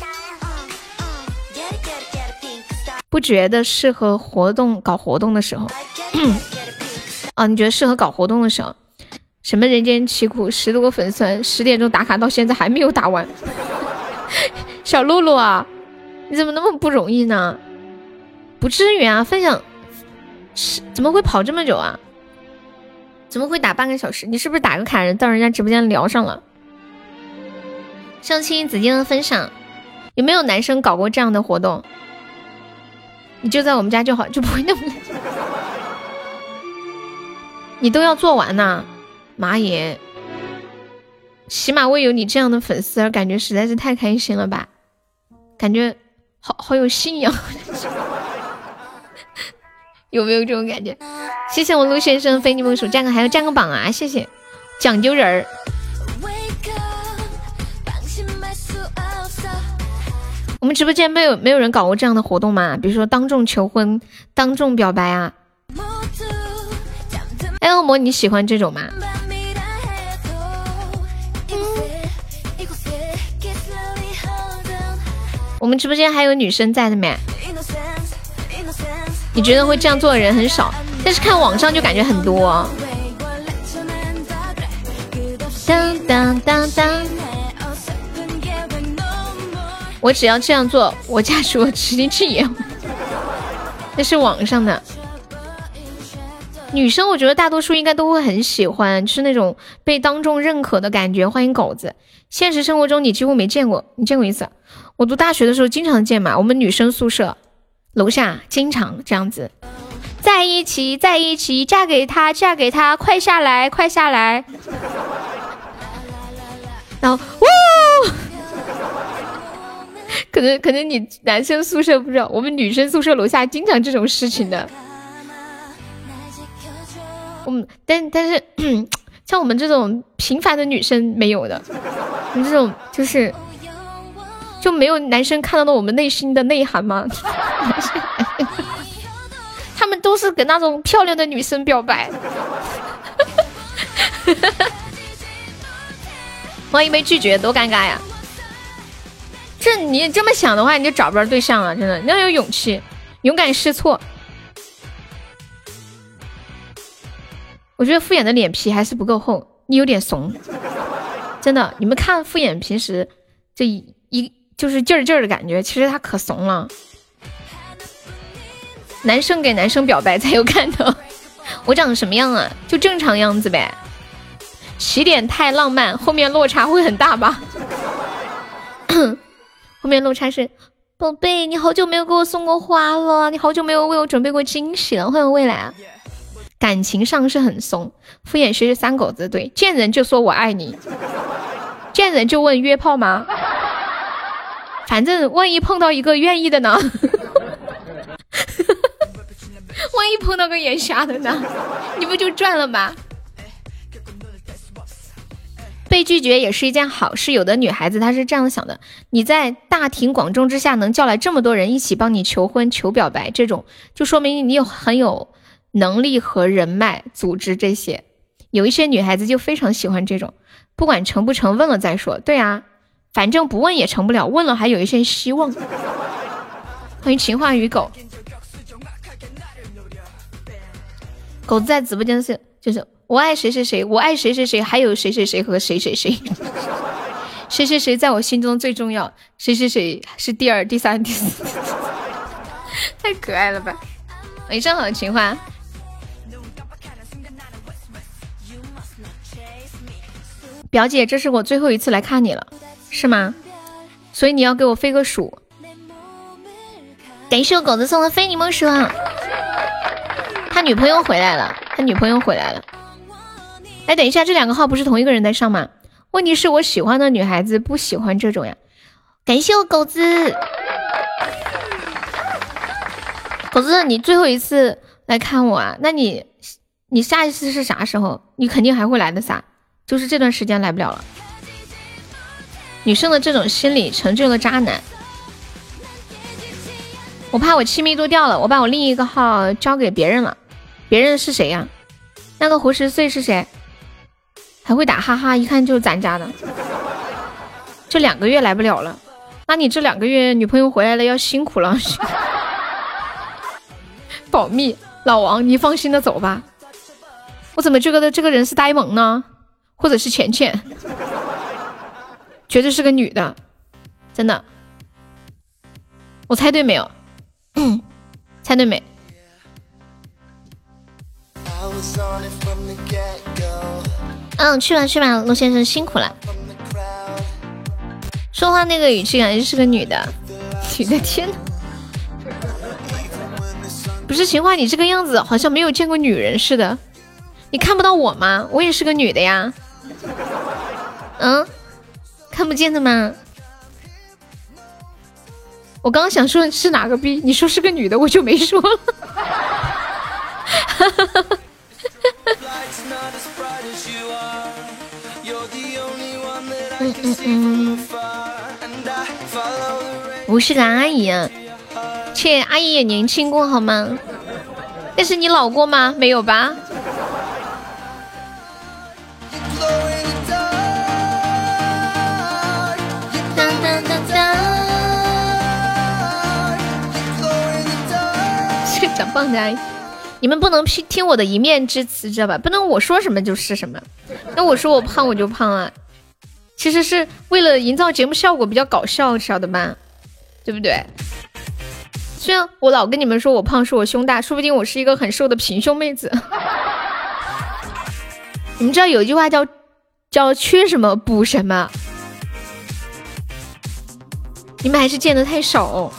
不觉得适合搞活动的时候？哦，你觉得适合搞活动的时候？什么人间疾苦10多个粉丝，10点钟打卡到现在还没有打完。小露露啊，你怎么那么不容易呢？不至于啊，分享怎么会跑这么久啊？怎么会打半个小时？你是不是打个卡人到人家直播间聊上了？上期紫金的分享，有没有男生搞过这样的活动？你就在我们家就好，就不会那么你都要做完呐，妈耶！起码为有你这样的粉丝而感觉实在是太开心了吧，感觉好有信仰。有没有这种感觉？谢谢我陆先生非你莫属，还要站个榜啊！谢谢讲究人儿。 们直播间没有人搞过这样的活动吗？比如说当众求婚、当众表白啊？哎，恶魔你喜欢这种吗？我们直播间还有女生在的没？你觉得会这样做的人很少，但是看网上就感觉很多。当当当当，我只要这样做，我家属我指定去野。那是网上的。女生我觉得大多数应该都会很喜欢，就是那种被当众认可的感觉。欢迎狗子，现实生活中你几乎没见过，你见过一次？我读大学的时候经常见嘛，我们女生宿舍楼下经常这样子，在一起，在一起，嫁给他，嫁给他，快下来，快下来。然后，呜，可能你男生宿舍不知道，我们女生宿舍楼下经常这种事情的。但是像我们这种平凡的女生没有的，我们这种就没有男生看到了我们内心的内涵吗？他们都是跟那种漂亮的女生表白。万一被拒绝多尴尬呀！这你这么想的话，你就找不着对象了，真的，你要有勇气，勇敢试错。我觉得敷衍的脸皮还是不够厚，你有点怂，真的。你们看敷衍平时这一就是劲儿劲儿的感觉，其实他可怂了。男生给男生表白才有看头。我长什么样啊？就正常样子呗。起点太浪漫，后面落差会很大吧？后面落差是，宝贝，你好久没有给我送过花了，你好久没有为我准备过惊喜了，欢迎未来啊。感情上是很怂，敷衍学三狗子，对，见人就说我爱你，见人就问约炮吗？反正万一碰到一个愿意的呢？万一碰到个眼瞎的呢？你不就赚了吗？被拒绝也是一件好事，有的女孩子她是这样想的，你在大庭广众之下能叫来这么多人一起帮你求婚求表白，这种就说明你很有能力和人脉组织这些。有一些女孩子就非常喜欢这种，不管成不成问了再说。对啊，反正不问也成不了，问了还有一些希望。欢迎情话与狗。狗子在直播间就是我爱谁谁谁，我爱谁谁谁，还有谁谁谁和谁谁谁。谁谁谁在我心中最重要，谁谁谁是第二第三第四。太可爱了吧。晚上好情话。表姐，这是我最后一次来看你了，是吗？所以你要给我飞个鼠。感谢我狗子送的飞柠檬鼠啊！他女朋友回来了，他女朋友回来了。哎，等一下，这两个号不是同一个人在上吗？问题是我喜欢的女孩子不喜欢这种呀。感谢我狗子，狗子，你最后一次来看我啊？那你下一次是啥时候？你肯定还会来的噻，就是这段时间来不了了。女生的这种心理成就了渣男。我怕我亲密度掉了，我把我另一个号交给别人了。别人是谁呀？那个活10岁是谁？还会打哈哈，一看就是咱家的。这2个月来不了了，那你这2个月女朋友回来了要辛苦了。保密，老王你放心的走吧。我怎么觉得这个人是呆萌呢？或者是钱钱？绝对是个女的，真的。我猜对没有？猜对没？去吧去吧，陆先生辛苦了。说话那个语气感觉是个女的，女的，天哪！不是情话，你这个样子好像没有见过女人似的。你看不到我吗？我也是个女的呀。看不见的吗？我刚刚想说是哪个逼，你说是个女的，我就没说了。 不是个阿姨啊，且阿姨也年轻过好吗？但是你老过吗？没有吧？这个长棒的阿姨，你们不能听我的一面之词，知道吧？不能我说什么就是什么。那我说我胖我就胖啊，其实是为了营造节目效果比较搞笑，晓得吧？对不对？虽然我老跟你们说我胖是我胸大，说不定我是一个很瘦的平胸妹子。你们知道有一句话叫缺什么补什么，你们还是见得太少。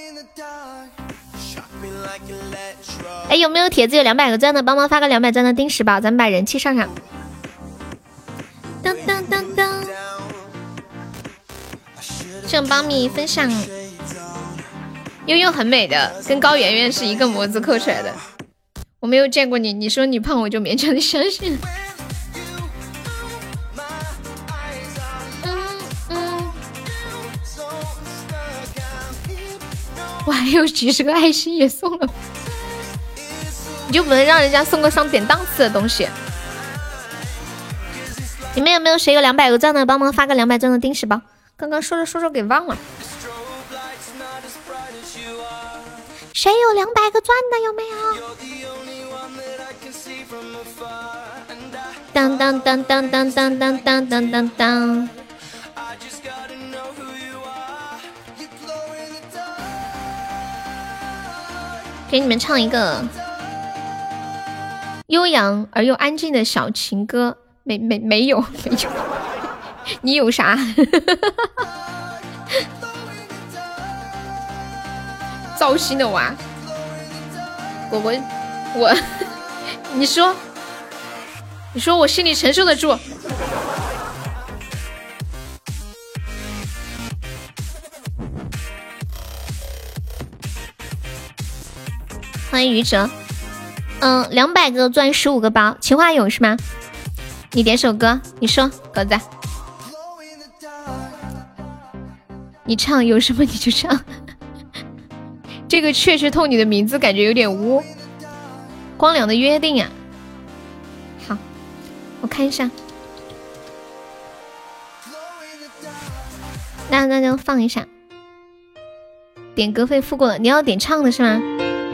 哎，有没有帖子有200个赞的，帮忙发个200赞的定时宝，咱们把人气上上。当当当当，正帮你分享。悠悠很美的，跟高圆圆是一个模子刻出来的。我没有见过你，你说你胖我就勉强的相信。我还有几十个爱心也送了，你就不能让人家送个上点档次的东西？你们有没有谁有200个赞的，帮忙发个200赞的定时包？刚刚说着给忘了。谁有200个钻的有没有？当当当当当当当当当当当。给你们唱一个悠扬而又安静的小情歌。没有，你有啥？糟心的娃，我，你说我心里承受得住？欢迎于哲，200个钻15个包，情话有是吗？你点首歌，你说狗子，你唱有什么你就唱。这个确实透你的名字感觉有点污。光良的约定啊，好，我看一下，那就放一下。点歌费付过了，你要点唱的是吗？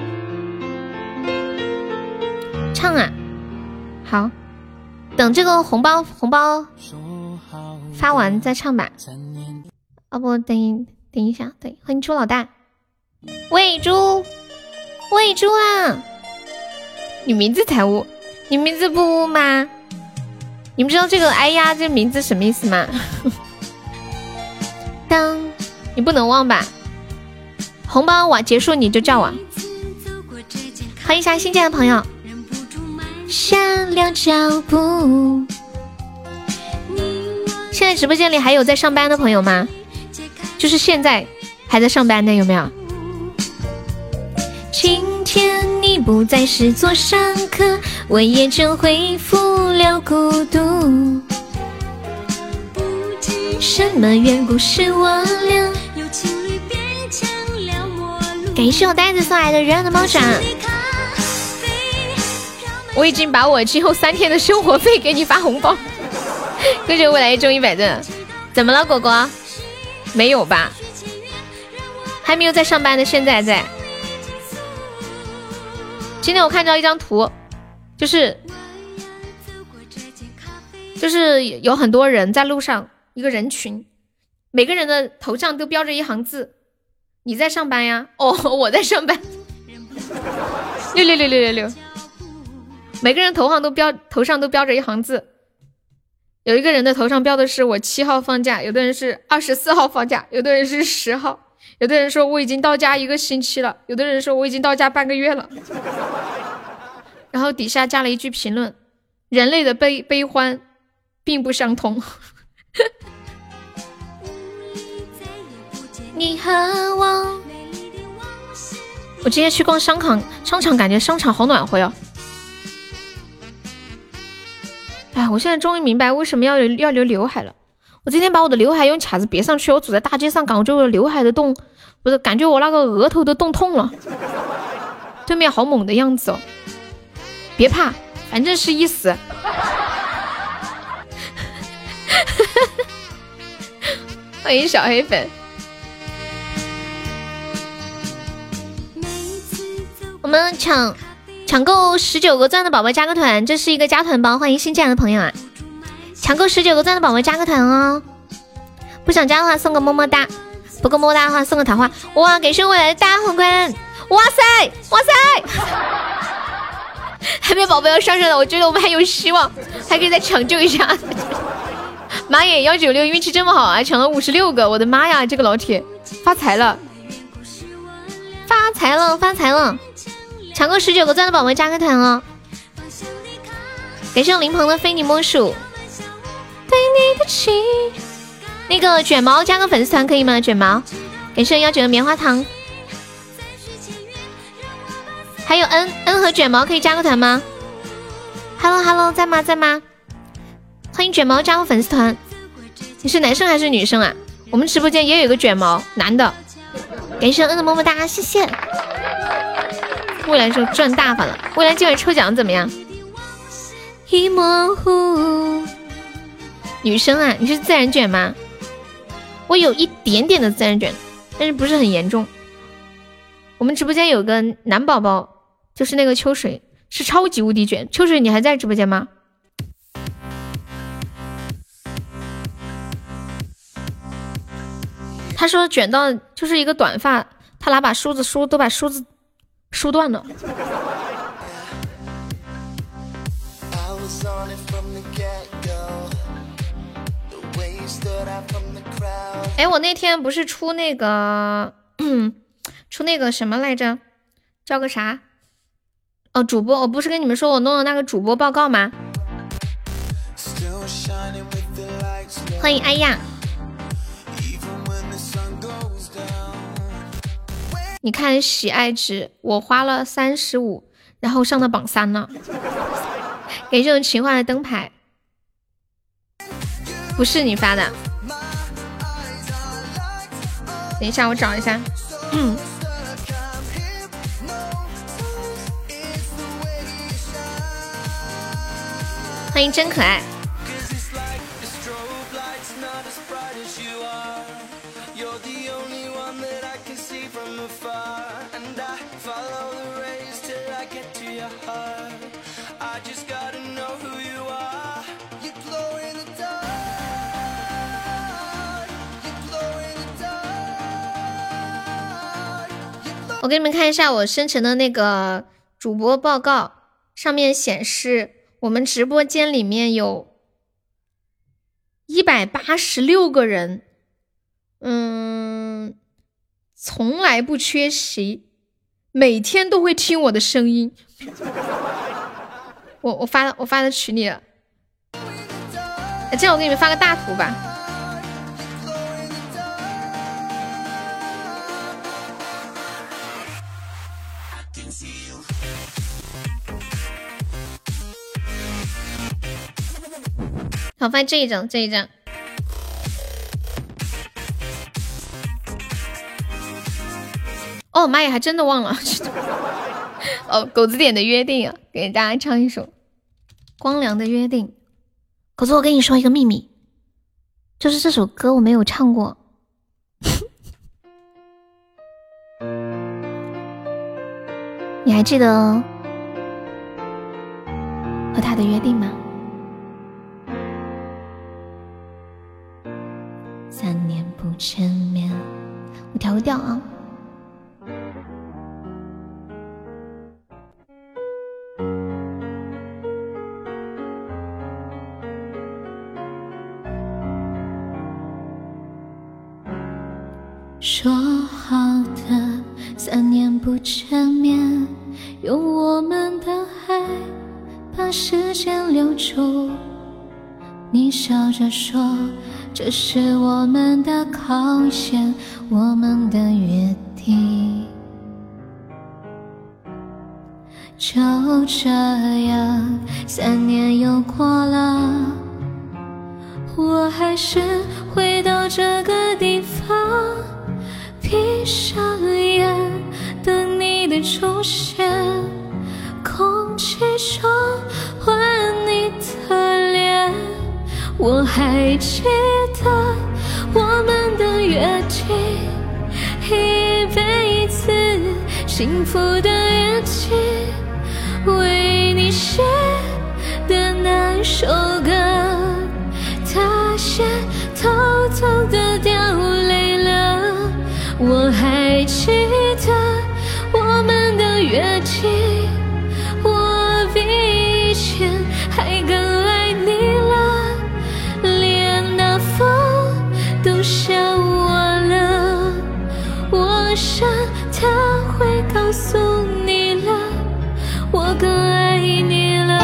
唱啊，好，等这个红包发完再唱吧。要不等一下，对，欢迎猪老大。喂猪啊！你名字才污，你名字不污吗？你们知道这个哎呀这名字什么意思吗？当你不能忘吧，红包我结束你就叫我。欢迎一下新进的朋友，下亮脚步。现在直播间里还有在上班的朋友吗？就是现在还在上班的有没有？今天你不再是座上客，我也就恢复了孤独。什么缘故是我俩有情侣变成了陌路。感谢我呆子送来的人的猫爪。我已经把我今后3天的生活费给你发红包。歌者未来中100赞。怎么了果果？没有吧？还没有在上班的，现在在。今天我看到一张图，就是有很多人在路上，一个人群，每个人的头上都标着一行字，你在上班呀？哦，我在上班。66666，每个人头上都标着一行字，有一个人的头上标的是我7号放假，有的人是24号放假，有的人是10号。有的人说我已经到家1个星期了，有的人说我已经到家半个月了。然后底下加了一句评论：人类的悲欢并不相同。你和我，我今天去逛商场，感觉商场好暖和哟。哎，我现在终于明白为什么要留刘海了。 我今天把我的刘海用卡子别上去，我走在大街上，感觉我的刘海的洞，不是，感觉我那个额头都冻痛了。对面好猛的样子哦，别怕，反正是一死。欢迎小黑粉。我们抢购19个钻的宝宝加个团，这是一个加团包，欢迎新进来的朋友啊！抢购19个钻的宝宝加个团哦，不想加的话送个么么哒，不够么么哒的话送个桃花。哇，给生未来的大皇冠！哇塞哇塞！还没有宝宝要上上的，我觉得我们还有希望，还可以再抢救一下。妈耶，196运气这么好啊，抢了56个，我的妈呀，这个老铁发财了，发财了，发财了！抢购19个钻的宝宝加个团哦！感谢林鹏的非你莫属，对你的情。那个卷毛加个粉丝团可以吗？卷毛，感谢199的棉花糖。还有恩和卷毛可以加个团吗 ？Hello， 在吗？在吗？欢迎卷毛加入粉丝团。你是男生还是女生啊？我们直播间也有一个卷毛，男的。感谢恩的么么哒，谢谢。未来就赚大发了，未来今晚抽奖怎么样？一模糊。女生啊，你是自然卷吗？我有一点点的自然卷，但是不是很严重。我们直播间有个男宝宝，就是那个秋水，是超级无敌卷。秋水，你还在直播间吗？他说卷到就是一个短发，他拿把梳子梳，都把梳子梳断了。哎，我那天不是出那个出那个什么来着，叫个啥？哦，主播，我不是跟你们说我弄的那个主播报告吗？欢迎哎呀！你看喜爱值，我花了35，然后上到榜3了。给这种情话的灯牌，不是你发的。等一下，我找一下。欢迎真可爱。我给你们看一下我生成的那个主播报告，上面显示我们直播间里面有186个人，从来不缺席，每天都会听我的声音。我发到群里了，这样我给你们发个大图吧。好，发这一张，这一张。哦妈呀，还真的忘了。哦，狗子点的约定啊，给大家唱一首《光良的约定》。狗子，我跟你说一个秘密，就是这首歌我没有唱过。你还记得和他的约定吗？3年不见面，我调个调啊。说好的3年不见面，用我们的爱把时间留住。你笑着说，这是我们的考验，我们的约定。就这样，3年又过了， 我还是回到这个地方，闭上眼等你的出现，空气中换你的脸。我还记得我们的约定，一辈子幸福的约定，为你写的那首歌，它先偷偷的掉泪了。我还记得我们的约定，我比以前还更爱你了，连那风都笑我了。我想他会告诉你了，我更爱你了。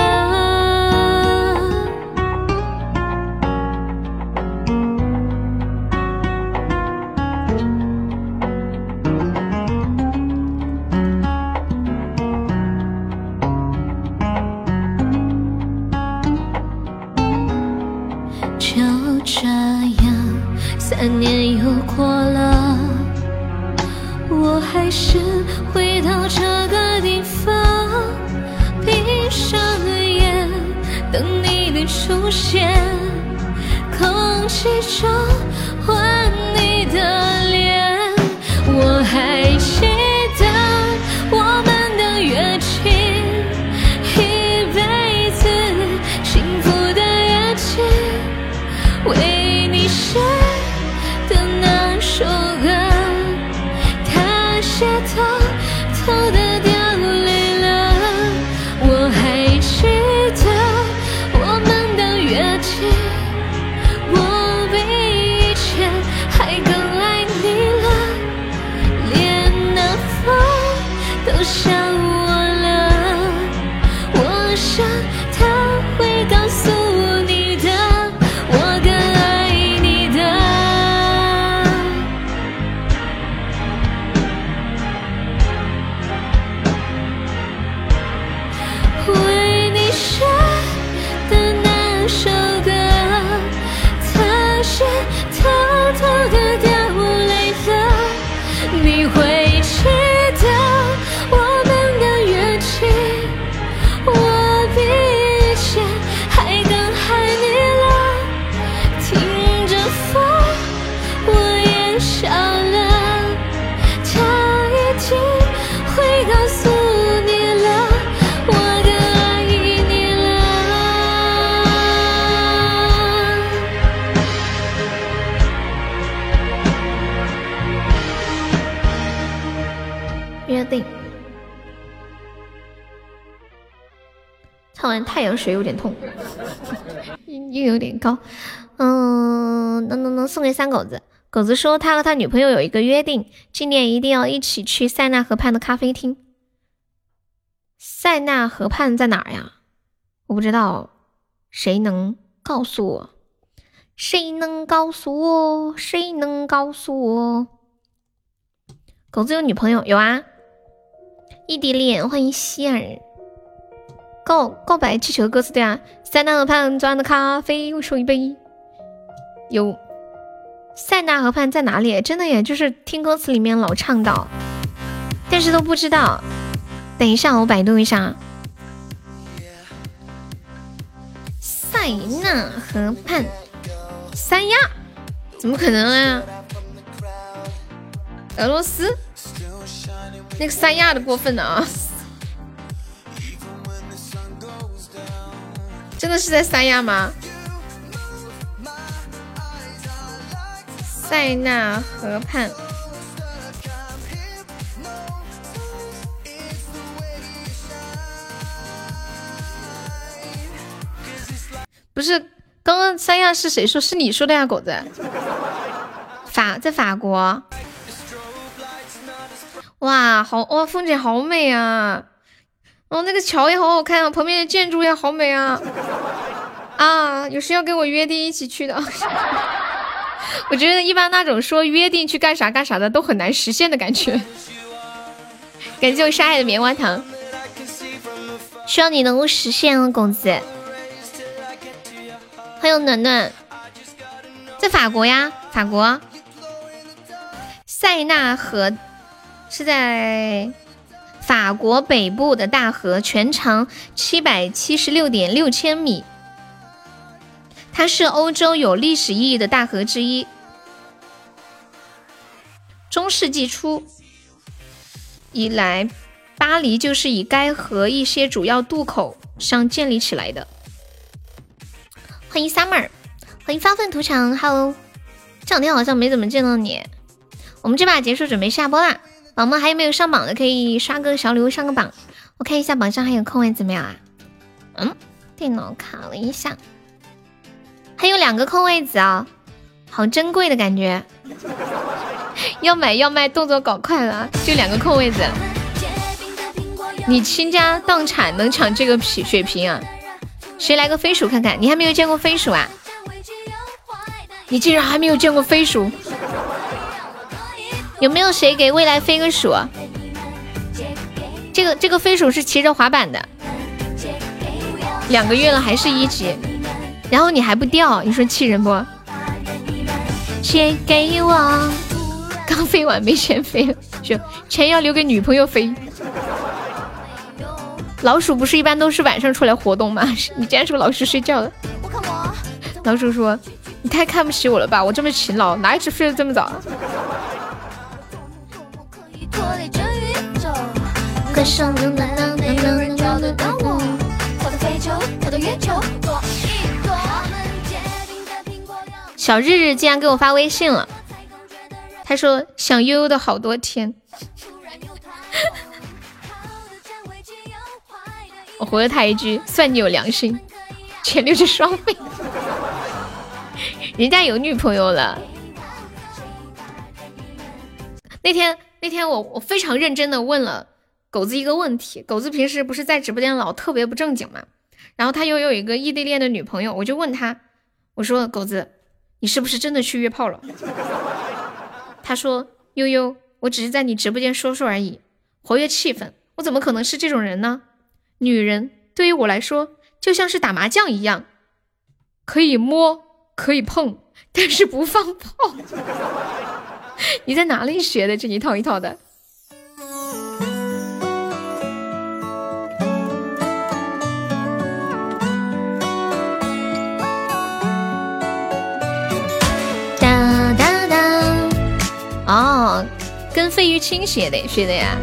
就这样3年又过了，我还是回到这个地方，闭上眼等你的出现，空气中换你的脸。我还记得我们的约定，一辈子幸福的约定，为你写的那首歌，它写偷偷的掉泪了。我还记得我们的约定，我比以前还更爱你了，连那风都笑我了。我想他会告诉你的，我更爱你的。为你写的那首歌，它先偷偷的掉泪了。你会记得我们的约定，我比以前还更爱你了，听着风我也笑了，他一定会告诉你了，我更爱你了。约定，唱完太阳穴有点痛，音有点高。能送给3狗子。狗子说他和他女朋友有一个约定，今年一定要一起去塞纳河畔的咖啡厅。塞纳河畔在哪儿呀？我不知道，谁能告诉我？谁能告诉我？谁能告诉我？狗子有女朋友？有啊，异地恋。欢迎希尔。告白气球歌词对啊，塞纳河畔端的咖啡，我手一杯。有塞纳河畔在哪里？真的耶，就是听歌词里面老唱到，但是都不知道。等一下，我百度一下。塞纳河畔，三亚？怎么可能啊？俄罗斯？那个三亚的过分了啊！真的是在三亚吗？塞纳河畔，不是刚刚三亚是谁说？是你说的呀，狗子？在法国。哇，好哇，风景好美啊！哦，那个桥也好好看啊，旁边的建筑也好美啊！啊，有谁要跟我约定一起去的？我觉得一般那种说约定去干啥干啥的都很难实现的感觉。感谢我沙海的棉花糖，希望你能够实现哦，公子。欢迎暖暖， 在法国呀，法国塞纳河是在法国北部的大河，全长776.6千米，它是欧洲有历史意义的大河之一。中世纪初以来，巴黎就是以该河一些主要渡口上建立起来的。欢迎 Summer， 欢迎发愤图强 ，Hello， 这两天好像没怎么见到你。我们这把结束，准备下播啦。宝宝们还有没有上榜的，可以刷个小礼物上个榜。我看一下榜上还有空位怎么样啊？电脑卡了一下，还有2个空位子啊，好珍贵的感觉。要买要卖，动作搞快了，就2个空位子。你倾家荡产能抢这个血瓶啊？谁来个飞鼠看看？你还没有见过飞鼠啊？你竟然还没有见过飞鼠？有没有谁给未来飞个鼠？这个飞鼠是骑着滑板的，2个月了还是1级，然后你还不掉，你说气人不？借给我，刚飞完没钱飞了，说钱要留给女朋友飞。老鼠不是一般都是晚上出来活动吗？你竟然说老鼠睡觉了。老鼠说你太看不起我了吧，我这么勤劳，哪一只睡得这么早？小日日竟然给我发微信了，他说想悠悠的好多天。我回了他一句算你有良心，钱留着双倍。人家有女朋友了。那天我非常认真的问了狗子一个问题，狗子平时不是在直播间老特别不正经嘛，然后他又有一个异地恋的女朋友，我就问他，我说狗子你是不是真的去约炮了？他说悠悠，我只是在你直播间说说而已，活跃气氛，我怎么可能是这种人呢？女人对于我来说就像是打麻将一样，可以摸可以碰，但是不放炮。你在哪里学的这一套一套的？哒哒哒！哦，跟费玉清学的呀。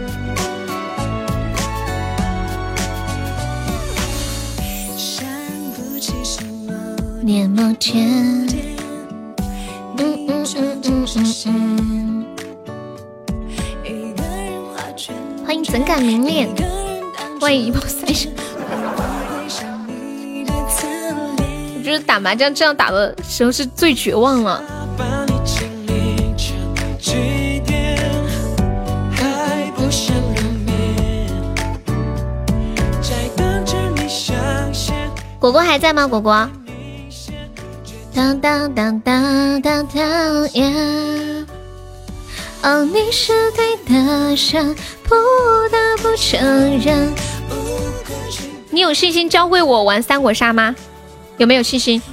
年某天，欢迎怎敢明恋，万一一炮30。我觉得打麻将这样打的时候是最绝望了。果果还在吗？果果。当当当当当当呀！哦，你是对的人，不得不承认。你有信心教会我玩三国杀吗？有没有信心？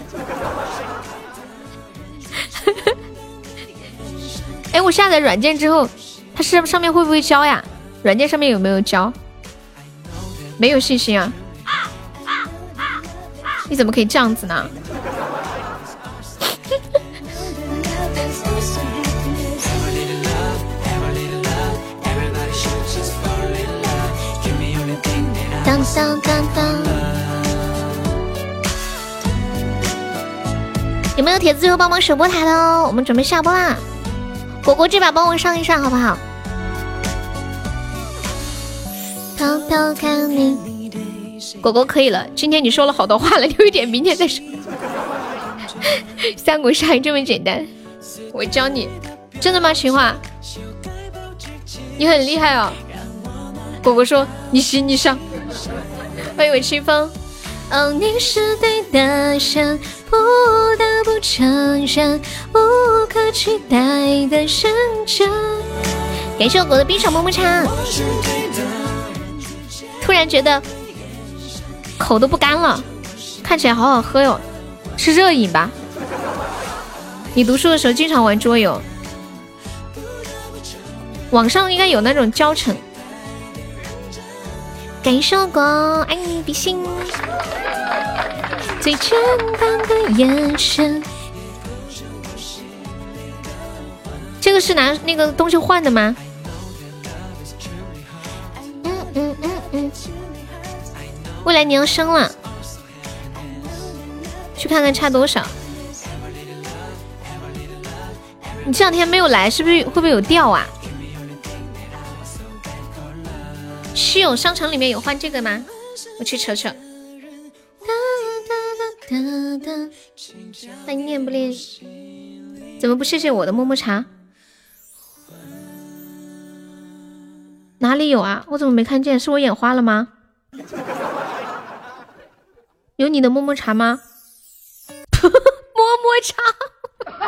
哎，我下载软件之后，它上面会不会教呀？软件上面有没有教？没有信心啊！你怎么可以这样子呢？当当当当，有没有铁子最后帮忙守波台的哦？我们准备下播啦！果果这把帮我上一上好不好？偷偷看你，果果可以了。今天你说了好多话了，留一点明天再说。三国杀这么简单，我教你。真的吗？情话，你很厉害哦。果果说你行你上。欢迎我清风。哦，你是对的人，不得不承认，无可取代的认真。感谢我果的冰爽么么茶。突然觉得口都不干了，看起来好好喝哟，是热饮吧？ 你读书的时候经常玩桌游，网上应该有那种教程。感受过爱你比心，最简单的眼神。这个是拿那个东西换的吗？未来你要升了，去看看差多少。你这两天没有来，是不是会不会有掉啊？稀有商城里面有换这个吗？我去瞅瞅。那你练不练？怎么不谢谢我的么么茶？哪里有啊？我怎么没看见？是我眼花了吗？有你的么么茶吗？么么茶。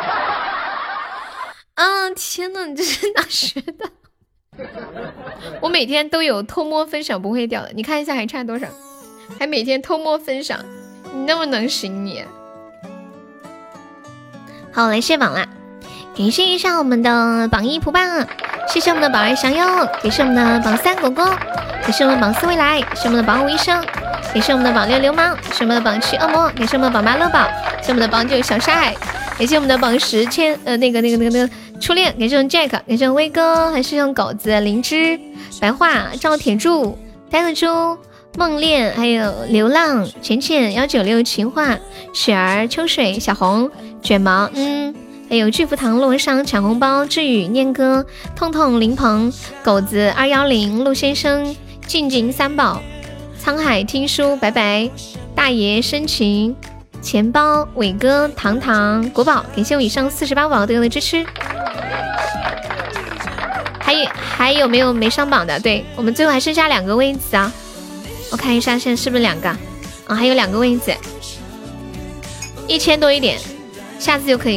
啊天哪，你这是哪学的？我每天都有偷摸分享不会掉的，你看一下还差多少？还每天偷摸分享，你那么能行你？好，来卸榜啦！感谢一下我们的榜一蒲爸，谢谢我们的榜二祥佑，感谢我们的榜三果果，感谢我们的榜四未来，感谢我们的榜五医生，感谢我们的榜六流氓，感谢我们的榜七恶魔，感谢我们的榜八乐宝，感谢我们的榜九小帅，感谢我们的榜十那个初恋，感谢我们 Jack， 感谢我们威哥，还是用狗子、灵芝、白桦、赵铁柱、呆个猪、梦恋，还有流浪、浅浅、196、情话、雪儿、秋水、小红、卷毛，还有巨福堂、洛商、抢红包、志宇、念哥、痛痛、林鹏、狗子、210、陆先生、静静、三宝、沧海听书、白白、大爷、深情、钱包、伟哥、糖糖、国宝，感谢我以上48宝队友的支持。还有没有没上榜的？对，我们最后还剩下2个位置啊，我看一下现在是不是2个啊？还有2个位置，1000多一点，下次就可以，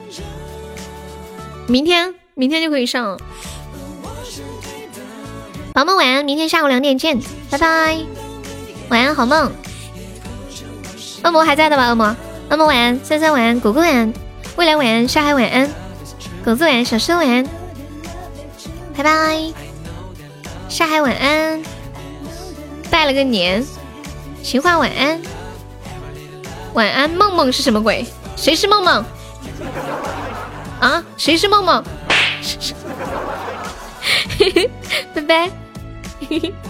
明天就可以上了。宝宝晚安，明天下午2点见，拜拜，晚安好梦。恶魔还在的吧？恶魔晚安，三三晚安，果果晚安，未来晚安，沙海晚安，狗子晚安，小生晚安，拜拜。沙海晚安，拜了个年，情话晚安，晚安梦梦是什么鬼？谁是梦梦啊？谁是梦梦？拜拜。